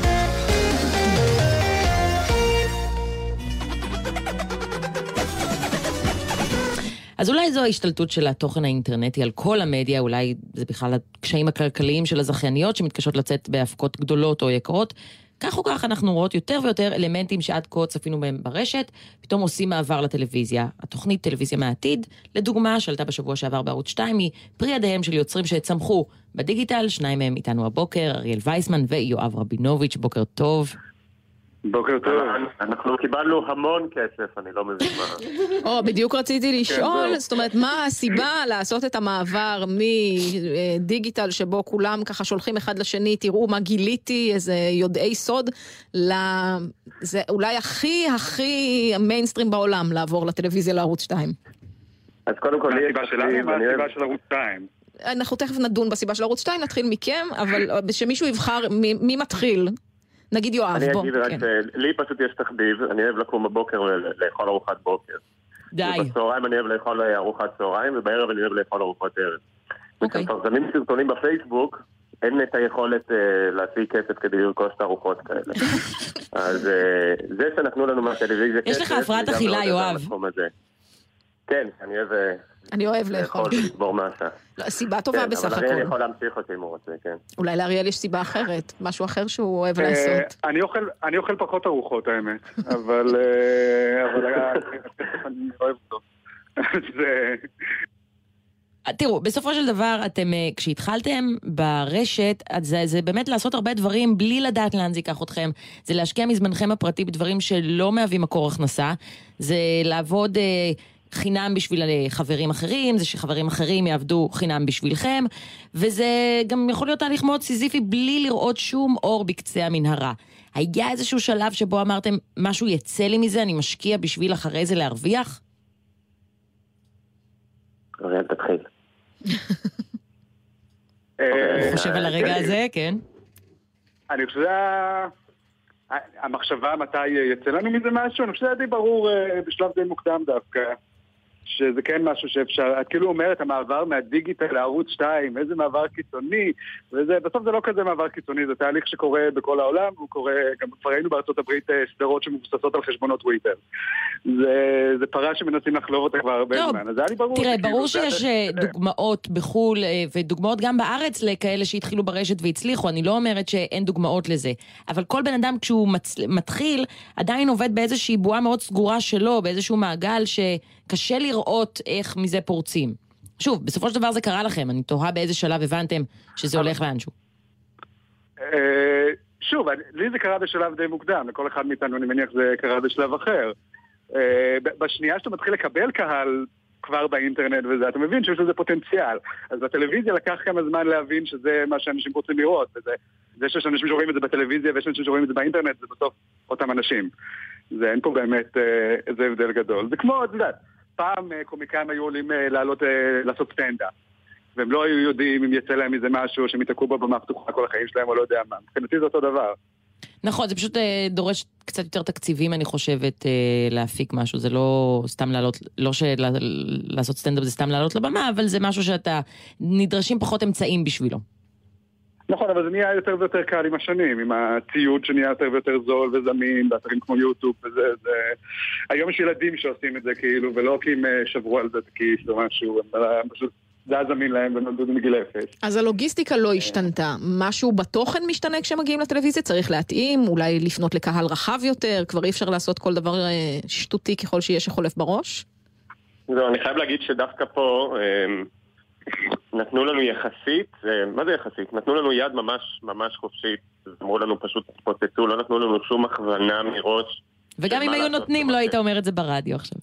אז אולי זו ההשתלטות של התוכן האינטרנטי על כל המדיה, אולי זה בכלל הקשיים הכלכליים של הזכייניות שמתקשות לצאת בהפקות גדולות או יקרות. כך או כך אנחנו רואות יותר ויותר אלמנטים שעד כה צפינו בהם ברשת, פתאום עושים מעבר לטלוויזיה. התוכנית טלוויזיה מהעתיד, לדוגמה, שעלתה בשבוע שעבר בערוץ שתיים, היא פרי ידיהם של יוצרים שצמחו בדיגיטל, שניים מהם איתנו הבוקר, אריאל וייסמן ויואב רבינוביץ', בוקר טוב. בוקר טוב. אנחנו קיבלנו המון כסף, אני לא מבין מה. או, בדיוק רציתי לשאול, זאת אומרת, מה הסיבה לעשות את המעבר מדיגיטל שבו כולם ככה שולחים אחד לשני, תראו מה גיליתי, איזה יודעי סוד, זה אולי הכי הכי המיינסטרים בעולם לעבור לטלוויזיה לערוץ שתיים. אז קודם כל, הסיבה שלנו, מה הסיבה של ערוץ שתיים? אנחנו תכף נדון בסיבה של ערוץ שתיים, נתחיל מכם, אבל שמישהו יבחר מי מתחיל. נגיד יואב, בוא. אני אגיד רק שלי פשוט יש תחביב, אני אוהב לקום בבוקר ולאכול ארוחת בוקר. די. ובצהריים אני אוהב לאכול ארוחת צהריים, ובערב אני אוהב לאכול ארוחת ערב. אוקיי. וכשמפרסמים סרטונים בפייסבוק, אין את היכולת להשיג כסף כדי לרכוש את הארוחות כאלה. אז זה שנתנו לנו מהטלוויזיה כסף... יש לך הפרעת אכילה, יואב. כן, אני אוהב... אני אוהב לאכול. לסבור מסה. סיבה טובה בסך הכל. אבל אריאל יכול להמשיך אותי אם הוא רוצה, כן. אולי לאריאל יש סיבה אחרת, משהו אחר שהוא אוהב לעשות. אני אוכל פחות ארוחות, האמת. אבל אני אוהב אותו. תראו, בסופו של דבר, אתם, כשהתחלתם ברשת, זה, זה באמת לעשות הרבה דברים בלי לדעת לאן זה ייקח אתכם. זה להשקיע מזמנכם הפרטי בדברים שלא מהווים מקור הכנסה. זה לעבוד... חינם בשביל חברים אחרים, זה שחברים אחרים יעבדו חינם בשבילכם, וזה גם יכול להיות תהליך מאוד סיזיפי בלי לראות שום אור בקצה המנהרה. היה איזשהו שלב שבו אמרתם, משהו יצא לי מזה, אני משקיע בשביל אחרי זה להרוויח? אריאל, תתחיל. חושב על הרגע הזה, כן? אני חושב המחשבה מתי יצא לנו מזה משהו, אני חושב שזה די ברור בשלב די מוקדם דווקא, שזה כן משהו שאפשר, את כאילו אומרת, המעבר מהדיגיטל לערוץ שתיים, איזה מעבר קיצוני, וזה, בסוף זה לא כזה מעבר קיצוני, זה תהליך שקורה בכל העולם, הוא קורה, גם כבר ראינו בארצות הברית סדרות שמבוססות על חשבונות טוויטר. זה, זה פרה שמנסים לחלוב אותה כבר הרבה לא, זמן, אז זה היה לי ברור. תראה, ברור שיש זה... דוגמאות בחול, ודוגמאות גם בארץ לכאלה שהתחילו ברשת והצליחו, אני לא אומרת שאין דוגמאות לזה, אבל כל בן אדם כשהוא מצ... מתחיל, עדיין עובד באיזושהי בועה מאוד סגורה שלו, באיזשהו מעגל שקשה לראות איך מזה פורצים. שוב, בסופו של דבר זה קרה לכם, אני תוהה באיזה שלב הבנתם שזה הולך לאנשהו. שוב, לי זה קרה בשלב די מוקדם, לכל אחד מאיתנו אני מניח זה קרה בשלב אחר. בשנייה שאתה מתחיל לקבל קהל כבר באינטרנט וזה, אתה מבין שיש לזה פוטנציאל. אז בטלוויזיה לקח כמה זמן להבין שזה מה שאנשים רוצים לראות, וזה זה שיש אנשים שרואים את זה בטלוויזיה ויש אנשים שרואים את זה באינטרנט, זה בסוף אותם אנשים. זה אין פה באמת איזה הבדל גדול. זה כמו, אתה יודע, פעם קומיקאים היו עולים לעלות, לעשות סטנדאפ. והם לא היו יודעים אם יצא להם איזה משהו שהם יתעקו בבמה פתוחה כל החיים שלהם או לא יודע מה. מבחינתי זה אותו דבר. נכון, זה פשוט דורש קצת יותר תקציבים, אני חושבת, להפיק משהו. זה לא סתם לעלות, לא שלעשות סטנדאפ זה סתם לעלות לבמה, אבל זה משהו שאתה נדרשים פחות אמצעים בשבילו. נכון, אבל זה נהיה יותר ויותר קל עם השנים, עם הציוד שנהיה יותר ויותר זול וזמין, באתרים כמו יוטיוב וזה, זה... היום יש ילדים שעושים את זה כאילו, ולא כי הם שברו על זה כיס או משהו, הם פשוט... זה היה זמין להם ונולדו מגיל אפס. אז הלוגיסטיקה לא השתנתה. משהו בתוכן משתנה כשמגיעים לטלוויזיה? צריך להתאים, אולי לפנות לקהל רחב יותר, כבר אי אפשר לעשות כל דבר שטותי ככל שיש שחולף בראש? לא, אני חייב להגיד שדווקא פה נתנו לנו יחסית, מה זה יחסית? נתנו לנו יד ממש ממש חופשית, אמרו לנו פשוט תפוצצו, לא נתנו לנו שום הכוונה מראש. וגם אם היו נותנים, לא היית אומר את זה ברדיו עכשיו.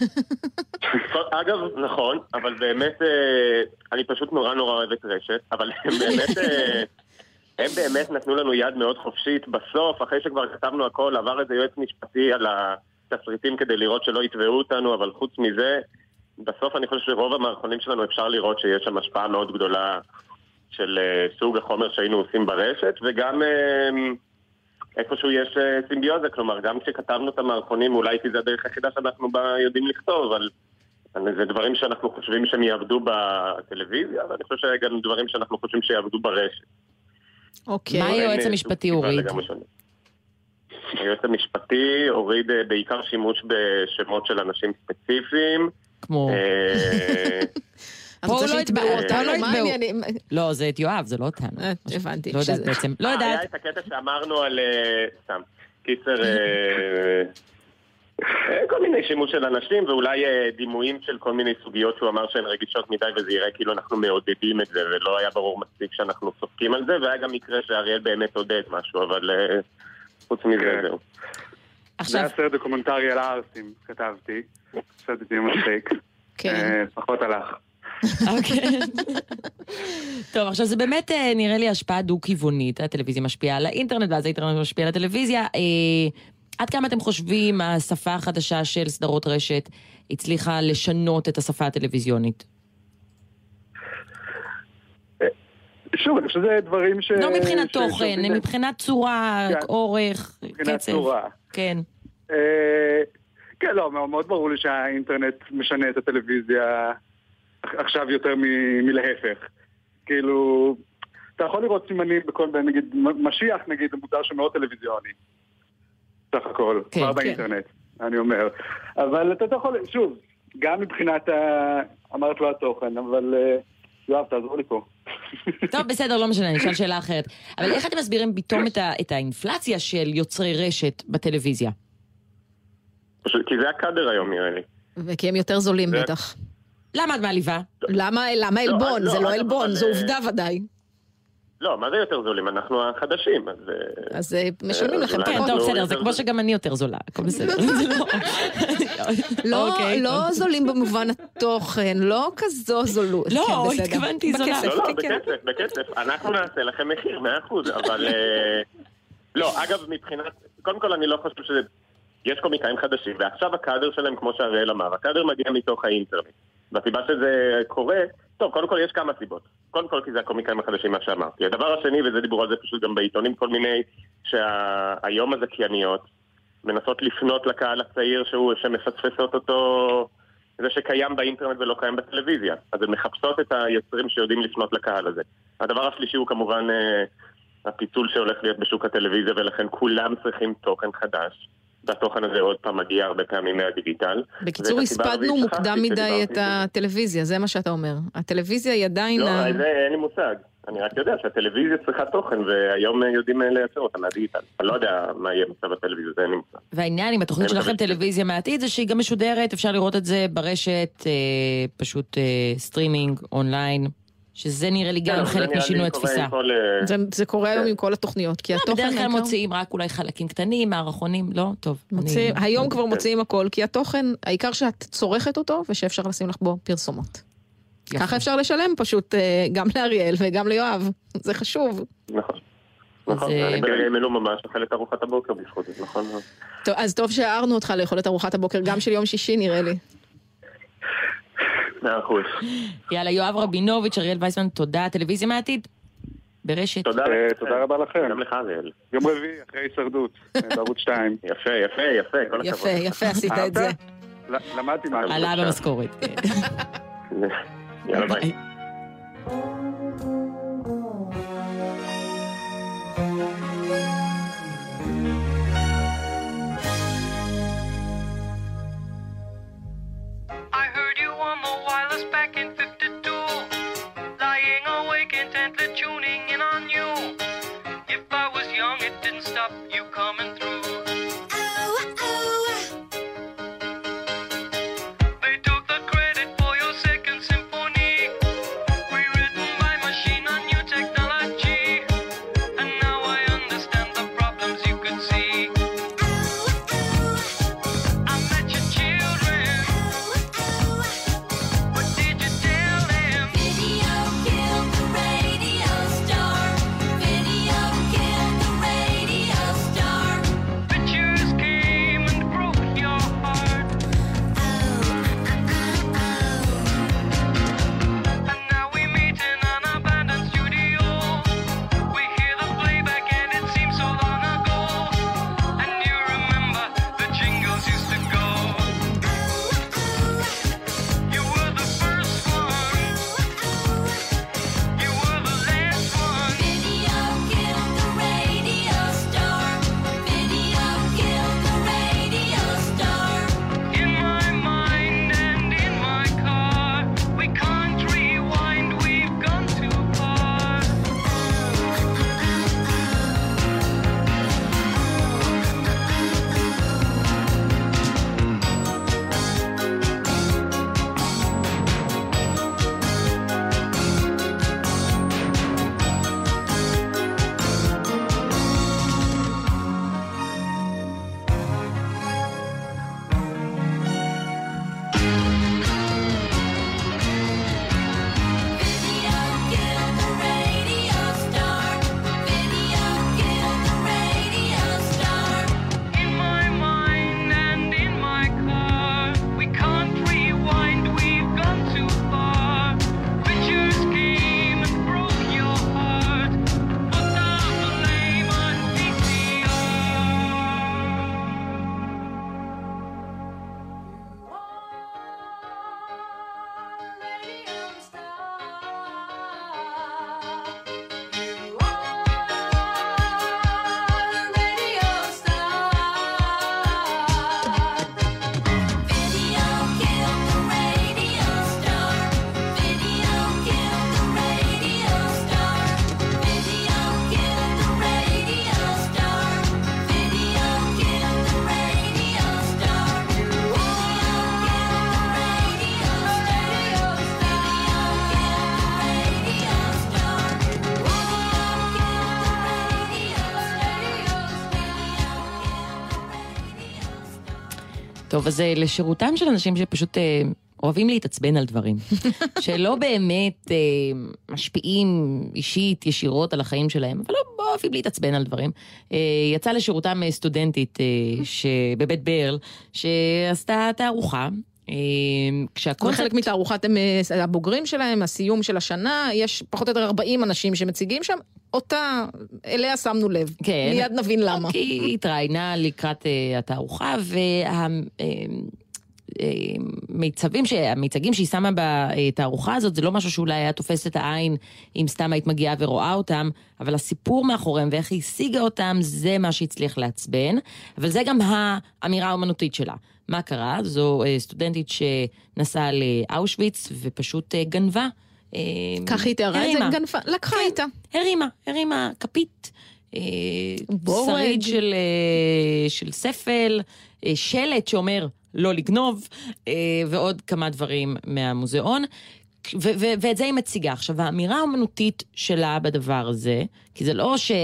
אגב, נכון, אבל באמת, אני פשוט נורא נורא אוהבת רשת, אבל הם באמת, הם באמת נתנו לנו יד מאוד חופשית. בסוף, אחרי שכבר כתבנו הכל, עבר איזה יועץ משפטי על התסריטים כדי לראות שלא יתבעו אותנו, אבל חוץ מזה, בסוף אני חושב שרוב המערכונים שלנו אפשר לראות שיש שם השפעה מאוד גדולה של סוג החומר שהיינו עושים ברשת, וגם... איפשהו יש סימביוזה, כלומר, גם כשכתבנו את המערכונים, אולי כי זה הדרך היחידה שאנחנו בה יודעים לכתוב, אבל זה דברים שאנחנו חושבים שהם יעבדו בטלוויזיה, ואני חושב שגם דברים שאנחנו חושבים שיעבדו ברשת. אוקיי. מה היועץ המשפטי הוריד? היועץ המשפטי הוריד בעיקר שימוש בשמות של אנשים ספציפיים. כמו... אז הוא לא יתבעו אותנו, מה העניינים? לא, זה את יואב, זה לא אותנו. הבנתי. לא יודעת בעצם, לא יודעת. היה את הקטע שאמרנו על, סתם, קיצר, כל מיני שימוש של אנשים, ואולי דימויים של כל מיני סוגיות שהוא אמר שהן רגישות מדי, וזה יראה כאילו אנחנו מעודדים את זה, ולא היה ברור מספיק שאנחנו צוחקים על זה, והיה גם מקרה שאריאל באמת עודד משהו, אבל חוץ מזה זהו. זה היה סרט דוקומנטרי על הארסים, כתבתי, חשבתי מצחיק. פחות הלך. אוקיי. טוב, עכשיו זה באמת נראה לי השפעה דו-כיוונית. הטלוויזיה משפיעה על האינטרנט, ואז האינטרנט משפיע על הטלוויזיה. עד כמה אתם חושבים השפה החדשה של סדרות רשת הצליחה לשנות את השפה הטלוויזיונית? שוב, אני חושב שזה דברים ש... לא מבחינת תוכן, מבחינת צורה, אורך, קצב. מבחינת צורה. כן. כן, לא, מאוד ברור לי שהאינטרנט משנה את הטלוויזיה עכשיו יותר מלהפך. כאילו, אתה יכול לראות סימנים בכל, נגיד, משיח, נגיד, מוצר שמאוד טלוויזיוני. סך הכל, כבר באינטרנט, אני אומר. אבל אתה יכול, שוב, גם מבחינת, אמרת לו התוכן, אבל יואב, תעזור לי פה. טוב, בסדר, לא משנה, אני אשאל שאלה אחרת. אבל איך אתם מסבירים פתאום את האינפלציה של יוצרי רשת בטלוויזיה? כי זה הקאדר היום, נראה לי. וכי הם יותר זולים בטח. למה את מעליבה? למה אלבון? זה לא אלבון, זו עובדה ודאי. לא, מה זה יותר זולים? אנחנו החדשים, אז... אז משלמים לכם. כן, טוב, בסדר, זה כמו שגם אני יותר זולה, הכל בסדר. לא זולים במובן התוכן, לא כזו זולות. לא, התכוונתי זולה. לא, לא, בכסף, בכסף. אנחנו נעשה לכם מחיר, מאה אחוז, אבל... לא, אגב, מבחינת... קודם כל, אני לא חושב שזה... יש קומיקאים חדשים, ועכשיו הקאדר שלהם, כמו שהראל אמר, הקאדר מגיע מתוך האינטרנט. והסיבה שזה קורה, טוב, קודם כל יש כמה סיבות. קודם כל כי זה הקומיקאים החדשים, מה שאמרתי. הדבר השני, וזה דיבור על זה פשוט גם בעיתונים, כל מיני, שהיום הזכייניות מנסות לפנות לקהל הצעיר שהוא, שמפספסות אותו, זה שקיים באינטרנט ולא קיים בטלוויזיה. אז הן מחפשות את היוצרים שיודעים לפנות לקהל הזה. הדבר השלישי הוא כמובן הפיצול שהולך להיות בשוק הטלוויזיה, ולכן כולם צריכים תוכן חדש. והתוכן הזה עוד פעם מגיע הרבה פעמים מהדיגיטל. בקיצור, הספדנו מוקדם מדי את הטלוויזיה, זה מה שאתה אומר. הטלוויזיה היא עדיין... לא, אין לי מושג. אני רק יודע שהטלוויזיה צריכה תוכן, והיום יודעים לייצר אותה מהדיגיטל. אני לא יודע מה יהיה מצב הטלוויזיה, זה נמצא. והעניין עם התוכנית שלכם טלוויזיה מהעתיד זה שהיא גם משודרת, אפשר לראות את זה ברשת, אה, פשוט אה, סטרימינג, אונליין, שזה נראה לי גם חלק משינוי התפיסה. זה, זה קורה היום עם כל התוכניות, כי התוכן... בדרך כלל מוציאים רק אולי חלקים קטנים, מערכונים, לא? טוב. מוציא, אני... היום כבר מוציאים הכל, כי התוכן, העיקר שאת צורכת אותו, ושאפשר לשים לך בו פרסומות. יפה. ככה אפשר לשלם פשוט גם לאריאל וגם ליואב, זה חשוב. נכון. נכון, אני ברגעים אלו ממש אוכל את ארוחת הבוקר בזכות, נכון? טוב, אז טוב שהערנו אותך לאכול את ארוחת הבוקר, גם של יום שישי נראה לי. מאה אחוז. יאללה, יואב רבינוביץ', אריאל וייסמן, תודה. טלוויזיה מהעתיד? ברשת. תודה רבה לכם. גם לך, אריאל. יום רביעי, אחרי הישרדות, בערוץ שתיים. יפה, יפה, יפה, כל הכבוד. יפה, יפה, עשית את זה. למדתי משהו. עלה במשכורת. יאללה, ביי. I heard you on the wireless back in fifty-two, lying awake intently tuning in on you. If I was young, it didn't stop you coming through. Oh, oh. They took the credit for your second symphony, rewritten by machine on new technology, and now I understand the problems you could see. I met your children. What did you tell them? Video killed the radio star. Video killed the radio star. Pictures came and broke your heart. And now we meet in an abandoned studio. We hear the playback and it seems so long ago. And you remember the jingles used to go. You were the first one. You were the last one. Video killed the radio star. Video killed the radio star. In my mind and in my car, we can't rewind, we've gone too far. Video killed the radio star. Video killed the radio star. In my mind and in my car, we can't rewind, we've gone too far. Pictures came and broke your heart. Put down the blame on V C Video killed the radio star. Video killed the radio star. Video killed the radio star. Video killed the radio star. Video טוב, אז לשירותם של אנשים שפשוט אה, אוהבים להתעצבן על דברים, שלא באמת אה, משפיעים אישית, ישירות על החיים שלהם, אבל לא אוהבים להתעצבן על דברים. אה, יצא לשירותם סטודנטית אה, שבבית ברל, שעשתה תערוכה, זה חלק מתערוכת הבוגרים שלהם, הסיום של השנה, יש פחות או יותר ארבעים אנשים שמציגים שם, אותה, אליה שמנו לב. כן. מיד נבין למה. כי היא התראיינה לקראת התערוכה, והמיצבים, המיצגים שהיא שמה בתערוכה הזאת, זה לא משהו שאולי היה תופס את העין, אם סתם היית מגיעה ורואה אותם, אבל הסיפור מאחוריהם ואיך היא השיגה אותם, זה מה שהצליח לעצבן, אבל זה גם האמירה האומנותית שלה. מה קרה? זו סטודנטית שנסעה לאושוויץ ופשוט גנבה כך היא תיארה את זה, גנפה, לקחה איתה. הרימה, הרימה כפית, שריד של, של ספל, שלט שאומר לא לגנוב, ועוד כמה דברים מהמוזיאון, ו- ו- ואת זה היא מציגה. עכשיו, האמירה האמנותית שלה בדבר הזה, כי זה לא ש...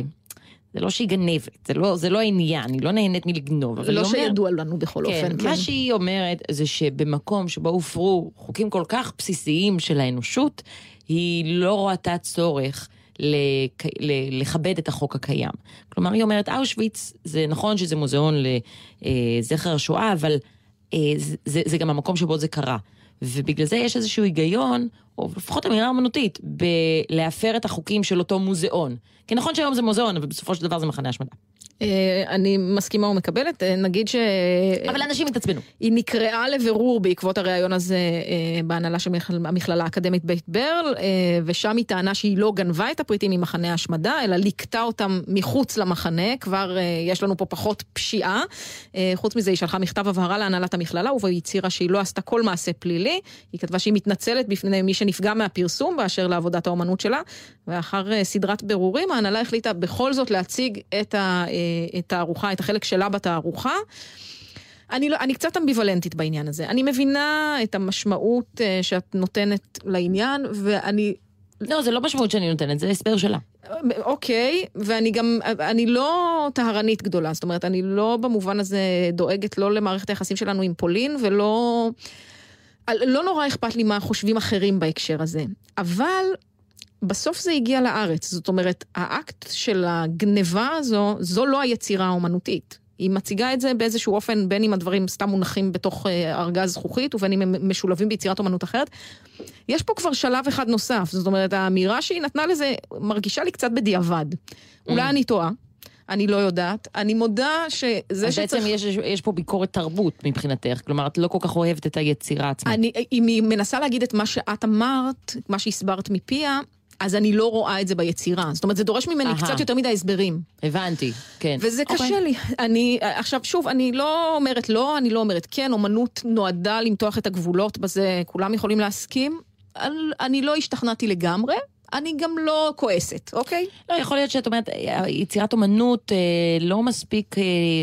זה לא שהיא גנבת, זה לא, זה לא העניין, היא לא נהנית מלגנוב. לא אומר, שידוע לנו בכל כן, אופן. כן. מה שהיא אומרת זה שבמקום שבו הופרו חוקים כל כך בסיסיים של האנושות, היא לא ראתה צורך לק... לכבד את החוק הקיים. כלומר, היא אומרת, אושוויץ, זה נכון שזה מוזיאון לזכר השואה, אבל זה, זה, זה גם המקום שבו זה קרה. ובגלל זה יש איזשהו היגיון, או לפחות אמירה אמנותית, בלהפר את החוקים של אותו מוזיאון. כי נכון שהיום זה מוזיאון, אבל בסופו של דבר זה מחנה השמדה. אני מסכימה ומקבלת, נגיד ש... אבל אנשים התעצבנו. היא נקראה לבירור בעקבות הראיון הזה בהנהלה של המכללה האקדמית בית ברל, ושם היא טענה שהיא לא גנבה את הפריטים ממחנה השמדה, אלא לקטה אותם מחוץ למחנה, כבר יש לנו פה פחות פשיעה. חוץ מזה היא שלחה מכתב הבהרה להנהלת המכללה, ובו היא הצהירה שהיא לא עשתה כל מעשה פלילי, היא כתבה שהיא מתנצלת בפני מי שנפגע מהפרסום, באשר לעבודת האומנות שלה, ואחר סדרת בירורים, ההנהלה החליטה בכל זאת להציג את ה... את הארוחה, את החלק שלה בתארוחה. אני, לא, אני קצת אמביוולנטית בעניין הזה. אני מבינה את המשמעות שאת נותנת לעניין, ואני... לא, זה לא משמעות שאני נותנת, זה הסבר שלה. אוקיי, ואני גם, אני לא טהרנית גדולה, זאת אומרת, אני לא במובן הזה דואגת לא למערכת היחסים שלנו עם פולין, ולא... לא נורא אכפת לי מה חושבים אחרים בהקשר הזה. אבל... בסוף זה הגיע לארץ, זאת אומרת, האקט של הגניבה הזו, זו לא היצירה האומנותית. היא מציגה את זה באיזשהו אופן, בין אם הדברים סתם מונחים בתוך ארגז זכוכית, ובין אם הם משולבים ביצירת אומנות אחרת. יש פה כבר שלב אחד נוסף, זאת אומרת, האמירה שהיא נתנה לזה, מרגישה לי קצת בדיעבד. אולי אני טועה, אני לא יודעת, אני מודה שזה שצריך... בעצם יש, יש פה ביקורת תרבות מבחינתך, כלומר, את לא כל כך אוהבת את היצירה עצמה. אני, אם היא מנסה להגיד את מה שאת אמרת, מה שהסברת מפיה, אז אני לא רואה את זה ביצירה. זאת אומרת, זה דורש ממני Aha. קצת יותר מדי הסברים. הבנתי, כן. וזה okay. קשה לי. אני, עכשיו, שוב, אני לא אומרת לא, אני לא אומרת כן, אומנות נועדה למתוח את הגבולות בזה, כולם יכולים להסכים. אני לא השתכנעתי לגמרי, אני גם לא כועסת, אוקיי? לא, יכול להיות שאת אומרת, יצירת אומנות אה, לא מספיק, אה,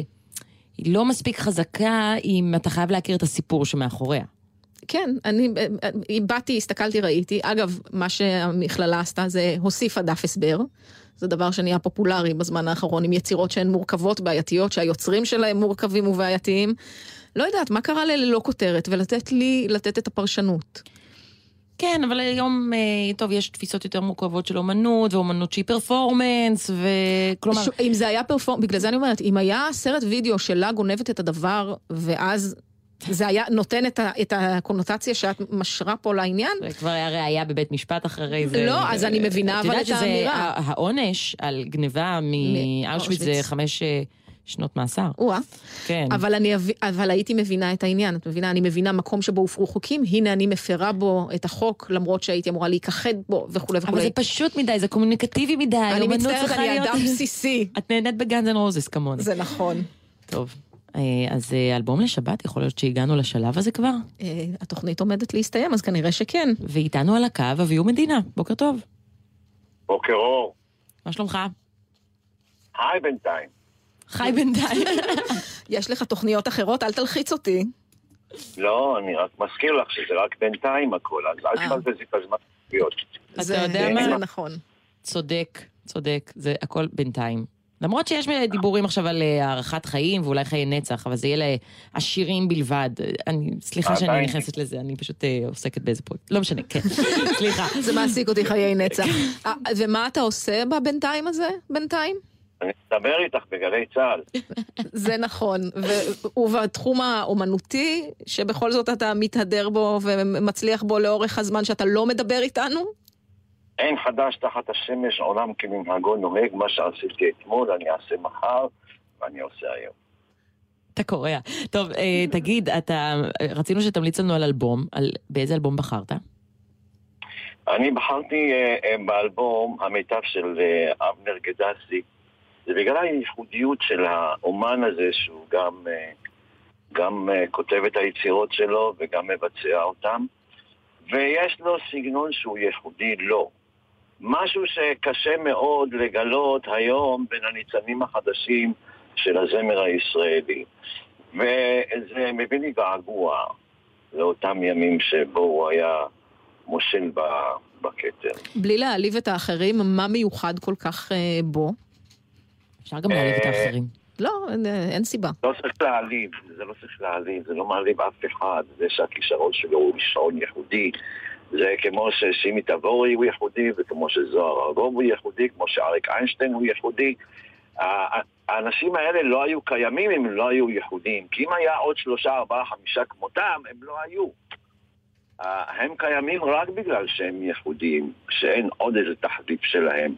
היא לא מספיק חזקה אם אתה חייב להכיר את הסיפור שמאחוריה. כן, אני באתי, הסתכלתי, ראיתי. אגב, מה שהמכללה עשתה זה הוסיפה דף הסבר. זה דבר שנהיה פופולרי בזמן האחרון, עם יצירות שהן מורכבות, בעייתיות, שהיוצרים שלהם מורכבים ובעייתיים. לא יודעת, מה קרה ללא כותרת, ולתת לי, לתת את הפרשנות. כן, אבל היום, טוב, יש תפיסות יותר מורכבות של אומנות, ואומנות שהיא פרפורמנס, וכלומר... אם זה היה פרפורמנס, בגלל זה אני אומרת, אם היה סרט וידאו שלה גונבת את הדבר, ואז... זה היה נותן את, ה, את הקונוטציה שאת משרה פה לעניין. זה כבר היה ראייה בבית משפט אחרי זה. לא, אז אני מבינה אבל את האמירה. העונש על גניבה מאושוויץ זה חמש שנות מאסר. וואה. כן. אבל, אני, אבל הייתי מבינה את העניין. את מבינה, אני מבינה מקום שבו הופרו חוקים, הנה אני מפרה בו את החוק, למרות שהייתי אמורה להיכחד בו וכו' וכו'. אבל זה פשוט מדי, זה קומוניקטיבי מדי. אני מצטערת, אני אדם בסיסי. את נהנית בגאנז אנד רוזס כמוני. זה נכון. טוב. אז אלבום לשבת, יכול להיות שהגענו לשלב הזה כבר? התוכנית עומדת להסתיים, אז כנראה שכן. ואיתנו על הקו, אביהו מדינה. בוקר טוב. בוקר אור. מה שלומך? חי בינתיים. חי בינתיים. יש לך תוכניות אחרות, אל תלחיץ אותי. לא, אני רק מזכיר לך שזה רק בינתיים הכל, אז אל תבזבזי את הזמן. אתה יודע מה? זה נכון. צודק, צודק, זה הכל בינתיים. למרות שיש דיבורים עכשיו על הערכת חיים ואולי חיי נצח, אבל זה יהיה לעשירים בלבד. אני, סליחה שאני נכנסת לזה, אני פשוט עוסקת באיזה פרויקט. לא משנה, כן. סליחה. זה מעסיק אותי חיי נצח. ומה אתה עושה בבינתיים הזה? בינתיים? אני מדבר איתך בגלי צהל. זה נכון. ובתחום האומנותי, שבכל זאת אתה מתהדר בו ומצליח בו לאורך הזמן שאתה לא מדבר איתנו? אין חדש תחת השמש, עולם כמנהגו נוהג, מה שעשיתי אתמול אני אעשה מחר, ואני עושה היום. אתה קורא. טוב, תגיד, אתה, רצינו שתמליץ לנו על אלבום, על, באיזה אלבום בחרת? אני בחרתי באלבום המיטב של אבנר גדסי, זה בגלל הייחודיות של האומן הזה, שהוא גם, גם כותב את היצירות שלו וגם מבצע אותם. ויש לו סגנון שהוא ייחודי לו. משהו שקשה מאוד לגלות היום בין הניצנים החדשים של הזמר הישראלי. וזה מביא לי געגוע לאותם ימים שבו הוא היה מושל בכתר. בלי להעליב את האחרים, מה מיוחד כל כך בו? אפשר גם להעליב את האחרים. לא, אין סיבה. לא צריך להעליב, זה לא צריך להעליב, זה לא מעליב אף אחד. זה שהכישרון שלו הוא כישרון ייחודי. זה כמו ששימי תבורי הוא ייחודי, וכמו שזוהר ארגוב הוא ייחודי, כמו שאריק איינשטיין הוא ייחודי. האנשים האלה לא היו קיימים אם הם לא היו ייחודיים. כי אם היה עוד שלושה, ארבעה, חמישה כמותם, הם לא היו. הם קיימים רק בגלל שהם ייחודיים, שאין עוד איזה תחליף שלהם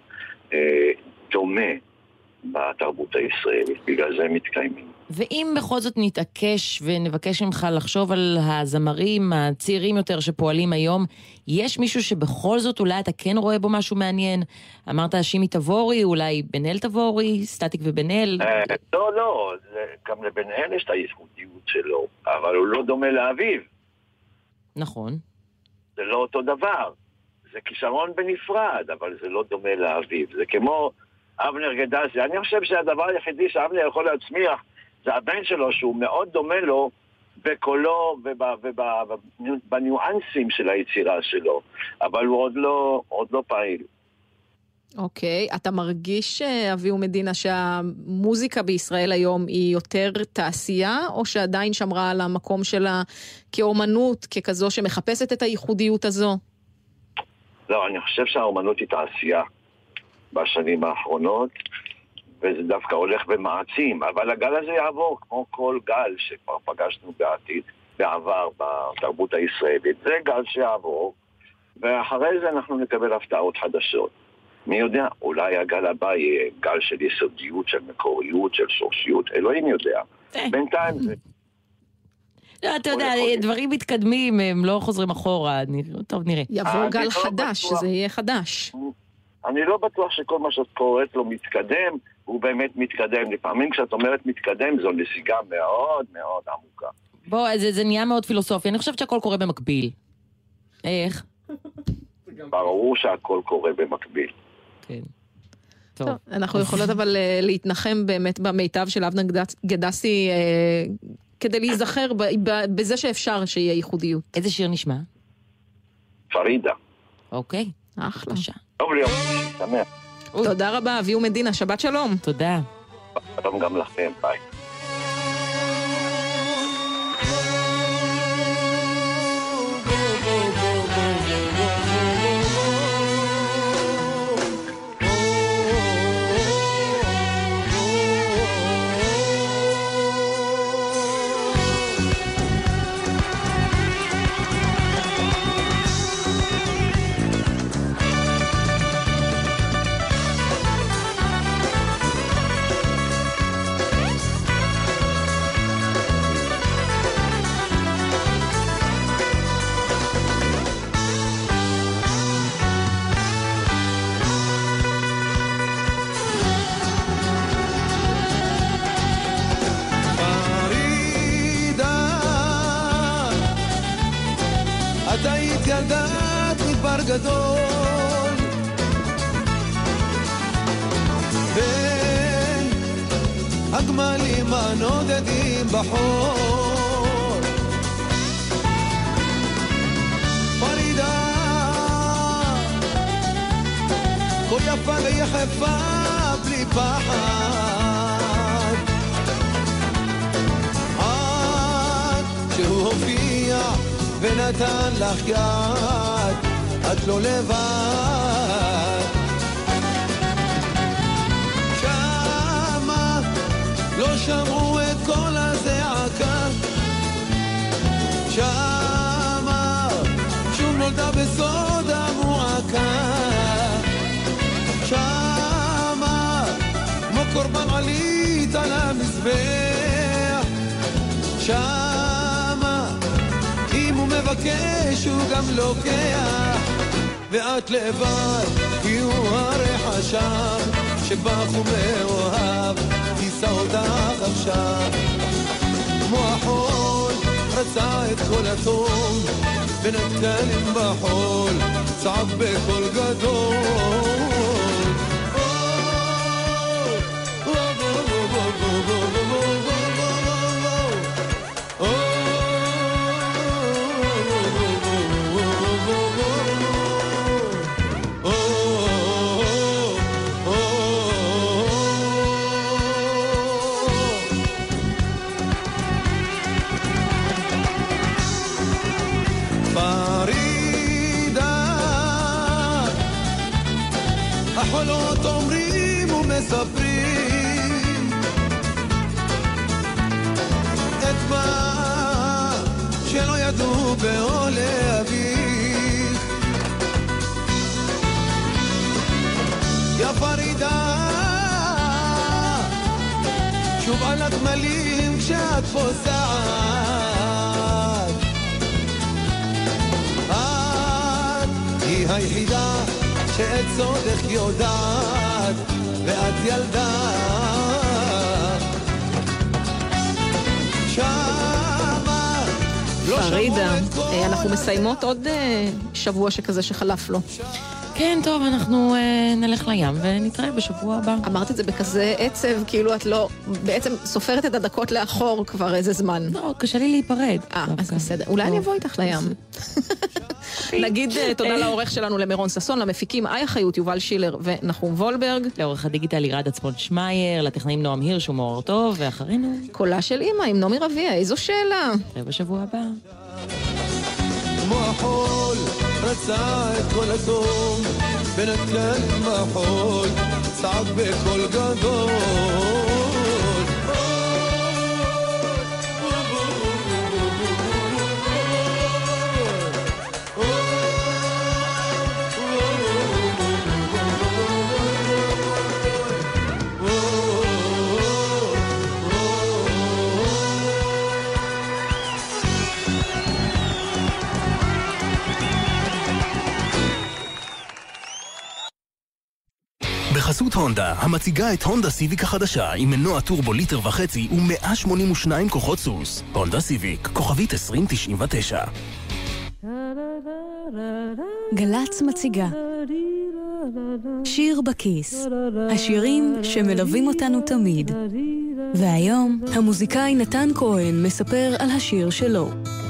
דומה בתרבות הישראלית, בגלל זה הם מתקיימים. ואם בכל זאת נתעקש ונבקש ממך לחשוב על הזמרים הצעירים יותר שפועלים היום, יש מישהו שבכל זאת אולי אתה כן רואה בו משהו מעניין? אמרת שימי תבורי, אולי בן-אל תבורי, סטטיק ובן-אל? לא, לא, גם לבן-אל יש את הייחודיות שלו, אבל הוא לא דומה לאביו. נכון. זה לא אותו דבר. זה כישרון בנפרד, אבל זה לא דומה לאביו. זה כמו אבנר גדסי. אני חושב שהדבר היחידי שאבנר יכול להצמיח זה הבן שלו, שהוא מאוד דומה לו בקולו ובניואנסים של היצירה שלו. אבל הוא עוד לא, עוד לא פעיל. אוקיי, אתה מרגיש, אבי ומדינה, שהמוזיקה בישראל היום היא יותר תעשייה, או שעדיין שמרה על המקום שלה כאומנות, ככזו שמחפשת את הייחודיות הזו? לא, אני חושב שהאומנות היא תעשייה בשנים האחרונות, וזה דווקא הולך במעצים, אבל הגל הזה יעבור כמו כל גל שכבר פגשנו בעתיד, בעבר בתרבות הישראלית. זה גל שיעבור, ואחרי זה אנחנו נקבל הפתעות חדשות. מי יודע, אולי הגל הבא יהיה גל של יסודיות, של מקוריות, של שורשיות, אלוהים יודע. בינתיים זה... לא, אתה יודע, דברים מתקדמים, הם לא חוזרים אחורה, טוב, נראה. יבוא גל חדש, שזה יהיה חדש. אני לא בטוח שכל מה שאת קוראת לו מתקדם, הוא באמת מתקדם. לפעמים כשאת אומרת מתקדם, זו נסיגה מאוד מאוד עמוקה. בוא, זה, זה נהיה מאוד פילוסופי. אני חושבת שהכל קורה במקביל. איך? ברור שהכל קורה במקביל. כן. טוב. טוב, אנחנו יכולות אבל להתנחם באמת במיטב של אבנר גדסי, כדי להיזכר בזה שאפשר שיהיה ייחודיות. איזה שיר נשמע? פרידה. אוקיי. אחלה. טוב ליום, שמח. תודה רבה, אבי ומדינה, שבת שלום. תודה. שלום גם לכם, ביי. ילדת מדבר גדול בין הגמלים הנודדים בחור פרידה כה יפה ויחפה בלי פחד עד שהוא הופיע ונתן לך יד, את לא לבד. שמה לא שמעו את כל הזעקה, שמה שום נולדה בסוד המועקה, שמה כמו קורבן עלית על המזבח, שמה אם הוא מבקש הוא גם לוקח, ואת לבד כי הוא הרחשם שבך הוא מאוהב, תישא אותך עכשיו כמו החול רצה את כל הטוב ונתן עם בחול, צעק בקול גדול. החולות אומרים ומספרים את מה שלא ידעו בעולה אביך. יא פרידה, שוב על התמלים כשאת פוסעת, את היא היחידה שאת סודך יודעת ואת ילדה שמה. פרידה, אנחנו מסיימות עוד שבוע שכזה שחלף לו. כן, טוב, אנחנו אה, נלך לים ונתראה בשבוע הבא. אמרת את זה בכזה עצב, כאילו את לא, בעצם סופרת את הדקות לאחור כבר איזה זמן. לא, קשה לי להיפרד. אה, אז בסדר. אולי אני אבוא איתך לים. נגיד תודה לעורך שלנו למירון ססון, למפיקים איה חיות, יובל שילר ונחום וולברג. לעורך הדיגיטל ירד עצמון שמייר, לטכנאים נועם הירש ומאור טוב, ואחרינו קולה של אמא עם נעמי רביע, איזו שאלה. נתראה בשבוע הבא. כמו החול רצה את כל הטוב ונתן מחול, צעק בקול גדול. בחסות הונדה, המציגה את הונדה סיביק החדשה עם מנוע טורבו ליטר וחצי ו-מאה שמונים ושניים כוחות סוס. הונדה סיביק, כוכבית עשרים תשעים ותשע. גלץ מציגה שיר בכיס, השירים שמלווים אותנו תמיד. והיום המוזיקאי נתן כהן מספר על השיר שלו.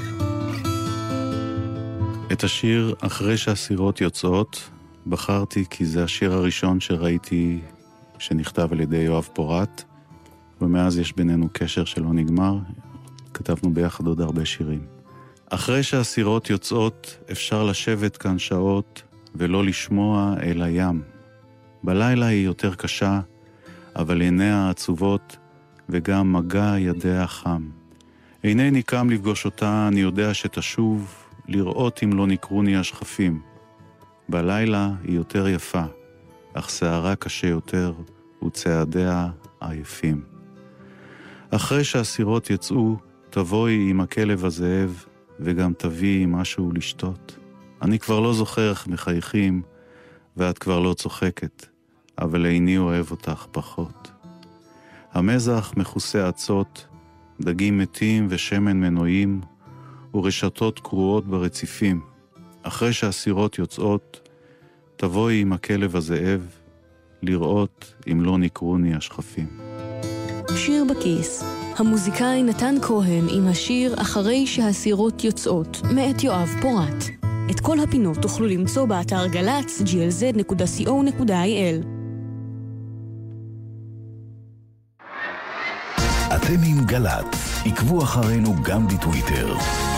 את השיר אחרי שהסירות יוצאות בחרתי כי זה השיר הראשון שראיתי שנכתב על ידי יואב פורט, ומאז יש בינינו קשר שלא נגמר. כתבנו ביחד עוד הרבה שירים. אחרי שהסירות יוצאות אפשר לשבת כאן שעות ולא לשמוע אל הים. בלילה היא יותר קשה, אבל עיניה עצובות וגם מגע ידיה חם. אינני קם לפגוש אותה, אני יודע שתשוב לראות אם לא נקרוני השכפים. בלילה היא יותר יפה, אך שערה קשה יותר וצעדיה עייפים. אחרי שהסירות יצאו, תבואי עם הכלב הזאב וגם תביאי משהו לשתות. אני כבר לא זוכר איך מחייכים ואת כבר לא צוחקת, אבל איני אוהב אותך פחות. המזח מכוסה עצות, דגים מתים ושמן מנועים ורשתות קרועות ברציפים. אחרי שהסירות יוצאות, תבואי עם הכלב הזאב, לראות אם לא נקרוני השכפים. שיר בכיס, המוזיקאי נתן כהן עם השיר אחרי שהסירות יוצאות, מאת יואב פורט. את כל הפינות תוכלו למצוא באתר גלץ ג'י אל זד נקודה סי או נקודה איי אל. אתם עם גלץ, עקבו אחרינו גם בטוויטר.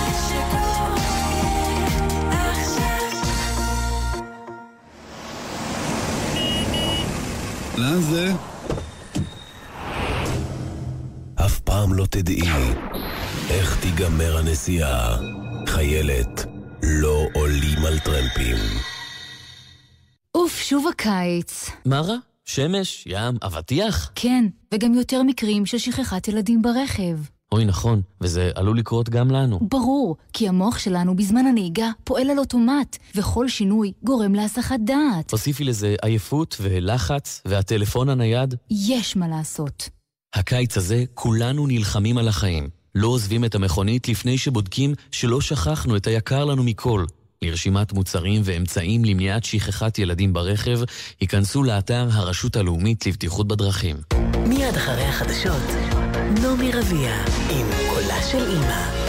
לאן זה? אף פעם לא תדעי איך תיגמר הנסיעה. חיילת, לא עולים על טרמפים. אוף, שוב הקיץ. מה רע? שמש, ים, אבטיח? כן, וגם יותר מקרים של שכחת ילדים ברכב. אוי נכון, וזה עלול לקרות גם לנו. ברור, כי המוח שלנו בזמן הנהיגה פועל על אוטומט, וכל שינוי גורם להסחת דעת. תוסיפי לזה עייפות ולחץ, והטלפון הנייד. יש מה לעשות. הקיץ הזה כולנו נלחמים על החיים. לא עוזבים את המכונית לפני שבודקים שלא שכחנו את היקר לנו מכל. לרשימת מוצרים ואמצעים למניעת שכחת ילדים ברכב, ייכנסו לאתר הרשות הלאומית לבטיחות בדרכים. מיד אחרי החדשות, נעמי רביע עם קולה של אמא.